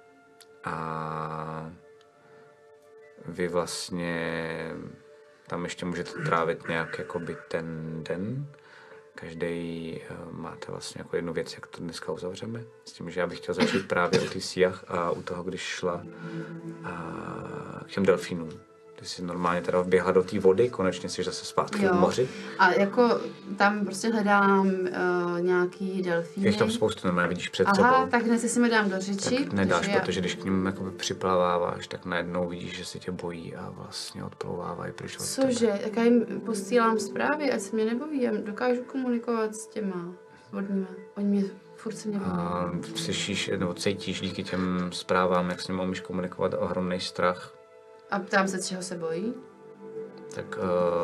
Speaker 2: a vy vlastně tam ještě můžete trávit nějak jakoby ten den. Každý máte vlastně jako jednu věc, jak to dneska uzavřeme. S tím, že já bych chtěl začít právě u těch Siach a u toho, když šla k těm delfínům. Ty jsi normálně teda vběhla do té vody, konečně jsi zase zpátky v moři.
Speaker 3: A jako tam prostě hledám nějaký delfíny.
Speaker 2: Je tam spoustu, normálně vidíš před sebou.
Speaker 3: Aha, tak hned si mi dám do řeči.
Speaker 2: Tak nedáš, protože když k ním jakoby připlaváváš, tak najednou vidíš, že se tě bojí a vlastně odplouvávají pryč od tebe.
Speaker 3: Cože, tak já jim posílám zprávy, ať se mě nebojí, já dokážu komunikovat s těma vodníma. Oni mě furt se mě bojí.
Speaker 2: A slyšíš, nebo cítíš díky těm zprávám, jak s nimi umíš komunikovat, ohromný strach.
Speaker 3: A ptám se, čeho se bojí?
Speaker 2: Tak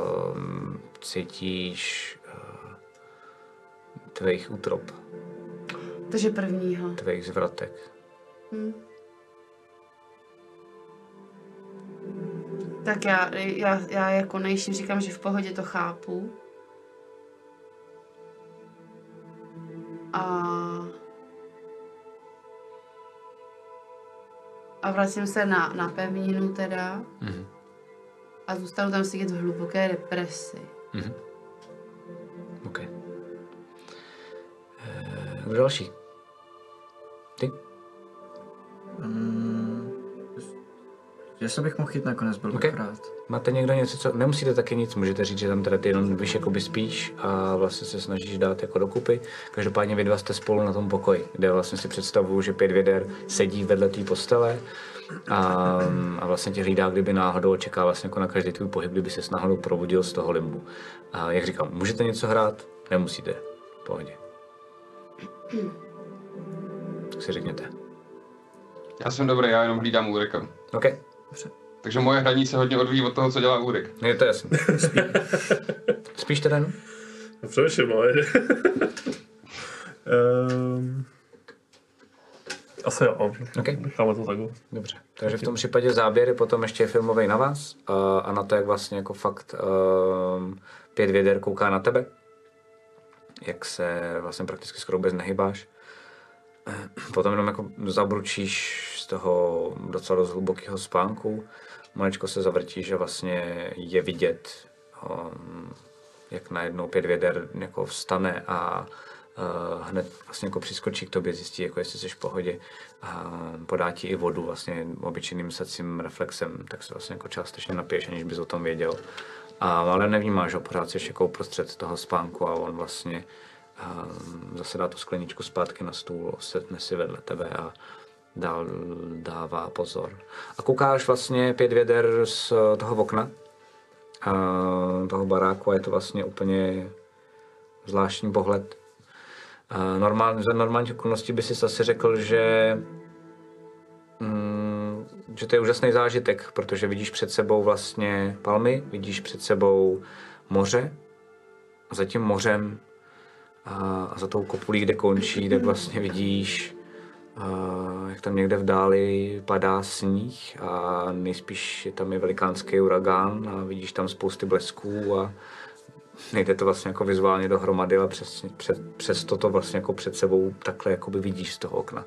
Speaker 2: cítíš tvých útrop,
Speaker 3: Takže prvního.
Speaker 2: tvých zvratek.
Speaker 3: Tak já jako nejším říkám, že v pohodě to chápu. A vracím se na pevninu teda.
Speaker 2: Mhm.
Speaker 3: A zůstanu tam sedět v hluboké depresi.
Speaker 2: Mhm. OK. Kdo další? Ty?
Speaker 5: Jestli bych mohl jít nakonec, byl
Speaker 2: Ok.
Speaker 5: bych rád.
Speaker 2: Máte někdo něco, co... Nemusíte taky nic, můžete říct, že tam teda ty jenom víš, jakoby spíš a vlastně se snažíš dát jako dokupy. Každopádně vy dva jste spolu na tom pokoji, kde vlastně si představuju, že 5 věder sedí vedle té postele a vlastně tě hlídá, kdyby náhodou čeká vlastně jako na každý tvůj pohyb, kdyby se náhodou probudil z toho limbu. A jak říkám, můžete něco hrát, nemusíte. V pohodě. Tak si řekněte.
Speaker 6: Já jsem dobrý, já jenom hlídám Úrika.
Speaker 2: OK.
Speaker 6: Takže moje hraní se hodně odvíjí od toho, co dělá Úrik.
Speaker 2: Je to jasný. Spíš teda?
Speaker 4: Přemýšlím, ale... Asi jo.
Speaker 2: Okay.
Speaker 4: Necháme to takhle.
Speaker 2: Dobře. Takže v tom případě záběr je potom ještě filmový na vás a na to, jak vlastně jako fakt 5 věder kouká na tebe. Jak se vlastně prakticky skoro vůbec nehybáš. Potom jenom jako zabručíš z toho docela dost hlubokého spánku. Maličko se zavrtíš a vlastně je vidět, jak najednou 5 věder jako vstane a hned vlastně jako přiskočí k tobě, zjistí, jako jestli jsi v pohodě a podá ti i vodu vlastně obyčejným sacím reflexem, tak se vlastně jako částečně napiješ, aniž bys o tom věděl. Ale nevnímáš ho, pořád jsi jako uprostřed toho spánku a on vlastně zase dá tu skleničku zpátky na stůl, setne si vedle tebe a dál dává pozor. A koukáš vlastně 5 věder z toho okna, toho baráku a je to vlastně úplně zvláštní pohled. Za normálních okolností by si asi řekl, že to je úžasný zážitek, protože vidíš před sebou vlastně palmy, vidíš před sebou moře a za tím mořem a za tou kopulí, kde končí, tak vlastně vidíš, jak tam někde v dáli padá sníh a nejspíš je tam i velikánský uragán a vidíš tam spousty blesků a nejde to vlastně jako vizuálně dohromady, ale přes to vlastně jako před sebou takhle jakoby vidíš z toho okna.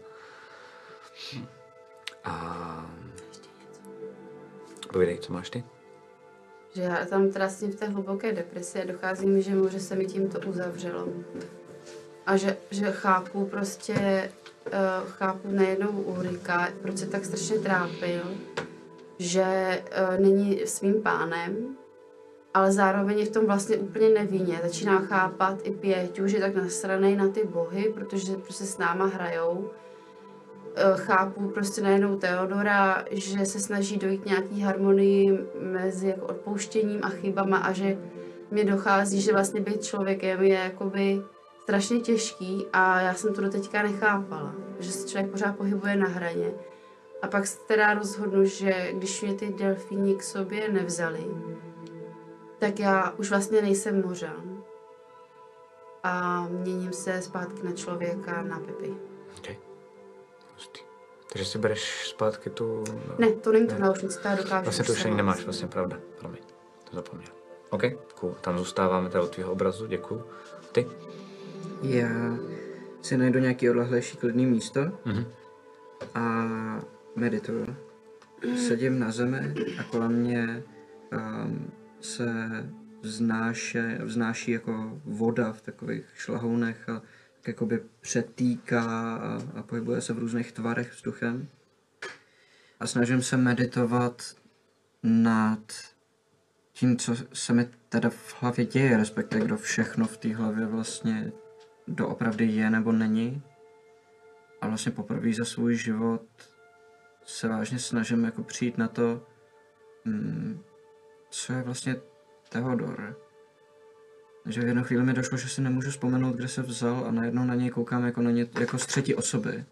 Speaker 2: A povídej, co máš ty?
Speaker 3: Že já tam teda s tím v té hluboké depresi a dochází mi, že moře se mi tímto uzavřelo. A že chápu prostě, chápu nejednou Ulrika, proč se tak strašně trápil, že není svým pánem, ale zároveň je v tom vlastně úplně nevinně. Začíná chápat i Pěťu, že je tak nasranej na ty bohy, protože prostě s náma hrajou. Chápu prostě najednou Theodora, že se snaží dojít nějaký harmonii mezi jako odpouštěním a chybama a že mi dochází, že vlastně být člověkem je jakoby strašně těžký a já jsem to doteďka nechápala, že se člověk pořád pohybuje na hraně. A pak se teda rozhodnu, že když mě ty delfíni k sobě nevzali, tak já už vlastně nejsem mořan a měním se zpátky na člověka, na Pepi.
Speaker 2: Okay. Takže si bereš zpátky tu...
Speaker 3: Ne, to není to náušnice, to já dokážu.
Speaker 2: Vlastně to už ani nemáš, vlastně pravda, promiň, to zapomněl. OK, cool, tam zůstáváme teda u tvýho obrazu, děkuju. Ty?
Speaker 7: Já si najdu nějaký odlehlejší klidný místo a medituju. Sedím na zemi a kolem mě se vznáší jako voda v takových šlahounech a tak jakoby přetýká a pohybuje se v různých tvarech vzduchem. A snažím se meditovat nad tím, co se mi teda v hlavě děje, respektive kdo všechno v té hlavě vlastně doopravdy je nebo není. A vlastně poprvé za svůj život se vážně snažím jako přijít na to, co je vlastně Theodor. Že v jednu chvíli mi došlo, že si nemůžu vzpomenout, kde se vzal a najednou na něj koukám jako na ně, jako z třetí osoby.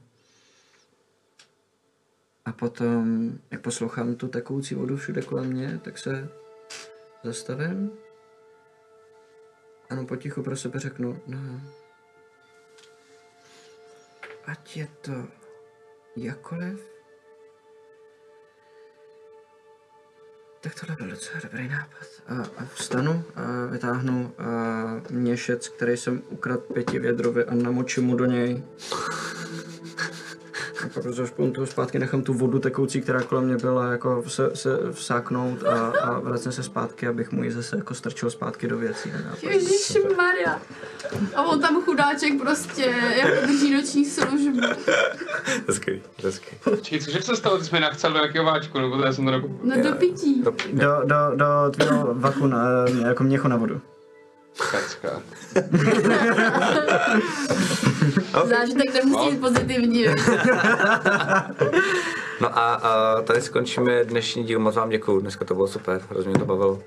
Speaker 7: A potom, jak poslouchám tu tekoucí vodu všude kolem mě, tak se zastavím. Ano, potichu pro sebe řeknu, no. Ať je to jakkoliv, tak tohle byl docela dobrý nápad. A vstanu a vytáhnu měšec, který jsem ukradl Pětivědrovi a namočím mu do něj. A pak zašpuntuju zpátky, nechám tu vodu tekoucí, která kolem mě byla, jako se vsáknout a vracím se zpátky, abych mu ji zase jako strčil zpátky do věcí.
Speaker 3: Ježišmarja. A on tam chudáček prostě jako drží noční službu.
Speaker 2: Hezký.
Speaker 6: Počkej, cože se stalo? Ty jsi mi nachcel do jakého váčku, nebo to já jsem to
Speaker 3: No do pití.
Speaker 7: Do tvýho vaku jako měchu na vodu.
Speaker 6: Pecka.
Speaker 3: Zážitek nemusí být pozitivní.
Speaker 2: No a tady skončíme dnešní díl, moc vám děkuju, dneska to bylo super, hrozně mě to bavilo.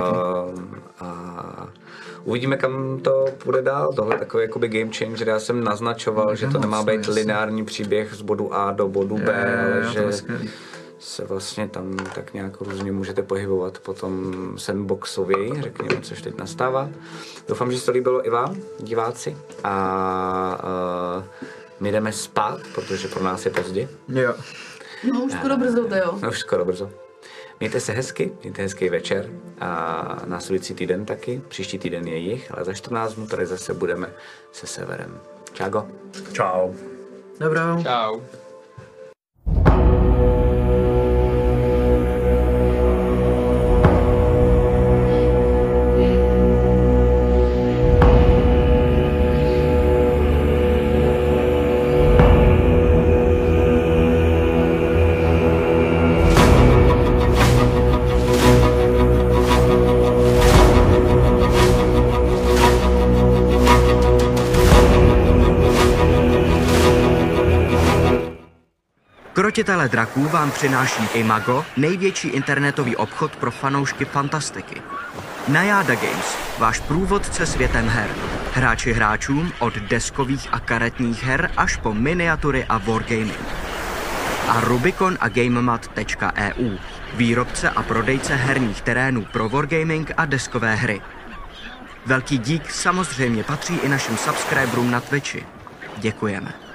Speaker 2: A uvidíme, kam to půjde dál, tohle je takový jakoby game changer, já jsem naznačoval, že to nemá být lineární příběh z bodu A do bodu B, ale že se vlastně tam tak nějak různě můžete pohybovat po tom sandboxověji, řekněme, což teď nastává. Doufám, že se to líbilo i vám, diváci, a my jdeme spát, protože pro nás je pozdě.
Speaker 5: Jo.
Speaker 3: No už skoro brzo, to jo.
Speaker 2: No už skoro brzo. Mějte se hezky, mějte hezký večer a následující týden taky, příští týden je jich, ale za 14 dnů tady zase budeme se Severem. Čágo.
Speaker 4: Čau.
Speaker 5: Dobrou.
Speaker 6: Čau.
Speaker 1: Krotitele draků vám přináší Imago, největší internetový obchod pro fanoušky fantastiky. Najada Games, váš průvodce světem her. Hráči hráčům od deskových a karetních her až po miniatury a wargaming. A Rubicon a GameMat.eu, výrobce a prodejce herních terénů pro wargaming a deskové hry. Velký dík samozřejmě patří i našim subscriberům na Twitchi. Děkujeme.